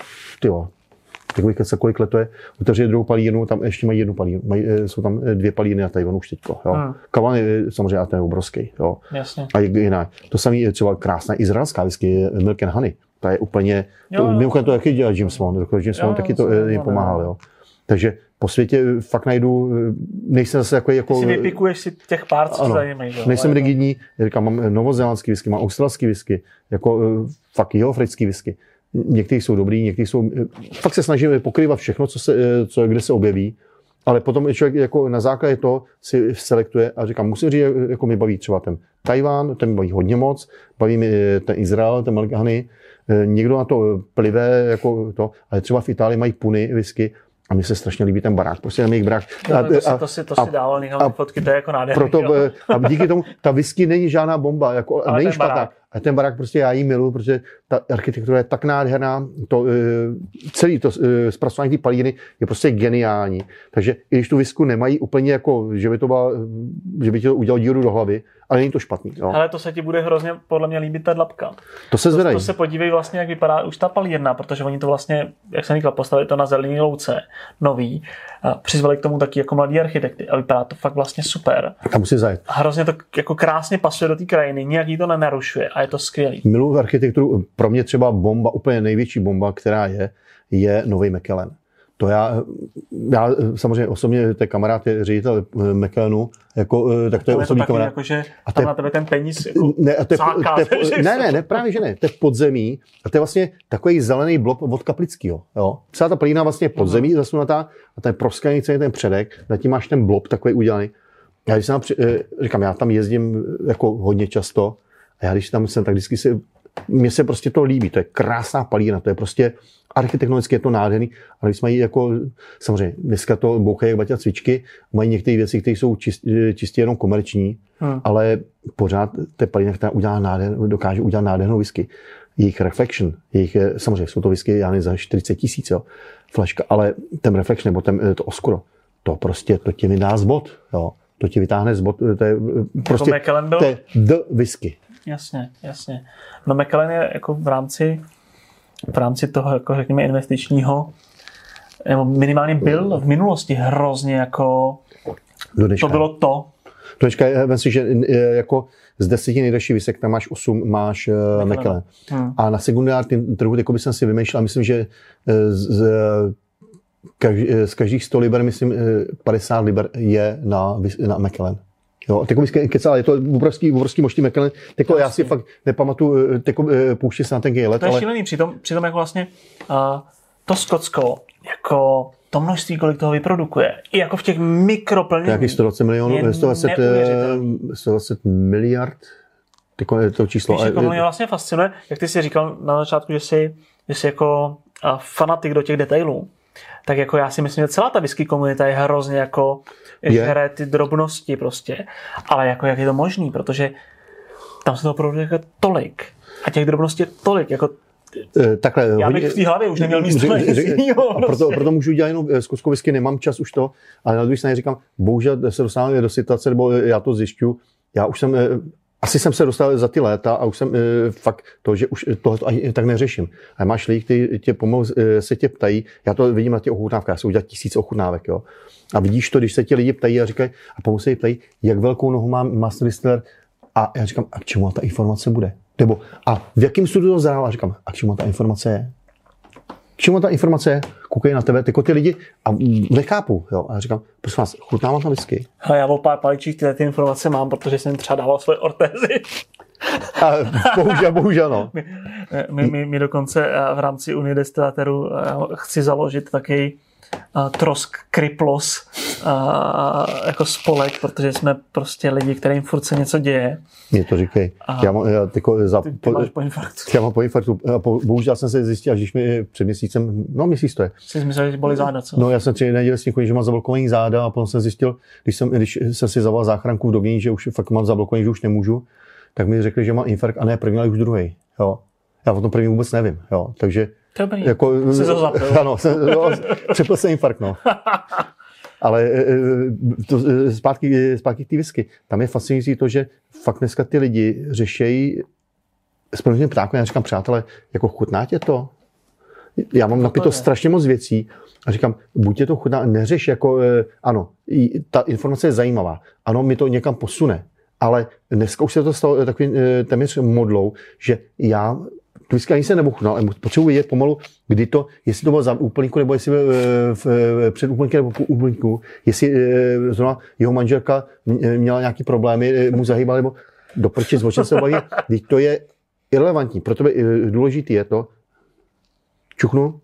kolik let to je, otevřeli druhou palínu, tam ještě mají jednu palínu. Jsou tam 2 palíny na Tajvanu už teďko. Kaval je samozřejmě ten obrovský. Jo. Jasně. A jiná. To samé je třeba krásná izraelská whisky, Milk and Honey. To je úplně, mimochodem to taky dělal James Bond. James Bond taky to jim pomáhal. Jo. Takže po světě fakt najdu, nejsem zase jako... Ty si vypikuješ si těch pár, co se zajímají. Nejsem rigidní, říkám, mám novozélandský whisky, mám australský whisky, jako fakt jihoafrický whisky. Někteří jsou dobrý, někteří jsou... Fakt se snažím pokrývat všechno, kde se objeví, ale potom člověk jako na základě toho si selektuje a říkám, musím říct, jako mi baví třeba ten Tajván, ten mi baví hodně moc, baví mi ten Izrael, ten Milk and Honey, někdo na to plivé, jako to, ale třeba v Itálii mají puny whisky, a mně se strašně líbí ten barák, prostě ten jejich barák. To si dával někam fotky, to je jako nádherný. A díky tomu, ta whisky není žádná bomba, jako, není špatná. A ten barák prostě já jí miluji, protože ta architektura je tak nádherná, celý to zpracování té palíny je prostě geniální. Takže i když tu whisku nemají úplně jako, že by ti to udělal díru do hlavy, ale není to špatný. Jo. Ale to se ti bude hrozně podle mě líbit ta dlapka. To se zvedají. To se podívej vlastně, jak vypadá už ta palírna, protože oni to vlastně, jak jsem říkal, postavili to na zelený louce, nový, a přizvali k tomu taky jako mladí architekty a vypadá to fakt vlastně super. Tam musí zajet. A hrozně to jako krásně pasuje do té krajiny, nijak jí to nenarušuje a je to skvělý. Miluji architekturu, pro mě třeba bomba, úplně největší bomba, která je Nový Mechelen. To já samozřejmě osobně, to je kamarád, je ředitel Mechelenu, jako, tak to je osobní kamarád. Jako, že a tam na tebe ten peníz jako ne, právě že ne, to je podzemí a to je vlastně takový zelený blok od Kaplického. Jo. Celá ta plína vlastně podzemí zasunatá a ten proskaný celý ten předek, nad tím máš ten blob takový udělaný. Já když říkám, já tam jezdím jako hodně často a já když tam jsem, tak vždycky mně se prostě to líbí, to je krásná palína, to je prostě architektonicky je to nádherný, ale když mají jako, samozřejmě, dneska to bouchají jak baťa cvičky, mají některé věci, které jsou čistě jenom komerční, ale pořád ta palína, která dokáže udělat nádhernou whisky. Jejich reflection, samozřejmě jsou to whisky, já nevím, za 40 000, flaška, ale ten reflection, nebo to oskuro, to ti vydá z bod, jo. To ti vytáhne z bod, to je prostě, to je the whisky. Jasně. No Mechelen je jako v rámci toho, jako řekněme, investičního, nebo minimálně byl v minulosti hrozně jako, to bylo to. Dneška, vem si, že jako z 10 nejdražších whisek, tam máš 8, máš Mechelen. A na sekundárním trhu, jako bych si vymýšlel, myslím, že z každých 100 liber, myslím, 50 liber je na Mechelen. Jo, takový kecel, je to obrovský množství Mechelen, tako já si fakt nepamatuju, pouště se na ten let. To je šílený, přitom jako vlastně to Skotsko, jako to množství, kolik toho vyprodukuje, i jako v těch mikroplněních. Nějakých 120 milionů, 120 miliard, to číslo. Víš, jako mě vlastně fascinuje, jak ty jsi říkal na začátku, že jsi jako fanatik do těch detailů. Tak jako já si myslím, že celá ta whisky komunita je hrozně jako žere ty drobnosti prostě. Ale jako jak je to možný, protože tam se to opravdu jako tolik. A těch drobností je tolik, jako takhle, já bych v té hlavě už neměl místo. Proto můžu dělat jenom skotskou whisky, nemám čas už to, ale na druhé straně říkám, bohužel se dostávám do situace, nebo já to zjišťuju. Já už jsem asi jsem se dostal za ty léta a už jsem fakt to, že už tohle tak neřeším. A máš lidi, kteří tě pomalu se tě ptají, já to vidím na těch ochutnávkách, já jsem udělal 1000 ochutnávek, jo. A vidíš to, když se tě lidi ptají a říkají, a pomalu se ptají, jak velkou nohu má master distiller, a já říkám, a k čemu ta informace bude? Nebo, a v jakém studiu to zadává? Říkám, a k čemu ta informace je? k čemu ta informace je? Koukají na tebe, jako ty lidi a nechápu. Jo. A já říkám, prosím vás, chutná vám ta whisky? Ale já o pár paličích ty informace mám, protože jsem třeba dával svoje ortézy. A bohužel, no. My dokonce v rámci Unie destilaterů chci založit takový Trosk Kriplos jako spolek, protože jsme prostě lidi, kterým furt se něco děje. Mě to říkej. Ty máš po infarktu. Já mám po infarktu. Bohužel jsem se zjistil, až když mi před měsícem, měsíc to je. Jsi myslel, že bolí záda, co? No, já jsem 3 neděli s někoho, že mám zablokovaný záda a potom jsem zjistil, když jsem si zavolal záchranku v Dobyni, že už fakt mám zablokovaný, že už nemůžu, tak mi řekli, že mám infarkt a ne první, ale už druhý. Jo. Já o tom první vůbec nevím. Jo. Takže dobrý. jako, jsi to zapil. Ano, přepl se infarkt, no. Ale zpátky k té whisky. Tam je fascinující to, že fakt dneska ty lidi řešejí s prvním ptákem, já říkám, přátelé, jako chutná tě to? Já mám napito strašně moc věcí a říkám, buď tě to chutná, neřeš jako, ano, ta informace je zajímavá, ano, mi to někam posune, ale dneska už se to stalo takovým téměř modlou, že já tu whisky ani se nebuchutnal, ale potřebuji vědět pomalu, kdy to, jestli to bylo za úplníku, nebo jestli před úplníkem nebo po úplníku, jestli zrovna jeho manželka měla nějaký problémy, mu zahýbala, nebo doprčit, o čem se baví, když to je irelevantní. Pro tebe důležitý je to, čuchnu,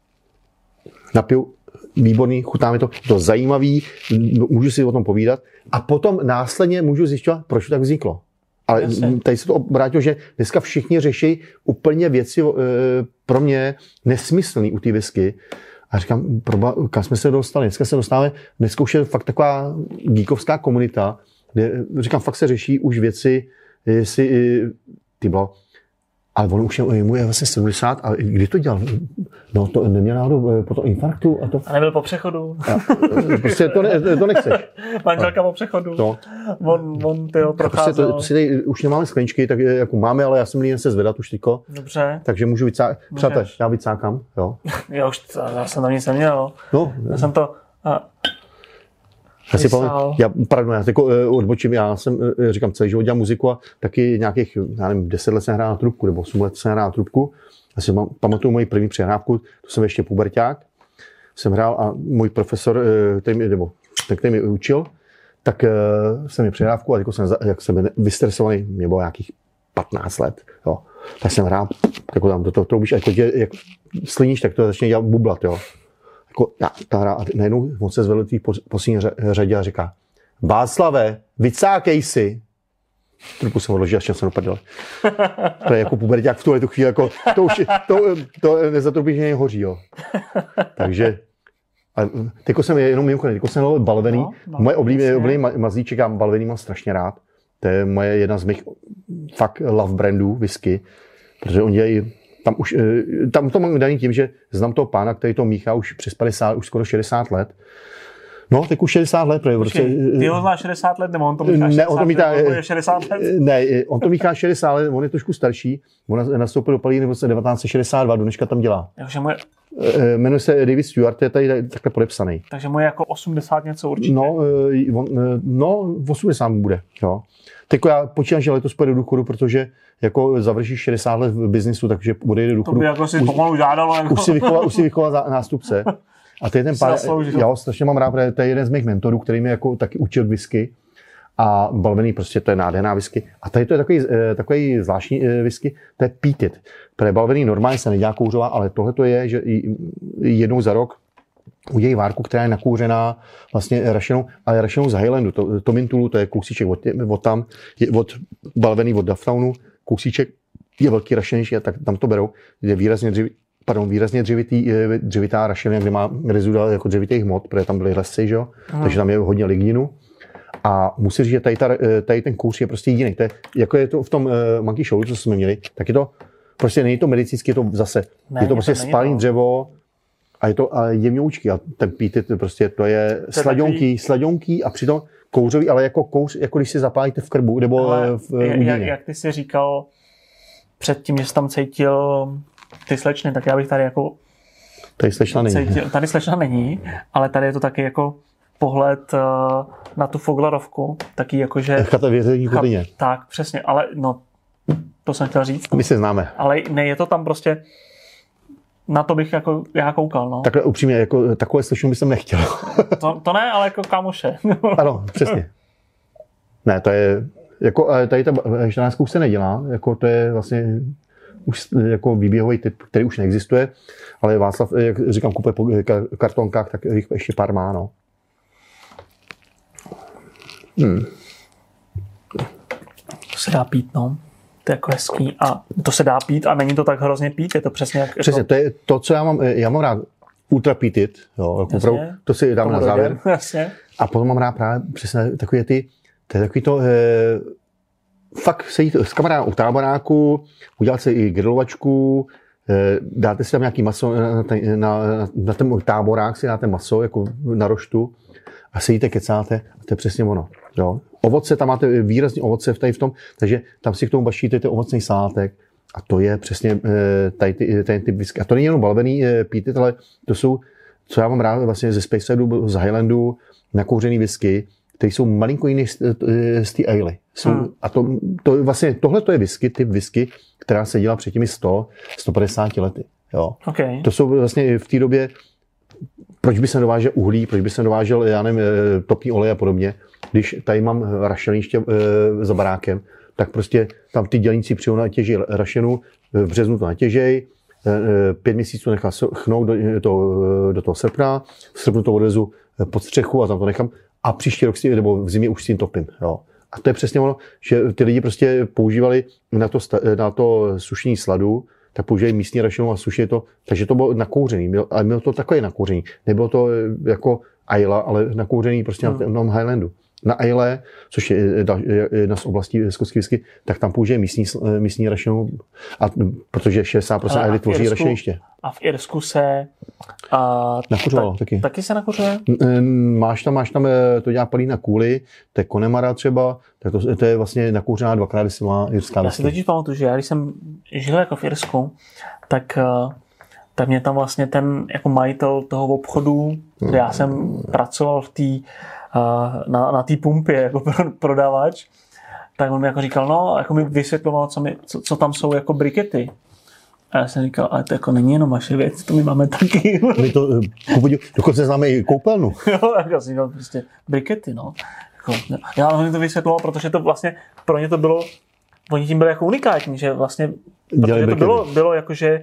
napiju, výborný, chutná mi to zajímavý, můžu si o tom povídat a potom následně můžu zjišťovat, proč to tak vzniklo. Ale tady se to obrátilo, že dneska všichni řeší úplně věci pro mě nesmyslný u té whisky. A říkám, kam jsme se dostali? Dneska už je fakt taková geekovská komunita, kde říkám, fakt se řeší už věci, jestli ale on už mu je vlastně 70 a kdy to dělal? No to neměl náhodou po tom infarktu a to. A nebyl po přechodu. Prostě to nechceš. Manželka po přechodu. No. On tyho procházel. Prostě už nemáme skleničky, tak jako máme, ale já jsem měl se zvedat už teďko. Dobře. Takže můžu vycákat. Přátelé, já vycákám, jo. Já jsem tam nic neměl. No. Já jsem to... Já jako odbočím, já jsem, říkám, celý život dělám muziku a taky nějakých, já nevím, 10 let jsem hrál na trubku, nebo 8 let jsem hrál na trubku. Já si pamatuju moji první přehrávku, to jsem ještě puberťák, jsem hrál a můj profesor, který mi učil, tak jsem mi přehrávku a jak jsem vystresovaný, mě bylo nějakých 15 let, jo. Tak jsem hrál, jako tam do toho troubíš, jako jak sliníš, tak to začne dělat bublat, jo. Ta hra a najednou on se zvedl v poslední řadě a říká, Václave, vycákej si. Trochu jsem odložil, až jsem dopadl. To je jako puberťák v tuhle tu chvíli, jako, to nezatrubíš, že hoří, jo. Takže, teďko jsem jenom mimochodem, teďko jsem dal balvený. Moje oblíbený mazlíček, já balvený mám strašně rád. To je moje jedna z mých fakt love brandů whisky, protože oni dělají tam to mám daný tím, že znám toho pána, který to míchá už přes 50, už skoro 60 let. No, tak už 60 let. Ty ho znáš 60 let, nebo on to míchá 60 let? Ne, on to míchá 60 let, on je trošku starší. On nastoupil do Palíny v roce 1962, do dneška tam dělá. Jmenuje se David Stewart, je tady takhle podepsaný. Takže mu je jako 80 něco určitě. No, 80 bude, jo. Teď já počítám, že letos půjde do důchodu, protože jako završí 60 let v biznisu, takže odejde do důchodu. To by jako si pomalu žádalo. Jako. Už si vychoval nástupce. A to je ten pár, já ho strašně mám rád, protože to je jeden z mých mentorů, který mi jako taky učil whisky. A balvený prostě to je nádherná whisky. A tady to je takový zvláštní whisky, to je peated. Protože balvený normálně se nedělá kouřová, ale tohle to je, že jednou za rok udělají várku, která je nakouřená vlastně rašenou, ale rašenou z Highlandu. To Mintulu, to je kousíček od balvený od Dufftownu, kousíček je velký rašenější, tak tam to berou. Je výrazně dřevitá rašelina, kde má rezidua jako dřevitých hmot, protože tam byly lesy, že jo? Takže tam je hodně ligninu. A musím říct, že tady ten kouř je prostě jediný. To je, jako je to v tom Monkey Show, co jsme měli, tak je to, prostě není to medicínský, je to zase, je to prostě spálný dřevo a je to jemňoučký a ten peated prostě to je slaďonký a přitom kouřový, ale jako kouř, jako když si zapálíte v krbu nebo v údině. Jak ty jsi říkal předtím, že jsi tam cítil ty slečny, tak já bych tady jako tady slečna není. Tady slečna není, ale tady je to taky jako pohled na tu Foglarovku, taky jakože... Chata věření Kutyně. Tak, přesně, ale no, to jsem chtěl říct. My se známe. Ale ne, je to tam prostě na to bych jako já koukal, no. Takhle upřímně, jako takové slyšení bych nechtěl. To ne, ale jako kámoše. Ano, přesně. Ne, to je, jako tady ta 14 se nedělá, jako to je vlastně už jako výběhový typ, který už neexistuje, ale Václav, jak říkám, kupuje po kartonkách, tak jich ještě pár má, no. To se dá pít, no. To je jako hezký. A to se dá pít a není to tak hrozně pít, je to přesně jak... Přesně, to je to, co já mám rád. Ultra pítit, jo, opravdu, to si dáme na závěr. Jasně. A potom mám rád právě přesně takové to je takový to, fakt sejít s kamarádem u táboráku, udělat si i grilovačku, dáte si tam nějaký maso na ten táborák, si dáte maso jako na roštu a sejíte, kecáte a to je přesně ono. Jo. Ovoce, tam máte výrazně ovoce tady v tom, takže tam si k tomu baštíte ten ovocný salátek a to je přesně ten typ whisky. A to není jenom balvený pítit, ale to jsou, co já mám rád vlastně ze Spacesidu, z Highlandu, nakouřený whisky, které jsou malinko jiné z té ale. A to vlastně, tohle to je whisky, typ whisky, která se dělá před těmi 150 lety. Jo. Okay. To jsou vlastně v té době, proč by se dovážel uhlí, proč by se dovážel, já nevím, topný olej a podobně. Když tady mám rašeliniště za barákem, tak prostě tam ty dělníci přijou na těží rašenu, v březnu to natěžej, 5 měsíců nechá chnout do toho srpna, v srpnu to odvezu pod střechu a tam to nechám a příští rok nebo v zimě už s tím topím. Jo. A to je přesně ono, že ty lidi prostě používali na to sušení sladu, tak používají místní rašenu a suší to, takže to bylo nakouřený, ale bylo to takové nakouření. Nebylo to jako Ayla, ale nakouřený prostě na tom Highlandu. Na Ayle, což je jedna z oblastí skotské whisky, tak tam použije místní rašenu, protože 60% Aily tvoří rašeniště. A v Irsku se... nakuřovalo taky. Taky se nakuřuje? Máš tam, to dělá palí na kůli, to je Connemara třeba, tak to je vlastně nakouřená 2x destilovaná irská whisky. Já si totiž pamatuju, že já když jsem žil jako v Irsku, tak mě tam vlastně ten jako majitel toho obchodu, kde já jsem pracoval v té na té pumpě jako prodavač, tak on mi jako říkal, no, jako mi vysvětloval, co tam jsou jako brikety. A já jsem říkal, ale to jako není jenom vaše věc, to my máme taky. My to, dokonce známe i koupelnu. Jo, tak já jsem říkal, prostě brikety, no. Jako, já on mi to vysvětloval, protože to vlastně, pro ně to bylo, oni tím byli jako unikátní, že vlastně, protože to bylo jakože,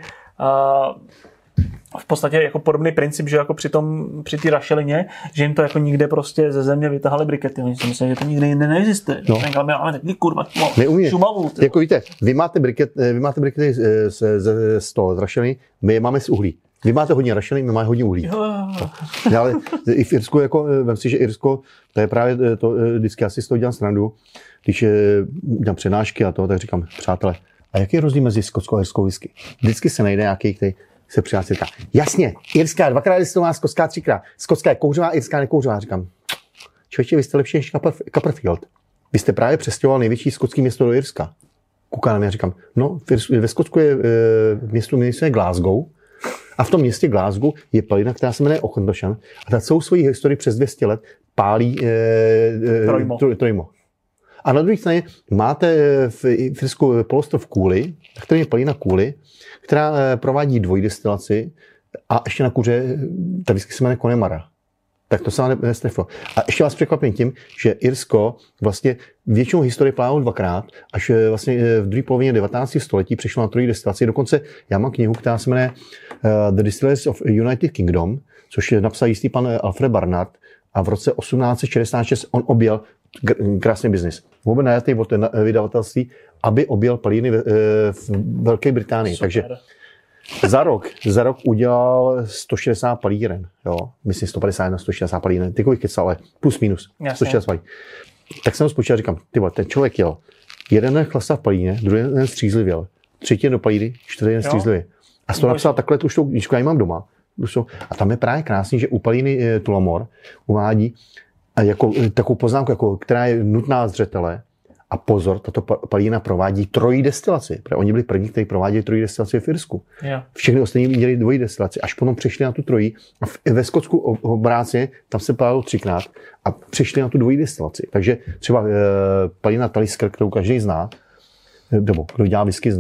v podstatě jako podobný princip, že jako při té rašelině, že jim to jako nikde prostě ze země vytahali brikety. Oni si mysleli, že to nikde jinde neexistuje. No. Ale my máme takový kurva Šumavu. Jako víte, vy máte brikety z toho rašeliny, my je máme z uhlí. Vy máte hodně rašeliny, my máme hodně uhlí. No, ale i v Irsku, jako, vem si, že Irsko, to je právě to, vždycky já si z toho dělám srandu, když dělám přednášky a to, tak říkám, přátelé, a jaký je rozdíl mezi skotskou a irskou whisky? Vždycky se najde nějaký, který se přihlásil. Jasně, irská 2x destilovaná, skotská 3x. Skotská je kouřová, irská nekouřová. Říkám, člověče, vy jste lepší než Copperfield. Vy jste právě přestěhoval největší skotský město do Irska. Kouká na mě a říkám, no, ve Skotsku je město Glasgow a v tom městě Glasgow je palina, která se jmenuje Auchentoshan a ta celou svoji historii přes 200 let pálí Trojmo. A na druhé straně máte v Irsku poloostrov Cooley, který je palina Cooley, která provádí dvojdestilaci a ještě na kuře, ta whisky se jmenuje Connemara. Tak to se vám nestrefilo. A ještě vás překvapím tím, že Irsko vlastně většinou historii plánovalo 2x, až vlastně v druhé polovině 19. století přešlo na trojí destilaci. Dokonce já mám knihu, která se jmenuje The Distillers of United Kingdom, což je napsal jistý pan Alfred Barnard a v roce 1866 on objel krásný biznis. Vůbec najatý od vydavatelství, aby objel palíny v Velké Británii. Super. Takže za rok udělal 160 palíren. Jo? Myslím 150 na 160 palíren. Takových kecal, ale plus minus. 160 palíren. Tak jsem ho spočítal, říkám, ten člověk jel. Jeden den chlastá v palíně, druhý den střízlivěl. Třetí den do palíry, čtvrtý den střízlivě. A to napsal takhle tu knížku, já ji mám doma. A tam je právě krásný, že u palíny Tullamore uvádí jako takovou poznámku, jako, která je nutná zřetele. A pozor, tato palína provádí trojí destilaci. Protože oni byli první, kteří prováděli trojí destilaci v Irsku. Yeah. Všechny ostatní měli dvojí destilaci. Až potom přišli na tu trojí. A ve Skotsku obráceně, tam se pálilo 3x a přišli na tu dvojí destilaci. Takže třeba palína Talisker, kterou každý zná, nebo kdo dělá whisky zná,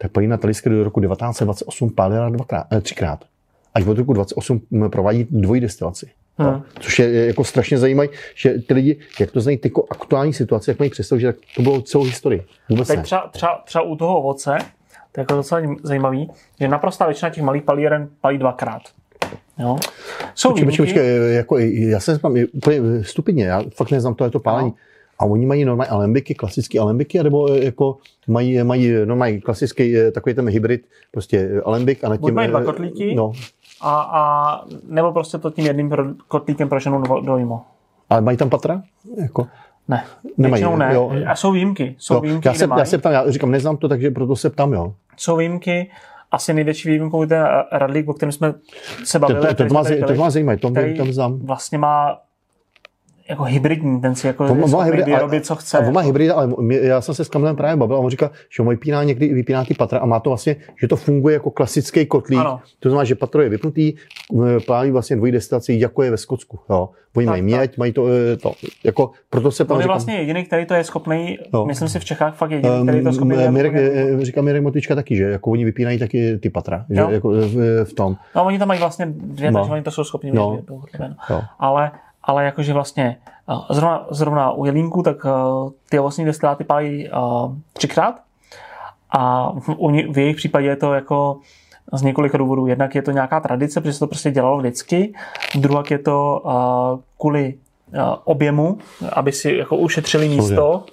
tak paní Nataliska do roku 1928 pálila třikrát. Až od roku 28 provádí dvojí destilaci. Což je jako strašně zajímavé, že ty lidi, jak to znají tyko aktuální situace, jak mají představu, že to bylo celou historii. Vůbec tak ne. Třeba u toho ovoce, to je jako docela zajímavý, že naprostá většina těch malých palíren palí dvakrát. Jo? Jsou Počkej, jako, já se znám úplně stupidně, já fakt neznám tohleto pálení. No. A oni mají normální alembiky, klasické alembiky, nebo jako mají normální klasický takový ten hybrid, prostě alembik a na tím... mají dva kotlíky, no. a nebo prostě to tím jedným kotlíkem proženou dojmo. Ale mají tam patra? Jako... Ne, nemají, většinou ne. Jo. A jsou výjimky. Já se ptám, já říkám, neznám to, takže proto se ptám, jo. Jsou výjimky. Asi největší výjimkou je ten radlík, o kterém jsme se bavili. To má zajímavé, to znám. Vlastně má jako hybridní, ten si jako vyrobit, co chce. On má hybrid, ale já jsem se s Kamilem právě bavil a on říkal, že on vypíná ty patra a má to vlastně, že to funguje jako klasický kotlík. Ano. To znamená, že patro je vypnutý, plání vlastně dvojí destilaci, jako je ve Skotsku. Jo. Oni mají měď, mají to, jako, proto se tam on je vlastně jediný, který to je schopný, myslím si v Čechách fakt jediný, který to je schopný. Říká Mirek Motička taky, že jako oni vypínají taky ty patra, že jako v tom. No oni tam mají vlastně dvě, takže oni to jsou schopni ale jakože vlastně zrovna u jelínku, tak ty ovocní destiláty pálí třikrát a v jejich případě je to jako z několika důvodů. Jednak je to nějaká tradice, protože se to prostě dělalo vždycky. Druhak je to kvůli objemu, aby si jako ušetřili místo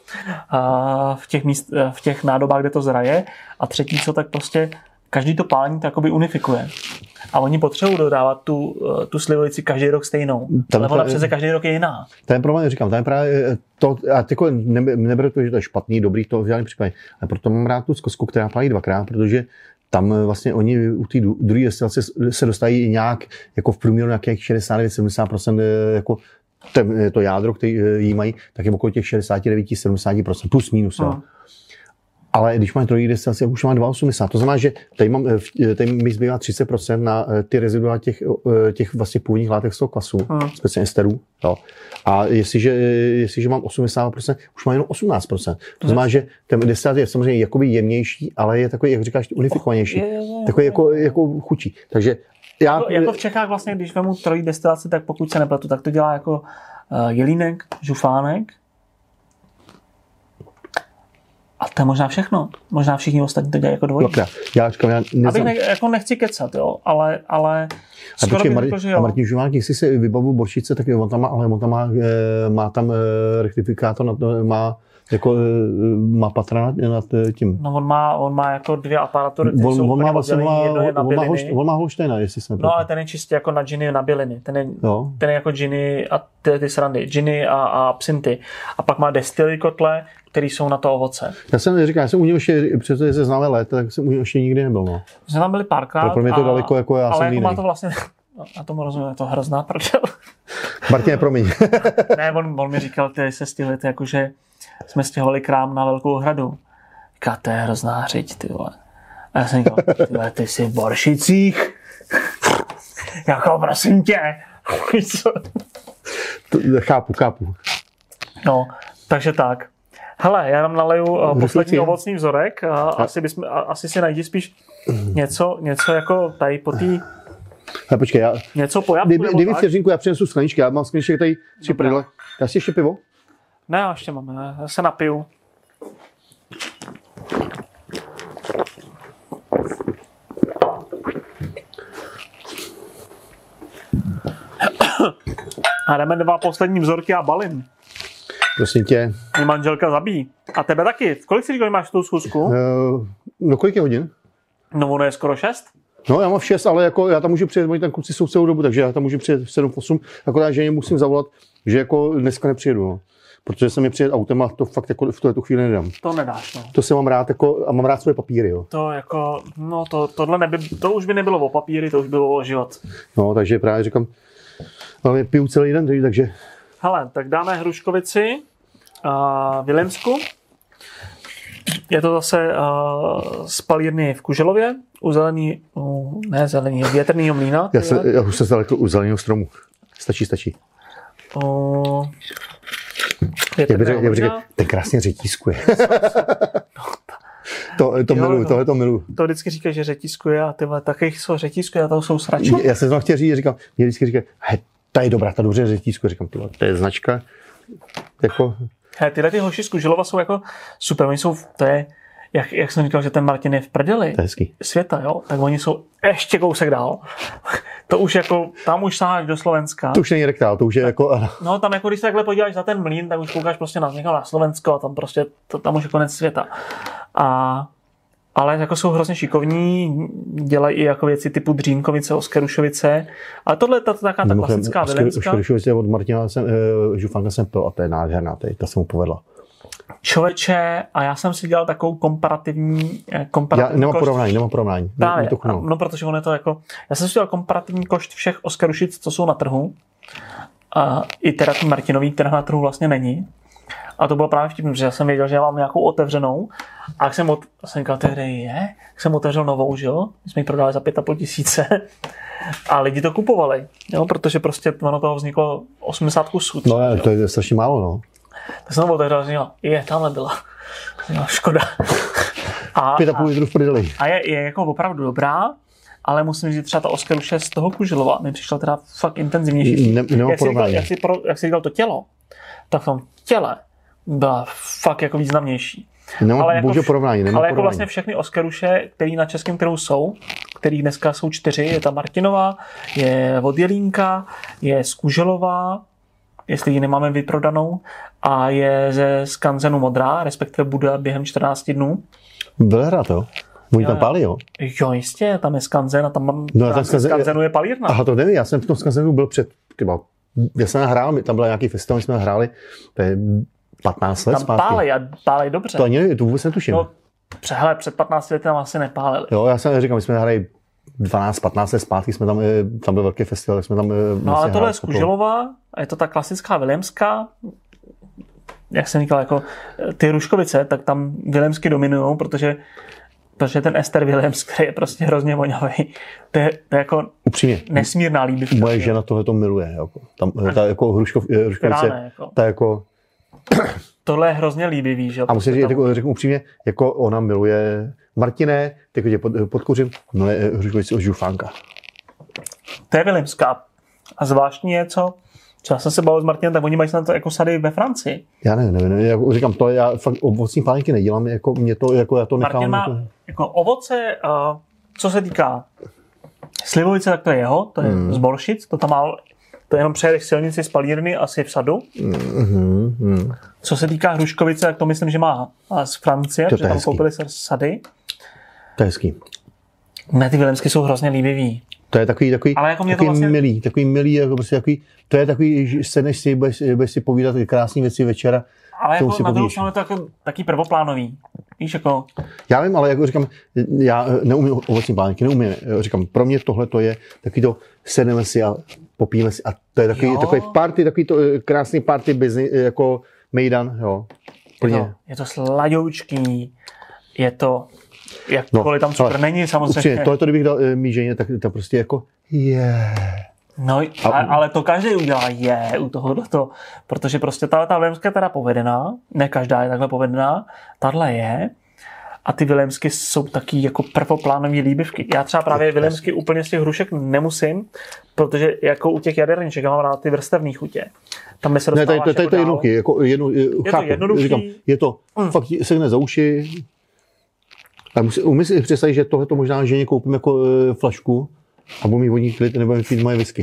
v těch nádobách, kde to zraje. A třetí, co tak prostě každý to pálení to jakoby unifikuje. A oni potřebují dodávat tu slivolici každý rok stejnou. Ale ona přece každý rok je jiná. Ten problém, říkám, tam právě to, a jako neberu to, že to je špatný, dobrý, to v žádném případě. Ale proto mám rád tu Skosku, která pálí dvakrát, protože tam vlastně oni u té druhé destilace se dostají nějak jako v průměru nějakých 69-70% jako to jádro, který jí mají, tak je okolo těch 69-70%, plus minus. Jo. Ale když mám druhý destilaci, už mám 2,80. To znamená, že tady mi zbývá 30% na ty rezidua těch vlastně původních látek z toho kvasu, speciálně esterů. Jo. A jestliže mám 80%, už mám jenom 18%. To znamená, že ten destilát je samozřejmě jakoby jemnější, ale je takový, jak říkáš, unifikovanější. Takový jako chučí. Takže jako v Čechách vlastně, když vemu trojí destilaci, tak pokud se nepletu, tak to dělá jako jelínek, žufánek. A to je možná všechno. Možná všichni ostatní to dělají jako dvojí. Já říkám, jako nechci kecat, jo, ale skoro bych řekl, že jo. A Martin Žumánek, jestli se vybavu Boršice, tak on tam má tam rektifikátor, má patra nad tím. No on má jako dvě aparatury, které jsou úplně oddělení, jedno je na byliny. On má Holštejna, jestli jsme No ale ten je čistě jako na džiny na byliny. Ten je jako džiny a ty srandy. Džiny a absinty. A pak má destily kotle, které jsou na to ovoce. Já jsem u něj ještě, přestože se známe léta, tak jsem u něj ještě nikdy nebyl. No. Jsme tam byli párkrát. Pro mě to daleko, jako já ale jsem jako má to vlastně, a tomu rozumím, je to hrozná prdel. Martin, promiň. Ne, on mi říkal, ty se stihli, jakože jsme stěhovali krám na Velkou hradu. Říká, to je hrozná řeď, ty vole. A já jsem říkal, ty jsi v Boršicích? Jako, prosím tě. Chápu. No, takže tak. Hele, já nám naleju poslední ovocný vzorek. Asi si najdi spíš něco jako tady po té... Počkej, něco po jabku, dej mi vteřinku, já přinesu skleničky. Já mám skleničky tady 3 prdele. Já si ještě pivo? Ne, já ještě mám. Já se napiju. A jdeme 2 poslední vzorky a balím. Prosím tě. Mě manželka zabíjí. A tebe taky. Kolik si říkal, máš tu schůzku? No kolik je hodin? No ono je skoro 6. No já mám v 6, ale jako já tam můžu přijet, oni tam kluci jsou celou dobu, takže já tam můžu přijet v 7-8, akorát, že musím zavolat, že jako dneska nepřijedu, no. Protože se mi přijet autem a to fakt jako v tuhle chvíli nedám. To nedáš, no. To si mám rád jako, a mám rád svoje papíry, jo. To jako, no to už by nebylo o papíry, to už bylo o život. No, takže právě říkám, ale piju celý den, takže... Hele, tak dáme hruškovici Vilemsku. Je to zase z palírny v Kuželově, u větrného mlýna. Já už se zdaleko u zeleného stromu. Stačí. Jak by řekl, ten krásně řetízkuje. To miluju, tohle to miluju. To vždycky říká, že řetízkuje a tyhle taky jsou řetízkuje a to jsou sračky. Já jsem to chtěl říct, říkám, mě vždycky říká, ta je dobrá, ta dobře řetízkuje. Říkám, to je značka, jako... Tyhle ty hoši z Kuželova jsou jako super, oni jsou, to je, jak jsem říkal, že ten Martin je v prdeli světa, jo, tak oni jsou ještě kousek dál. To už jako, tam už sáháš do Slovenska. To už není rektál, to už je jako... No tam jako, když se takhle podíváš na ten mlýn, tak už koukáš prostě na Slovensko a tam prostě, tam už je konec světa. Ale jako jsou hrozně šikovní, dělají i jako věci typu Dřínkovice, Oskerušovice, ale tohle je taková ta klasická vilemská. Oskerušovice od Martina Žufánka jsem pil a to je nádherná, ta se mu povedla. Člověče, a já jsem si dělal takovou komparativní nemám porovnání. Právě, no protože on je to jako, já jsem si dělal komparativní košt všech Oskerušic, co jsou na trhu, a i teda ten Martinový, která na trhu vlastně není. A to bylo právě vtipný, protože já jsem věděl, že já mám nějakou otevřenou. A jak jsem říkal, kde je? Jak jsem otevřel novou, že jo? My jsme ji prodali za 5 500. A lidi to kupovali, jo? Protože prostě ono toho vzniklo 80 kusů. No to je strašně málo, no. Tak jsem to otevřel a říkal, tamhle byla. Škoda. 5,5 litru v prdeli. A je jako opravdu dobrá, ale musím říct, třeba ta Oskeruše z toho Kuželova mi přišla teda fakt intenzivnější. Jak jsi říkal to tělo, tak v tom těle byla fakt jako významnější. Ale jako vlastně všechny Oskeruše, které na českém trhu jsou, kterých dneska jsou 4, je ta Martinová, je od Jelínka, je z Kuželova, jestli ji nemáme vyprodanou, a je ze Skanzenu Modrá, respektive bude během 14 dnů. Velehrad, jo? Oni tam pálí, jo? Jo, jistě, tam je Skanzen a tam Skanzenu je palírna. Aha, to nevím, já jsem v tom Skanzenu byl já jsem hrál, tam byl nějaký festival, my jsme hráli, to je 15 let tam zpátky. Pálej dobře. To vůbec netuším. No, před 15 lety tam asi nepálili. Jo, já jsem říkal, my jsme hráli 12-15 let zpátky, jsme tam byl velký festival, tak jsme tam... No ale tohle je z Kuželova a je to ta klasická vilemská, jak jsem říkal, jako ty Ruškovice, tak tam vilemsky dominujou, protože ten Ester Willems, který je prostě hrozně vonavý, to je jako upřímně, nesmírná líbivka. Moje žena tohleto miluje. Jako. Ta jako Hruškovice, ta jako... Tohle je hrozně líbivý, že? A musím říct, řeknu upřímně, jako ona miluje Martine, teď tě podkouřím, miluje Hruškovici od Žufánka. To je vilemská. A zvláštní je, co já jsem se bavil s Martinem, tak oni mají na to jako sady ve Francii. Já nevím, jako říkám, to já fakt ovocní pálenky nedělám, jako mě to, jako já to nechám. Martin má jako ovoce, co se týká slivovice, tak to je jeho, to je z Boršic, to tam má, to jenom přejedeš silnici z palírny asi v sadu. Co se týká Hruškovice, tak to myslím, že má z Francie, protože tam koupili sady. To je hezký. Ne, ty vilemsky jsou hrozně líbivý. To je takový vlastně... milý, jako prostě takový, to je takový, že sedneš si, budeš si povídat krásné věci večera. Ale jako na druhou stranu je to jako taky prvoplánový. Víš, jako... Já vím, ale jako říkám, já neumím ovocní pálenky, neumím. Říkám, pro mě tohle to je takový to, sedneme si a popijeme si a to je takový party, takový to krásný party business, jako mejdan, jo. Je to sladoučký, je to, jakkoliv tam cukr není samozřejmě. Tohle, kdybych dal mý ženě, tak to prostě jako No, ale to každý udělá u tohoto, protože prostě ta vilemská je teda povedená, ne každá je takhle povedená, tahle je, a ty vilemsky jsou taky jako prvoplánový líbivky. Já třeba právě vilemsky úplně z těch hrušek nemusím, protože jako u těch jaderníček já mám rád ty vrstevný chutě. Tam by se dostáváš ne, to je jednoduchý, jako je to fakt sehne za uši. Umím si představit, že tohle to možná ženě koupím jako flašku a budu mít vodní klid, nebo mít moje whisky.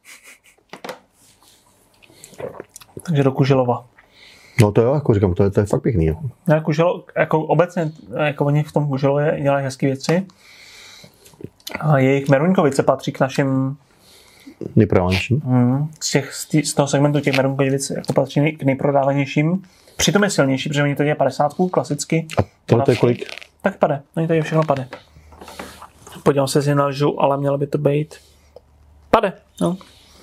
Takže do Kuželova. No to jo, jako říkám, to je fakt pěkný. Jo. Jako obecně, jako oni v tom Kuželově dělají hezké věci. A jejich Meruňkovice patří k našim nejprodávanějším. Z toho segmentu těch Meruňkovic jako patří k nejprodávanějším. Přitom je silnější, protože oni to dělají 50 klasicky. A tohle to je kolik? Tak pade. Oni tady všechno pade. Podívám se, si nalžu, ale mělo by to být pade. No.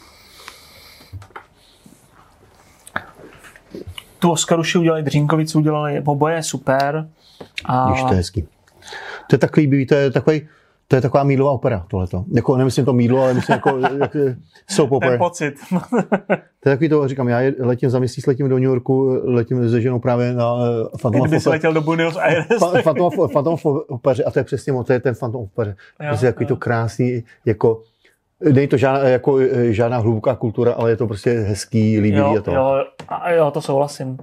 Tu Oskaruši udělali, Dřínkovici udělali, oboje super. Víš, to je hezký. To je tak líbivý, to je takový, To je taková mýdlová opera, tohleto. Jako, nemyslím to mýdlo, ale myslím jako soap opera. Ten pocit. To je takový to, říkám, já letím za měsíc, letím do New Yorku, letím se ženou právě na Phantom of Kdyby jsi letěl do Buenos Aires. Phantom of opeře, a to je přesně to je ten Phantom of opeře. To je takový to krásný, jako není to žádná hluboká kultura, ale je to prostě hezký, líbivý a to. Jo, to souhlasím.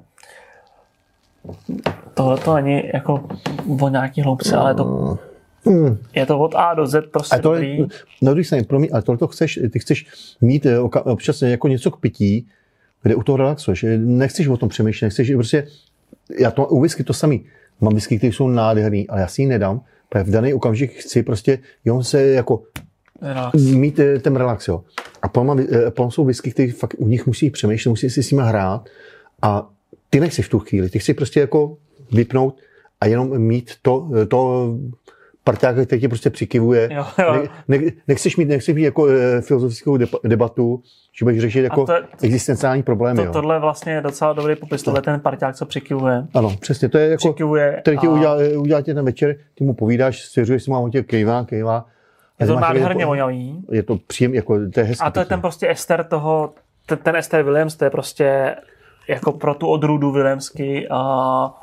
Tohle to není jako o nějaký hloubce, ale je to od A do Z prostě dobrý. Ale tohle ty chceš mít občas jako něco k pití, kde u toho relaxuješ. Nechceš o tom přemýšlet, nechceš prostě, já to u whisky to samý. Mám whisky, které jsou nádherný, ale já si ji nedám, protože v daný okamžik chci prostě jenom se jako mít ten relax, jo. A potom jsou whisky, které fakt u nich musí přemýšlet, musí si s nimi hrát a ty nechceš v tu chvíli, ty chceš prostě jako vypnout a jenom mít to parťáka, který tě prostě přikivuje. Nechceš mít jako filozofickou debatu, že budeš řešit jako existenciální problémy. Tohle vlastně je docela dobrý popis, tohle ten parťák, co přikivuje. Ano, přesně, to je jako, který ti udělá tě ten večer, ty mu povídáš, svěřuješ si mu, on tě kejvá. Je to nádherně vonavý. Je to příjemný, jako to je hezký. A to je ten prostě ester toho, ten Ester Williams, to je prostě jako pro tu odrůdu Williamsky a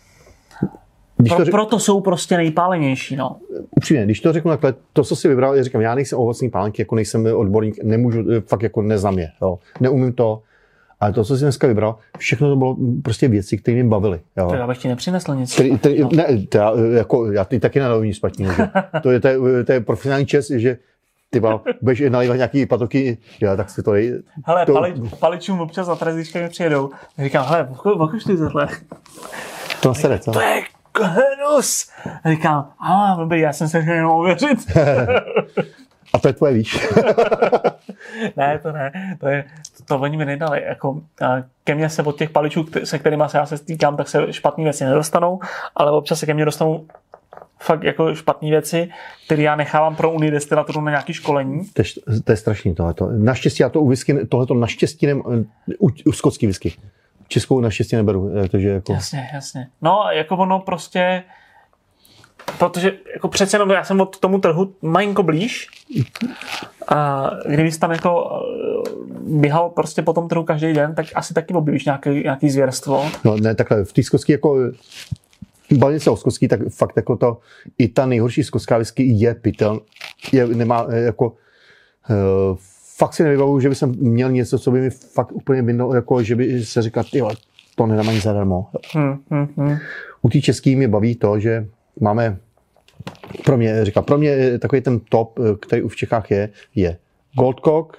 proto jsou prostě nejpálenější, no. Upřímně, když to řeknu takhle, to, co si vybral, já říkám, já nejsem ovocný pálenky, jako nejsem odborník, nemůžu, fakt jako neznám je, jo. Neumím to, ale to, co si dneska vybral, všechno to bylo prostě věci, které mě bavily. Jo. Já bych ti nepřinesl nic. Já ty taky nedal nic špatného, že? To je profesionální čest, že ty budeš nalívat nějaký patoky, já tak si to dej. Hele, paličům občas za trezíčka mi přijedou. Říkám, hele, pokuštuj tohle. To sere, co? To je hnus. A říkám, dobrý, já jsem se chtěl jenom uvěřit. A to je tvoje, víš? Ne, to oni mi nedali. Jako, ke mně se od těch paličů, se kterými já se stýkám, tak se špatné věci nedostanou, ale občas se ke mně dostanou fakt jako špatné věci, které já nechávám pro unidestilaturu na nějaké školení. To je strašný tohleto. Naštěstí já to u whisky, tohleto naštěstí u skotský whisky. Českou naštěstí neberu. Takže jako... Jasně. No, jako ono prostě, protože jako přece jenom já jsem od tomu trhu malinko blíž a kdybys tam jako běhal prostě po tom trhu každý den, tak asi taky objevíš nějaký zvěrstvo. No ne, takhle, v té skotský jako bavit se o skotský, tak fakt jako to, i ta nejhorší skotská whisky je pytel, nemá jako fakt si nevybavuju, že by jsem měl něco, co by mi fakt úplně vyndalo, jako že by se říkal, tyjo, to nedám ani zadarmo. U té český mě baví to, že máme, pro mě takový ten top, který v Čechách je Goldcock,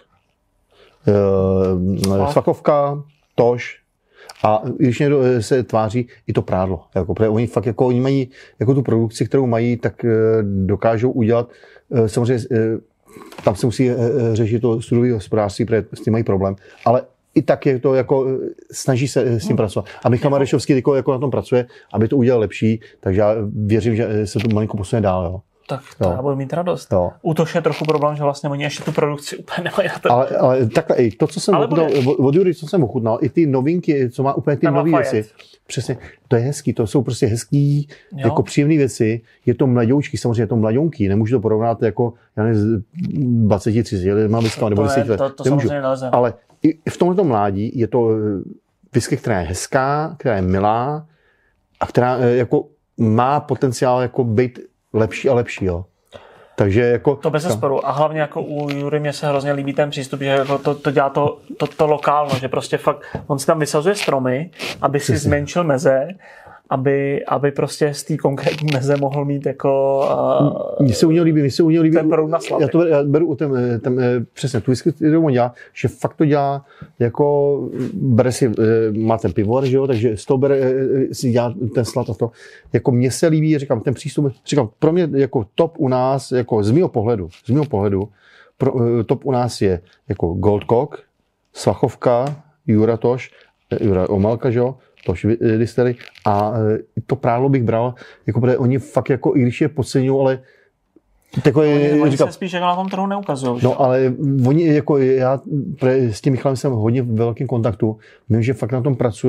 Svachovka, Toš a když někdo se tváří, i to prádlo. Jako, oni fakt jako, oni mají jako tu produkci, kterou mají, tak dokážou udělat, samozřejmě tam se musí řešit to sudové hospodářství, protože s tím mají problém, ale i tak je to jako, snaží se s tím pracovat. A Michal Marešovský jako na tom pracuje, aby to udělal lepší, takže já věřím, že se to malinko posune dál. Jo. Tak to já budu mít radost. Jo. U Toše je trochu problém, že vlastně oni ještě tu produkci úplně nemají na to. Ale takhle, i to, co jsem od Jury, co jsem ochutnal, i ty novinky, co má úplně ty nové věci. Přesně, to je hezký, to jsou prostě hezký, jako příjemné věci. Je to mladoučky, samozřejmě je to mladounký, nemůžu to porovnat jako, já nevím, 20, 30 let, mám whisky, nebo 10 let. To samozřejmě nelze. Ale i v tomto mládí je to whisky, která je hezká, která je milá a která jako má potenciál jako být lepší a lepší, jo. Takže jako... To bez zesporu. A hlavně jako u Jury mě se hrozně líbí ten přístup, že jako to dělá to lokálno, že prostě fakt on si tam vysazuje stromy, aby si zmenšil meze, aby prostě z té konkrétní meze mohl mít jako mně se u něho líbí ten produkt na slavě. Já beru u přesně tu whisky, kterou on dělá, že fakt to dělá jako bere si, má ten pivovar, že jo, takže z toho bere si dělá ten slad a to. Jako mně se líbí, říkám, ten přístup, pro mě jako top u nás, jako z mého pohledu, top u nás je jako Goldcock, Svachovka, Juratoš, Jura Omalka, že jo, Tož Distillery a to prádlo bych bral, jako protože oni fakt jako, i když je podceňují, ale oni se spíš jako na tom trhu neukazují. No ale oni jako, já s tím Michalem jsem hodně v velkém kontaktu, vím, že fakt na tom pracuje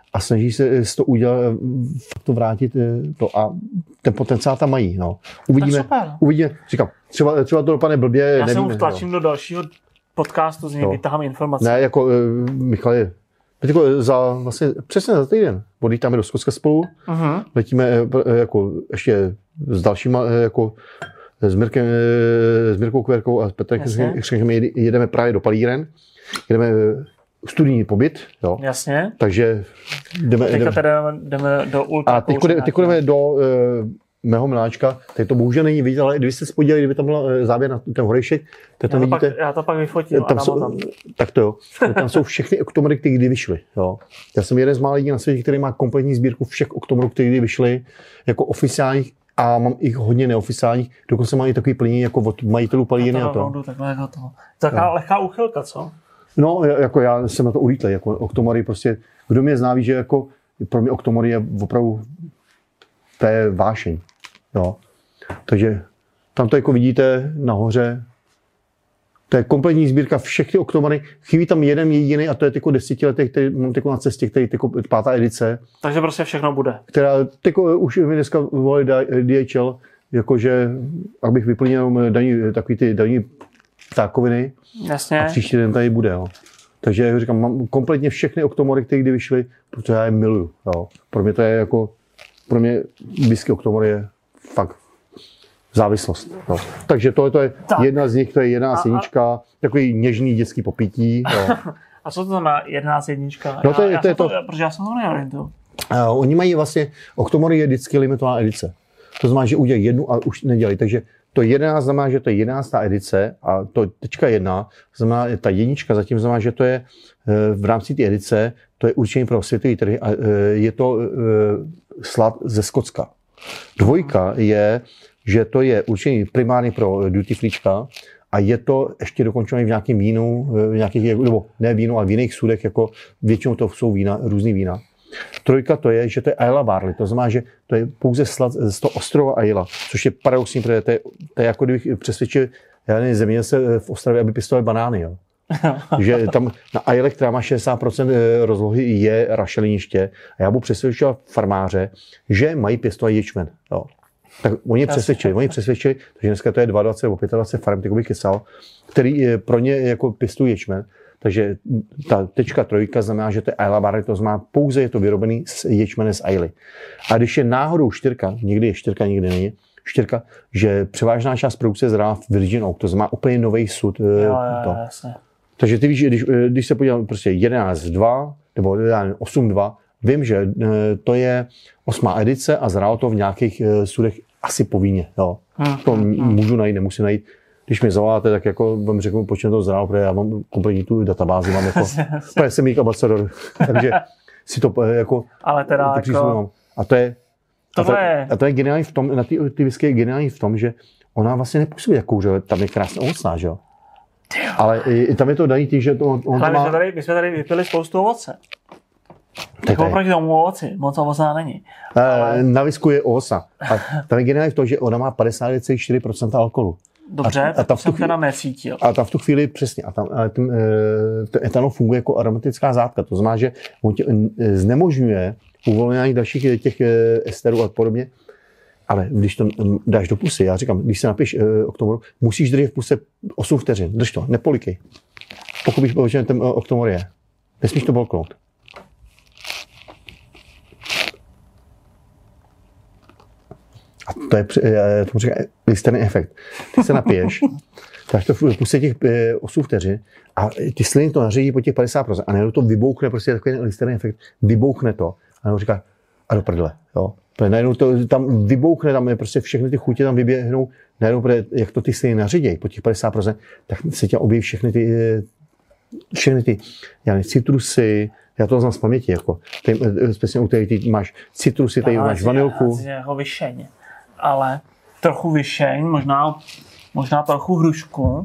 a snaží se to udělat, fakt to vrátit to a ten potenciál tam mají. No. Uvidíme. Říkám, třeba to dopadne blbě. Já se mu vtlačím do dalšího podcastu, z něj vytahám informace. Ne, jako Michal je vlastně přesně za týden. Odjítáme do Skotska spolu, letíme jako ještě s dalšíma, jako s Mirkou Kverkou a s Petrem Chřenkem jedeme právě do Palíren. Jedeme studijní pobyt. Jo. Jasně. Takže jdeme do Ultra. A teď jdeme do mého miláčka. Teď to bohužel není vidět, ale kdybyste se podívali, kdyby tam byl záběr na ten horejšek, tak tam vidíte. Já to pak vyfotím tam. Tak to jo. Tam jsou všechny oktomory, které kdy vyšly. Jo. Já jsem jeden z mála lidí na světě, který má kompletní sbírku všech oktomorů, které kdy vyšly jako oficiálních a mám ich hodně neoficiálních. Dokonce mám i takový plnění jako od majitelů Palíny a to. Taková lehká úchylka, co? No, jako já jsem na to ulítlý, jako oktomory prostě, kdo mě zná, ví, že jako pro mě oktomory je opravdu, to je vášeň, jo. Takže tam to jako vidíte nahoře, to je kompletní sbírka všech ty oktomory, chybí tam jeden jediný a to je jako 10 letech, který mám na cestě, který jako 5. edice. Takže prostě všechno bude. Která jako už mi dneska volali DHL, jakože abych vyplnil takový ty daní ptákoviny. Jasně. A příští den tady bude. Jo. Takže jak říkám, mám kompletně všechny oktomory, které kdy vyšly, protože já je miluju. Jo. Pro mě to je jako, whisky oktomory je fakt závislost. Jo. Takže tohle je jedna z nich, to je 11 jednička, takový něžný dětský popití. Jo. A co to znamená 11 jednička? No protože já jsem to neorientuju. Oni mají vlastně, oktomory je vždycky limitovaná edice. To znamená, že udělají jednu a už nedělají. Takže to 11 znamená, že to je 11. edice a to .1 znamená, ta jednička zatím znamená, že to je v rámci té edice, to je určený pro světový trhy a je to slad ze Skotska. 2 je, že to je určený primárně pro duty freečka a je to ještě dokončené v nějakém vínu, nebo ne vínu, ale v jiných sudech, jako většinou to jsou vína, různý vína. 3 to je, že to je Islay Barley, to znamená, že to je pouze slad z toho ostrova Islay, což je paradoxní, protože to je jako kdybych přesvědčil, já nevím, zemědělce v Ostravě, aby pěstovali banány, jo. Že tam na Islay, která má 60% rozlohy, je rašeliniště a já budu přesvědčil farmáře, že mají pěstovat ječmen, jo. Tak oni přesvědčili, takže dneska to je 22 nebo 25 farem, takový kysal, který pro ně jako pěstují ječmen. Takže ta .3 znamená, že to je Islay Barley, to znamená pouze je to vyrobený z ječmene z Islay. A když je náhodou 4, někdy je 4, někdy není, 4, že převážná část produkce je zrává v Virgin Oak, to znamená úplně nový sud. Jasně. Takže ty víš, když se podívám prostě 11.2 nebo 8.2, vím, že to je 8. edice a zrálo to v nějakých sudech asi po víně. Jo. To můžu najít, nemusím najít. Když mi zavoláte, tak jako vám řeknu, počím to zrálo, protože já mám kompletní tu databázi, mám jako, jsem jich ambasador, takže si to jako, ale teda jako, a to je geniální v tom, na ty whisky je geniální v tom, že ona vlastně nepůsobí jako kouře, tam je krásně ovocná, že jo? Ale tam je to daný tím, že to on ale má... my jsme tady vypili spoustu ovoce. Tak oproti tomu ovoci, moc ovocná není. Ale... Na whisku je ovocná. A tam je geniální v tom, že ona má 52,4% alkoholu. Dobře, a tam jsem teda necítil. A tam v tu chvíli přesně. A tam ten etanol funguje jako aromatická zátka. To znamená, že on tě znemožňuje uvolňování dalších těch esterů a podobně. Ale když to dáš do pusy, já říkám, když se napiješ oktomoru, musíš držet v puse 8 vteřin. Drž to, nepolikej. Pokud bych povedal, že ten oktomor je. Nesmíš to bolknout. A to je, tomu říká listerný efekt. Ty se napiješ, dáš to v puse těch 8 vteřin a ty sliny to naředí po těch 50%. A najednou to vybouchne, prostě takový listerný efekt, vybouchne to. A najednou říká, a do prdele, jo. Najednou to tam vybouchne, tam je prostě všechny ty chutě tam vyběhnou, najednou, jak to ty sliny naředějí po těch 50%, tak se tě objeví všechny ty citrusy, já to znám z paměti, jako, speciálně u kterých ty máš citrusy, tady máš vanilku. Jako vyšeň, ale trochu vyšeň, možná trochu hrušku.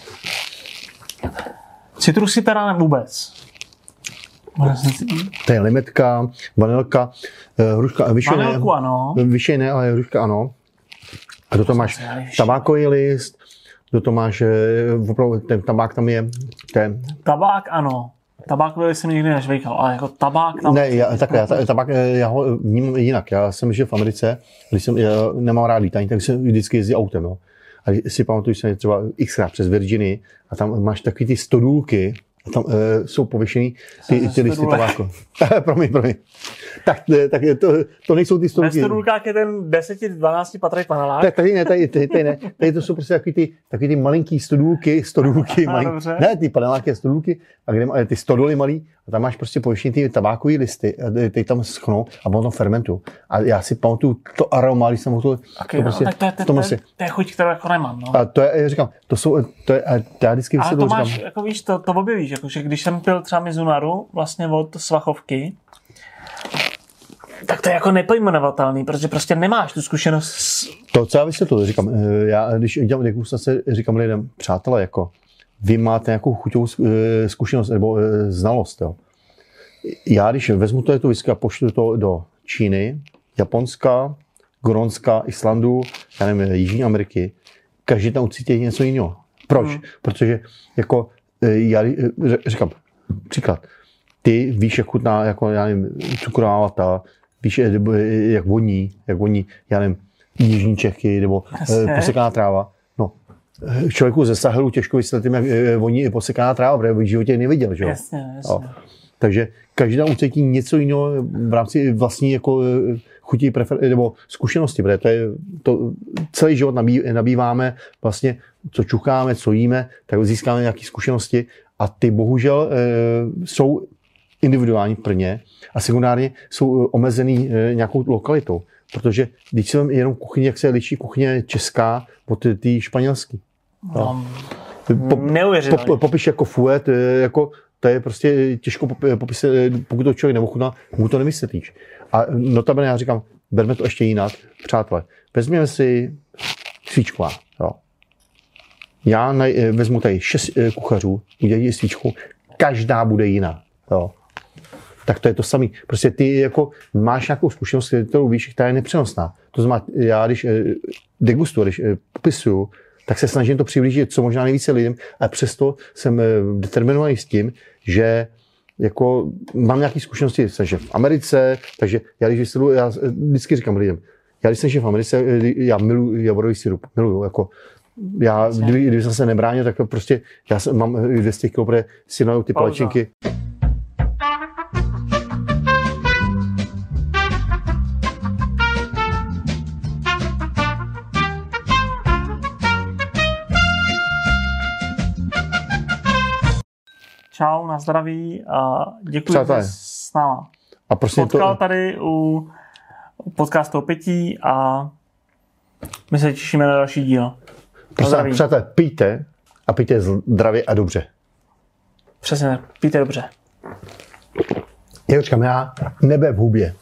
Citrusy teda vůbec. To je limetka, vanilka, hruška a vyšeň. Vanilku ano. Vyšeň ne, ale hruška ano. A do toho máš tabákový list, do toho máš, opravdu ten tabák tam je. Tabák ano. Tabákový jsem nikdy nežvejkal, ale jako tabák tam... Ne, tabák já ho vnímám jinak. Já jsem žil v Americe, když já nemám rád lítání, tak jsem vždycky jezdil autem. Jo. A si pamatuju, že jsem třeba xkrát přes Virginii a tam máš takový ty stodůlky, a tam jsou pověšený ty listy tabáku. promiň. Tak to nejsou ty stodůlky. Ve stodůlkách je ten 10-12 patrový panelák. Tak tady ne. Tady to jsou prostě takový ty malinký stodůlky ne, ty paneláky a stodůlky, a kde ty stodoly malý, a tam máš prostě pověšený ty tabákový listy, a ty tam schnou a potom fermentu. A já si pamatuju to aroma, když jsem to prostě... To je chuť, kterou jako nemám, no. A to je, říkám, já vždycky ale to máš, říkám, jako víš, to objevíš, jako, že když jsem pil třeba Mizunaru, vlastně od Svachovky, tak to je jako nepojmenovatelný, protože prostě nemáš tu zkušenost. To, co já vysvětluji, říkám, já když dělám degustace, říkám lidem, přátelé, jako, vy máte nějakou chuťovou zkušenost nebo znalost, jo. Já, když vezmu to whisky a pošlu to do Číny, Japonska, Grónska, Islandu, já nevím, Jižní Ameriky, každý tam ucítí něco jiného. Proč? Protože jako já říkám, příklad, ty víš, jak chutná, jako, já nevím, cukrová vata, víš, jak voní, já nevím, jižní Čechy, nebo posekaná tráva. No, člověku ze Sahelu těžko vysvětlit, jak voní posekaná tráva, protože v životě neviděl, že jo? Jasně. No. Takže každý tam ucítí něco jiného v rámci vlastní jako chutí nebo zkušenosti, protože to celý život nabýváme, vlastně, co čucháme, co jíme, tak získáme nějaké zkušenosti a ty bohužel jsou individuální prvně a sekundárně jsou omezený nějakou lokalitou, protože když jsem jenom kuchyně, jak se liší kuchyně česká od té španělský. No. Neuvěřitelný. Popiš jako fuet, jako to je prostě těžko popis, pokud to člověk neochutná, mu to nevysvětlíš. A notabene já říkám, berme to ještě jinak, přátelé. Vezměme si svíčková. Jo. Já vezmu tady 6 kuchařů, udělají svíčku, každá bude jiná. Jo. Tak to je to samé. Prostě ty jako máš nějakou zkušenost, kterou víš, která je nepřenosná. To znamená, já když degustuju, když popisuju, tak se snažím to přiblížit co možná nejvíce lidem, a přesto jsem determinovaný s tím, že jako mám nějaké zkušenosti, jsem v Americe, takže já vždycky říkám lidem, já když jsem v Americe, já miluji javorový sirup, miluju, jako já, kdyby jsem se nebránil, tak prostě já mám 200 kg, protože si naliju ty palečinky. Čau, na zdraví a děkuji, že jsi s náma. A prostě potkal tady u podcastu o pití a my se těšíme na další díl. Přátelé, pijte a pijte zdravě a dobře. Přesně, pijte dobře. Já říkám, nebe v hubě.